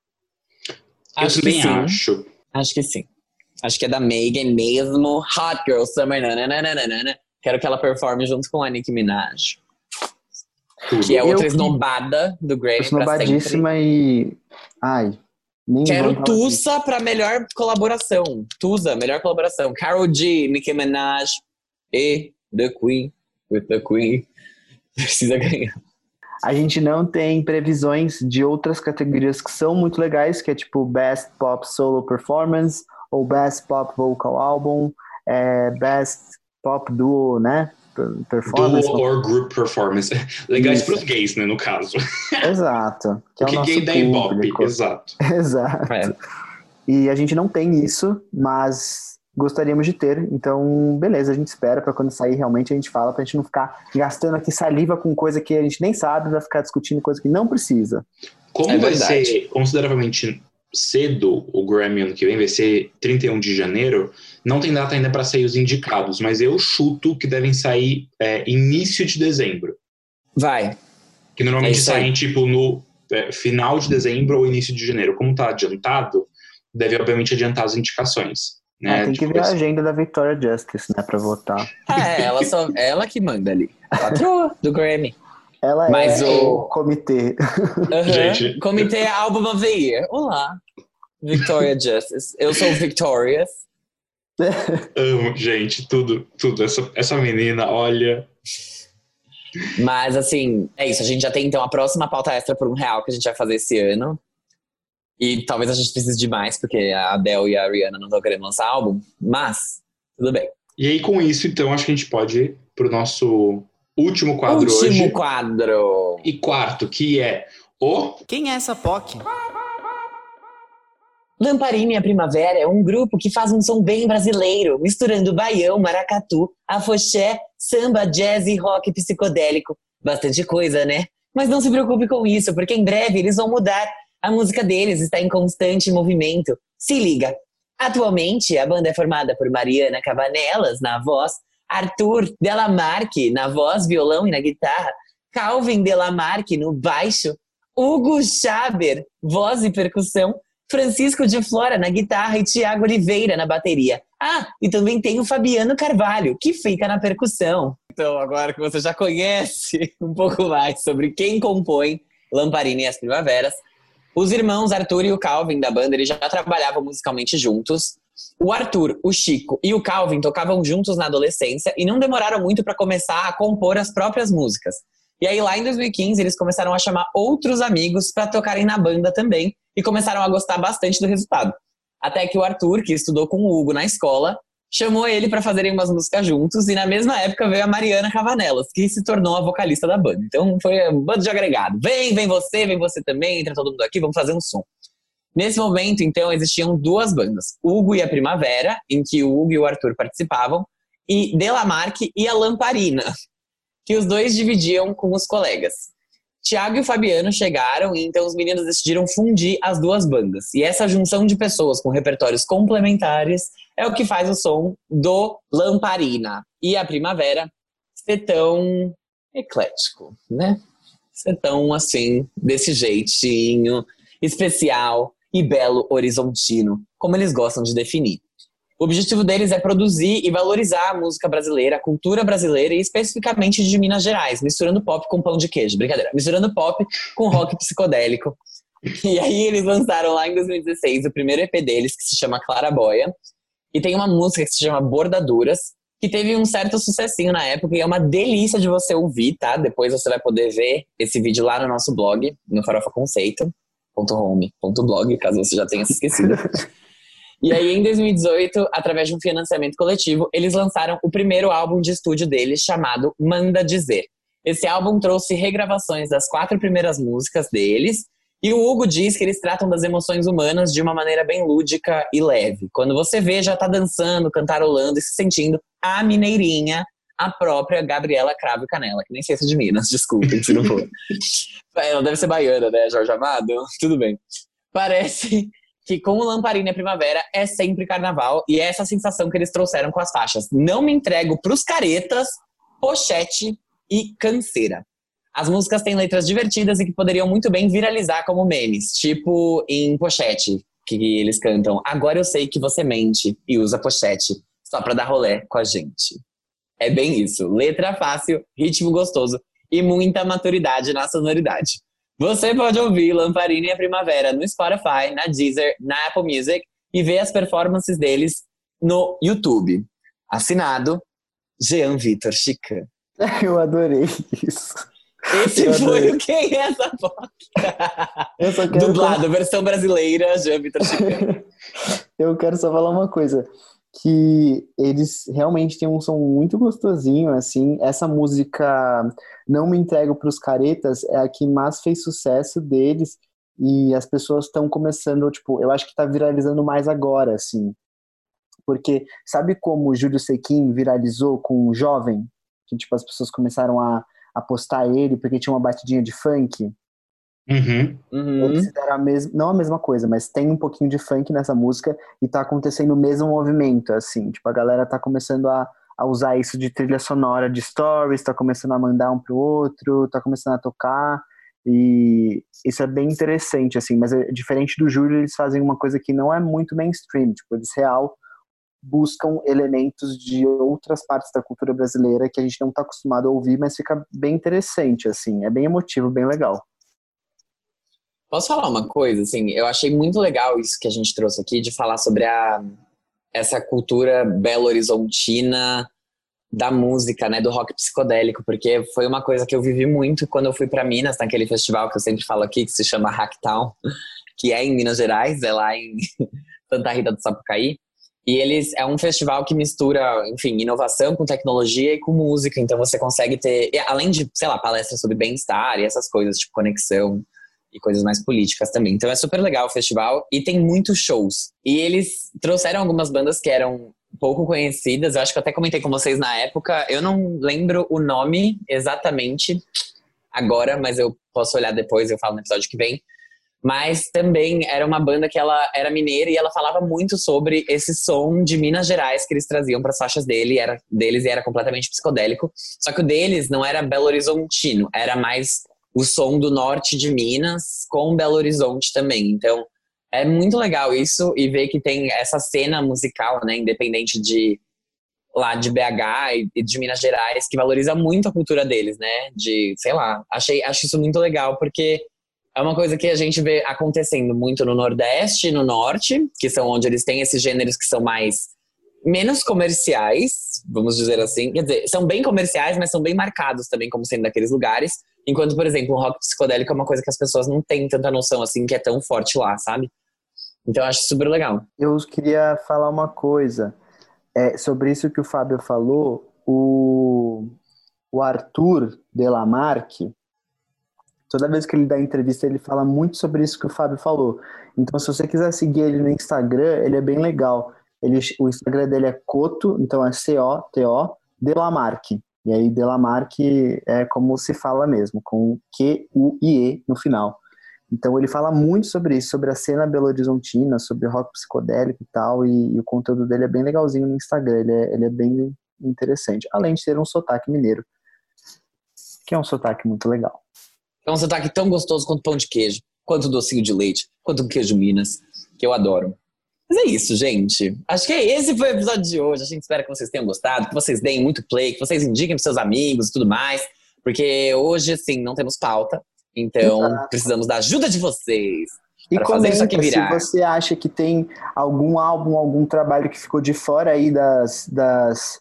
[SPEAKER 2] Acho
[SPEAKER 3] eu
[SPEAKER 2] que
[SPEAKER 3] também
[SPEAKER 2] sim.
[SPEAKER 3] acho.
[SPEAKER 2] Acho que sim. Acho que é da Megan mesmo. Hot Girl Summer. Nananana. Quero que ela performe junto com a Nicki Minaj.
[SPEAKER 3] Tudo.
[SPEAKER 2] Que é outra
[SPEAKER 4] Eu-
[SPEAKER 2] esnobada do Grammy pra sempre.
[SPEAKER 4] esnobadíssima e... Ai, nem
[SPEAKER 2] Quero
[SPEAKER 4] vamos falar disso.
[SPEAKER 2] Tusa pra melhor colaboração. Tusa, melhor colaboração. Karol G, Nicki Minaj e The Queen. With the Queen. Precisa ganhar.
[SPEAKER 4] A gente não tem previsões de outras categorias que são muito legais, que é tipo Best Pop Solo Performance, ou Best Pop Vocal Album, é, Best Pop Duo, né? Performance.
[SPEAKER 3] Duo or group performance. Legais
[SPEAKER 4] Isso.
[SPEAKER 3] pros gays, né, no caso.
[SPEAKER 4] Exato. Que é o
[SPEAKER 3] Porque
[SPEAKER 4] nosso
[SPEAKER 3] gay dá ibope,
[SPEAKER 4] público.
[SPEAKER 3] exato.
[SPEAKER 4] Exato.
[SPEAKER 2] É.
[SPEAKER 4] E a gente não tem isso, mas gostaríamos de ter. Então, beleza, a gente espera pra quando sair realmente a gente fala, pra gente não ficar gastando aqui saliva com coisa que a gente nem sabe, vai ficar discutindo coisa que não precisa.
[SPEAKER 3] Como
[SPEAKER 2] É
[SPEAKER 3] vai
[SPEAKER 2] verdade.
[SPEAKER 3] ser consideravelmente cedo o Grammy ano que vem, vai ser trinta e um de janeiro, não tem data ainda para sair os indicados, mas eu chuto que devem sair é, início de dezembro.
[SPEAKER 2] Vai.
[SPEAKER 3] Que
[SPEAKER 2] É
[SPEAKER 3] normalmente
[SPEAKER 2] isso aí.
[SPEAKER 3] saem tipo no é, final de dezembro ou início de janeiro. Como tá adiantado, deve obviamente adiantar as indicações. Né?
[SPEAKER 4] Ah, tem que
[SPEAKER 3] Tipo,
[SPEAKER 4] ver a agenda da Victoria Justice, né, pra votar.
[SPEAKER 2] É, ela, só, ela que manda ali. A patroa do Grammy.
[SPEAKER 4] Ela
[SPEAKER 2] Mas
[SPEAKER 4] é
[SPEAKER 2] o-
[SPEAKER 4] o comitê.
[SPEAKER 2] Uhum.
[SPEAKER 3] Gente.
[SPEAKER 2] Comitê Album of the Year. Olá. Victoria Justice. Eu sou Victorious.
[SPEAKER 3] amo, gente, tudo, tudo. Essa, essa menina, olha.
[SPEAKER 2] Mas, assim, é isso. A gente já tem, então, a próxima pauta extra por um real que a gente vai fazer esse ano. E talvez a gente precise de mais, porque a Adele e a Rihanna não estão querendo lançar álbum. Mas, tudo bem.
[SPEAKER 3] E aí, com isso, então, acho que a gente pode ir pro nosso último quadro
[SPEAKER 2] Último
[SPEAKER 3] hoje.
[SPEAKER 2] Último quadro.
[SPEAKER 3] E quarto, que é o...
[SPEAKER 5] Quem é essa P O C?
[SPEAKER 2] Lamparina e a Primavera é um grupo que faz um som bem brasileiro, misturando baião, maracatu, afoxé, samba, jazz e rock psicodélico. Bastante coisa, né? Mas não se preocupe com isso, porque em breve eles vão mudar. A música deles está em constante movimento. Se liga! Atualmente, a banda é formada por Mariana Cavanelas, na voz, Arthur Delamarque, na voz, violão e na guitarra, Calvin Delamarque, no baixo, Hugo Schaber, voz e percussão, Francisco de Flora na guitarra e Tiago Oliveira na bateria. Ah, e também tem o Fabiano Carvalho, que fica na percussão. Então, agora que você já conhece um pouco mais sobre quem compõe Lamparina e as Primaveras, os irmãos Arthur e o Calvin da banda, eles já trabalhavam musicalmente juntos. O Arthur, o Chico e o Calvin tocavam juntos na adolescência e não demoraram muito para começar a compor as próprias músicas. E aí, lá em dois mil e quinze, eles começaram a chamar outros amigos para tocarem na banda também e começaram a gostar bastante do resultado. Até que o Arthur, que estudou com o Hugo na escola, chamou ele para fazerem umas músicas juntos e na mesma época veio a Mariana Cavanelas, que se tornou a vocalista da banda. Então foi um bando de agregado. Vem, vem você, vem você também, entra todo mundo aqui, vamos fazer um som. Nesse momento, então, existiam duas bandas. Hugo e a Primavera, em que o Hugo e o Arthur participavam, e Delamarque e a Lamparina, que os dois dividiam com os colegas. Tiago e o Fabiano chegaram e então os meninos decidiram fundir as duas bandas. E essa junção de pessoas com repertórios complementares é o que faz o som do Lamparina e a Primavera ser tão eclético, né? Ser tão assim, desse jeitinho especial e belo horizontino, como eles gostam de definir. O objetivo deles é produzir e valorizar a música brasileira, a cultura brasileira e especificamente de Minas Gerais, misturando pop com pão de queijo. Brincadeira. Misturando pop com rock psicodélico. E aí eles lançaram lá em dois mil e dezesseis o primeiro E P deles, que se chama Claraboia. E tem uma música que se chama Bordaduras, que teve um certo sucessinho na época e é uma delícia de você ouvir, tá? Depois você vai poder ver esse vídeo lá no nosso blog, no farofa conceito ponto home ponto blog, caso você já tenha se esquecido. E aí, em dois mil e dezoito, através de um financiamento coletivo, eles lançaram o primeiro álbum de estúdio deles, chamado Manda Dizer. Esse álbum trouxe regravações das quatro primeiras músicas deles, e o Hugo diz que eles tratam das emoções humanas de uma maneira bem lúdica e leve. Quando você vê, já tá dançando, cantarolando e se sentindo a mineirinha, a própria Gabriela Cravo e Canela, que nem sei se é de Minas, desculpem se não for. Ela deve ser baiana, né, Jorge Amado? Tudo bem. Parece que com o Lamparina e a Primavera é sempre carnaval, e é essa sensação que eles trouxeram com as faixas. Não me entrego pros caretas, pochete e canseira. As músicas têm letras divertidas e que poderiam muito bem viralizar como memes, tipo em Pochete, que eles cantam "Agora eu sei que você mente e usa pochete, só pra dar rolê com a gente". É bem isso, letra fácil, ritmo gostoso e muita maturidade na sonoridade. Você pode ouvir Lamparina e a Primavera no Spotify, na Deezer, na Apple Music e ver as performances deles no YouTube. Assinado, Jean Vitor Chican.
[SPEAKER 4] Eu adorei isso.
[SPEAKER 2] Esse
[SPEAKER 4] Eu
[SPEAKER 2] foi
[SPEAKER 4] adorei.
[SPEAKER 2] o Quem é essa P O C?
[SPEAKER 4] Eu só quero
[SPEAKER 2] Dublado, versão brasileira, Jean Vitor Chican.
[SPEAKER 4] Eu quero só falar uma coisa, que eles realmente têm um som muito gostosinho, assim. Essa música Não Me Entrego Pros Caretas é a que mais fez sucesso deles, e as pessoas estão começando, tipo, eu acho que tá viralizando mais agora, assim. Porque sabe como o Júlio Sequin viralizou com o Jovem? Que, tipo, as pessoas começaram a, a postar ele porque tinha uma batidinha de funk.
[SPEAKER 3] Uhum.
[SPEAKER 2] Uhum.
[SPEAKER 4] Eles fizeram a mesma, não a mesma coisa, mas tem um pouquinho de funk nessa música e tá acontecendo o mesmo movimento, assim. Tipo, a galera tá começando a, a usar isso de trilha sonora de stories, tá começando a mandar um pro outro, tá começando a tocar, e isso é bem interessante, assim. Mas é diferente do Júlio, eles fazem uma coisa que não é muito mainstream, tipo, eles real buscam elementos de outras partes da cultura brasileira que a gente não tá acostumado a ouvir, mas fica bem interessante, assim. É bem emotivo, bem legal.
[SPEAKER 2] Posso falar uma coisa, assim? Eu achei muito legal isso que a gente trouxe aqui, de falar sobre a, essa cultura belo-horizontina da música, né, do rock psicodélico, porque foi uma coisa que eu vivi muito quando eu fui pra Minas, naquele festival que eu sempre falo aqui, que se chama Hacktown, que é em Minas Gerais, é lá em Santa Rita do Sapucaí. E eles é um festival que mistura, enfim, inovação com tecnologia e com música. Então você consegue ter, além de, sei lá, palestras sobre bem-estar e essas coisas, tipo conexão e coisas mais políticas também. Então é super legal o festival e tem muitos shows. E eles trouxeram algumas bandas que eram pouco conhecidas. Eu acho que eu até comentei com vocês na época. Eu não lembro o nome exatamente agora, mas eu posso olhar depois, eu falo no episódio que vem. Mas também era uma banda que ela era mineira e ela falava muito sobre esse som de Minas Gerais que eles traziam para as faixas dele, era, deles e era completamente psicodélico. Só que o deles não era Belo Horizontino, era mais o som do norte de Minas com Belo Horizonte também. Então é muito legal isso e ver que tem essa cena musical, né, independente de lá de B H e de Minas Gerais, que valoriza muito a cultura deles, né? De, sei lá, achei, acho isso muito legal porque é uma coisa que a gente vê acontecendo muito no Nordeste e no Norte, que são onde eles têm esses gêneros que são mais menos comerciais, vamos dizer assim. Quer dizer, são bem comerciais, mas são bem marcados também como sendo daqueles lugares. Enquanto, por exemplo, o rock psicodélico é uma coisa que as pessoas não têm tanta noção assim, que é tão forte lá, sabe? Então eu acho super legal.
[SPEAKER 4] Eu queria falar uma coisa é, sobre isso que o Fábio falou. O, o Arthur Delamarque, toda vez que ele dá entrevista, ele fala muito sobre isso que o Fábio falou. Então, se você quiser seguir ele no Instagram, ele é bem legal. Ele, o Instagram dele é Coto, então é C O T O, Delamarque. E aí, Delamarque é como se fala mesmo, com Q U I E no final. Então, ele fala muito sobre isso, sobre a cena belo-horizontina, sobre rock psicodélico e tal, e, e o conteúdo dele é bem legalzinho no Instagram, ele é, ele é bem interessante. Além de ter um sotaque mineiro, que é um sotaque muito legal.
[SPEAKER 2] É um sotaque tão gostoso quanto pão de queijo, quanto docinho de leite, quanto queijo Minas, que eu adoro. Mas é isso, gente. Acho que esse foi o episódio de hoje. A gente espera que vocês tenham gostado, que vocês deem muito play, que vocês indiquem pros seus amigos e tudo mais. Porque hoje, assim, não temos pauta. Então, Exato. Precisamos da ajuda de vocês
[SPEAKER 4] e
[SPEAKER 2] para fazer isso aqui virar.
[SPEAKER 4] Se você acha que tem algum álbum, algum trabalho que ficou de fora aí das... das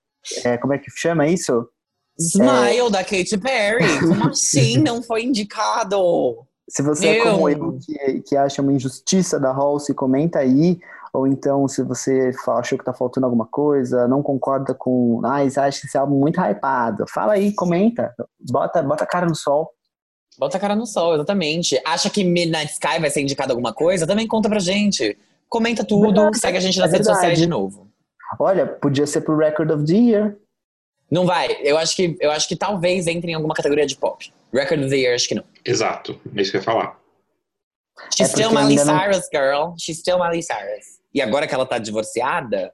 [SPEAKER 4] é, como é que chama isso?
[SPEAKER 2] Smile, é... da Katy Perry. Como assim não foi indicado?
[SPEAKER 4] Se você
[SPEAKER 2] Meu.
[SPEAKER 4] é como eu, que, que acha uma injustiça da Halsey, comenta aí. Ou então, se você achou que tá faltando alguma coisa, não concorda com... Ah, acha esse álbum muito hypado. Fala aí, comenta. Bota, bota a cara no sol.
[SPEAKER 2] Bota a cara no sol, exatamente. Acha que Midnight Sky vai ser indicado alguma coisa? Também conta pra gente. Comenta tudo, verdade, segue a gente nas é redes sociais de novo.
[SPEAKER 4] Olha, podia ser pro Record of the Year.
[SPEAKER 2] Não vai. Eu acho que, eu acho que talvez entre em alguma categoria de pop. Record of the Year, acho que não.
[SPEAKER 3] Exato. É isso que eu ia falar.
[SPEAKER 2] She's é still Miley Cyrus, não... girl. She's still Miley Cyrus. E agora que ela tá divorciada,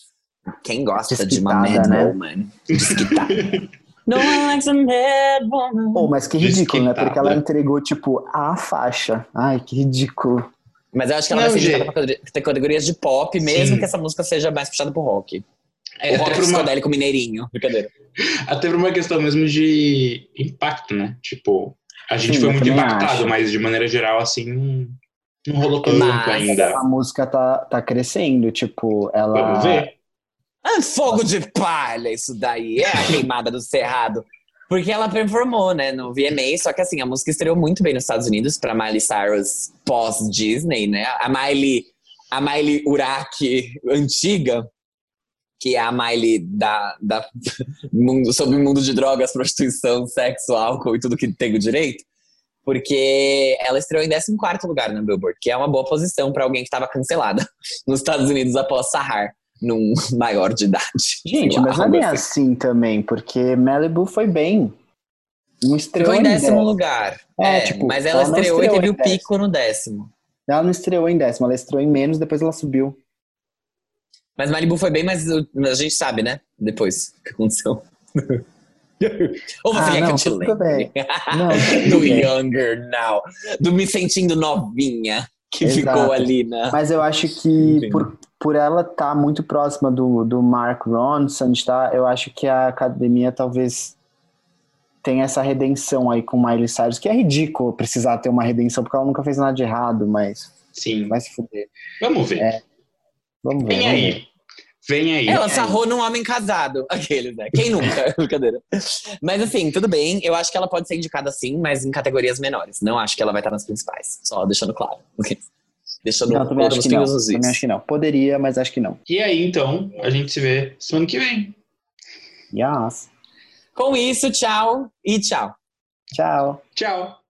[SPEAKER 2] quem gosta Desquitada, de uma mad né? woman? Desquitada. No one likes a mad woman.
[SPEAKER 4] Pô, mas que ridículo, né? Porque ela entregou, tipo, a faixa. Ai, que ridículo.
[SPEAKER 2] Mas eu acho que ela não, vai ser indicada pra categorias de pop, mesmo Sim. que essa música seja mais puxada pro rock.
[SPEAKER 3] É,
[SPEAKER 2] o rock psicodélico
[SPEAKER 3] uma...
[SPEAKER 2] mineirinho. Brincadeira.
[SPEAKER 3] Até por uma questão mesmo de impacto, né? Tipo, a gente Sim, foi muito impactado, acho. Mas de maneira geral, assim, não rolou tanto mas ainda.
[SPEAKER 4] A música tá, tá crescendo, tipo, ela...
[SPEAKER 3] Vamos ver.
[SPEAKER 2] É fogo de palha isso daí, é a queimada do cerrado. Porque ela performou, né, no V M A, só que assim, a música estreou muito bem nos Estados Unidos pra Miley Cyrus pós-Disney, né? A Miley, a Miley Urach antiga, que é a Miley da, da mundo, sobre o mundo de drogas, prostituição, sexo, álcool e tudo que tem o direito. Porque ela estreou em décimo quarto lugar no Billboard, que é uma boa posição pra alguém que estava cancelada nos Estados Unidos após Sahar. Num maior de idade.
[SPEAKER 4] Gente, mas não é bem assim também, porque Malibu foi bem.
[SPEAKER 2] Não estreou Ficou em décimo décimo lugar. É, é tipo, mas ela, ela estreou, estreou e teve o pico no décimo.
[SPEAKER 4] Ela não estreou em décimo, ela estreou em menos, depois ela subiu.
[SPEAKER 2] Mas Malibu foi bem, mas a gente sabe, né? Depois o que aconteceu. Ou você ah, quer não, que eu te lembre? Do bem. Younger Now. Do Me Sentindo Novinha. Que Exato. Ficou ali na...
[SPEAKER 4] Mas eu acho que por, por ela estar tá muito próxima do, do Mark Ronson, tá, eu acho que a academia talvez tenha essa redenção aí com Miley Cyrus, que é ridículo precisar ter uma redenção, porque ela nunca fez nada de errado, mas
[SPEAKER 3] Sim.
[SPEAKER 4] vai se fuder.
[SPEAKER 3] Vamos ver.
[SPEAKER 4] É, vamos ver.
[SPEAKER 3] Vem
[SPEAKER 4] vamos
[SPEAKER 3] aí.
[SPEAKER 4] Ver.
[SPEAKER 3] Vem aí.
[SPEAKER 2] Ela sarrou num homem casado. Aqueles, né? Quem nunca? Brincadeira. Mas assim, tudo bem. Eu acho que ela pode ser indicada sim, mas em categorias menores. Não acho que ela vai estar nas principais. Só deixando claro. Okay. Deixando
[SPEAKER 4] Não, também acho que não.
[SPEAKER 2] nos
[SPEAKER 4] Também acho que não. Poderia, mas acho que não.
[SPEAKER 3] E aí, então, a gente se vê semana que vem.
[SPEAKER 4] Yes.
[SPEAKER 2] Com isso, tchau e tchau.
[SPEAKER 4] Tchau.
[SPEAKER 3] Tchau.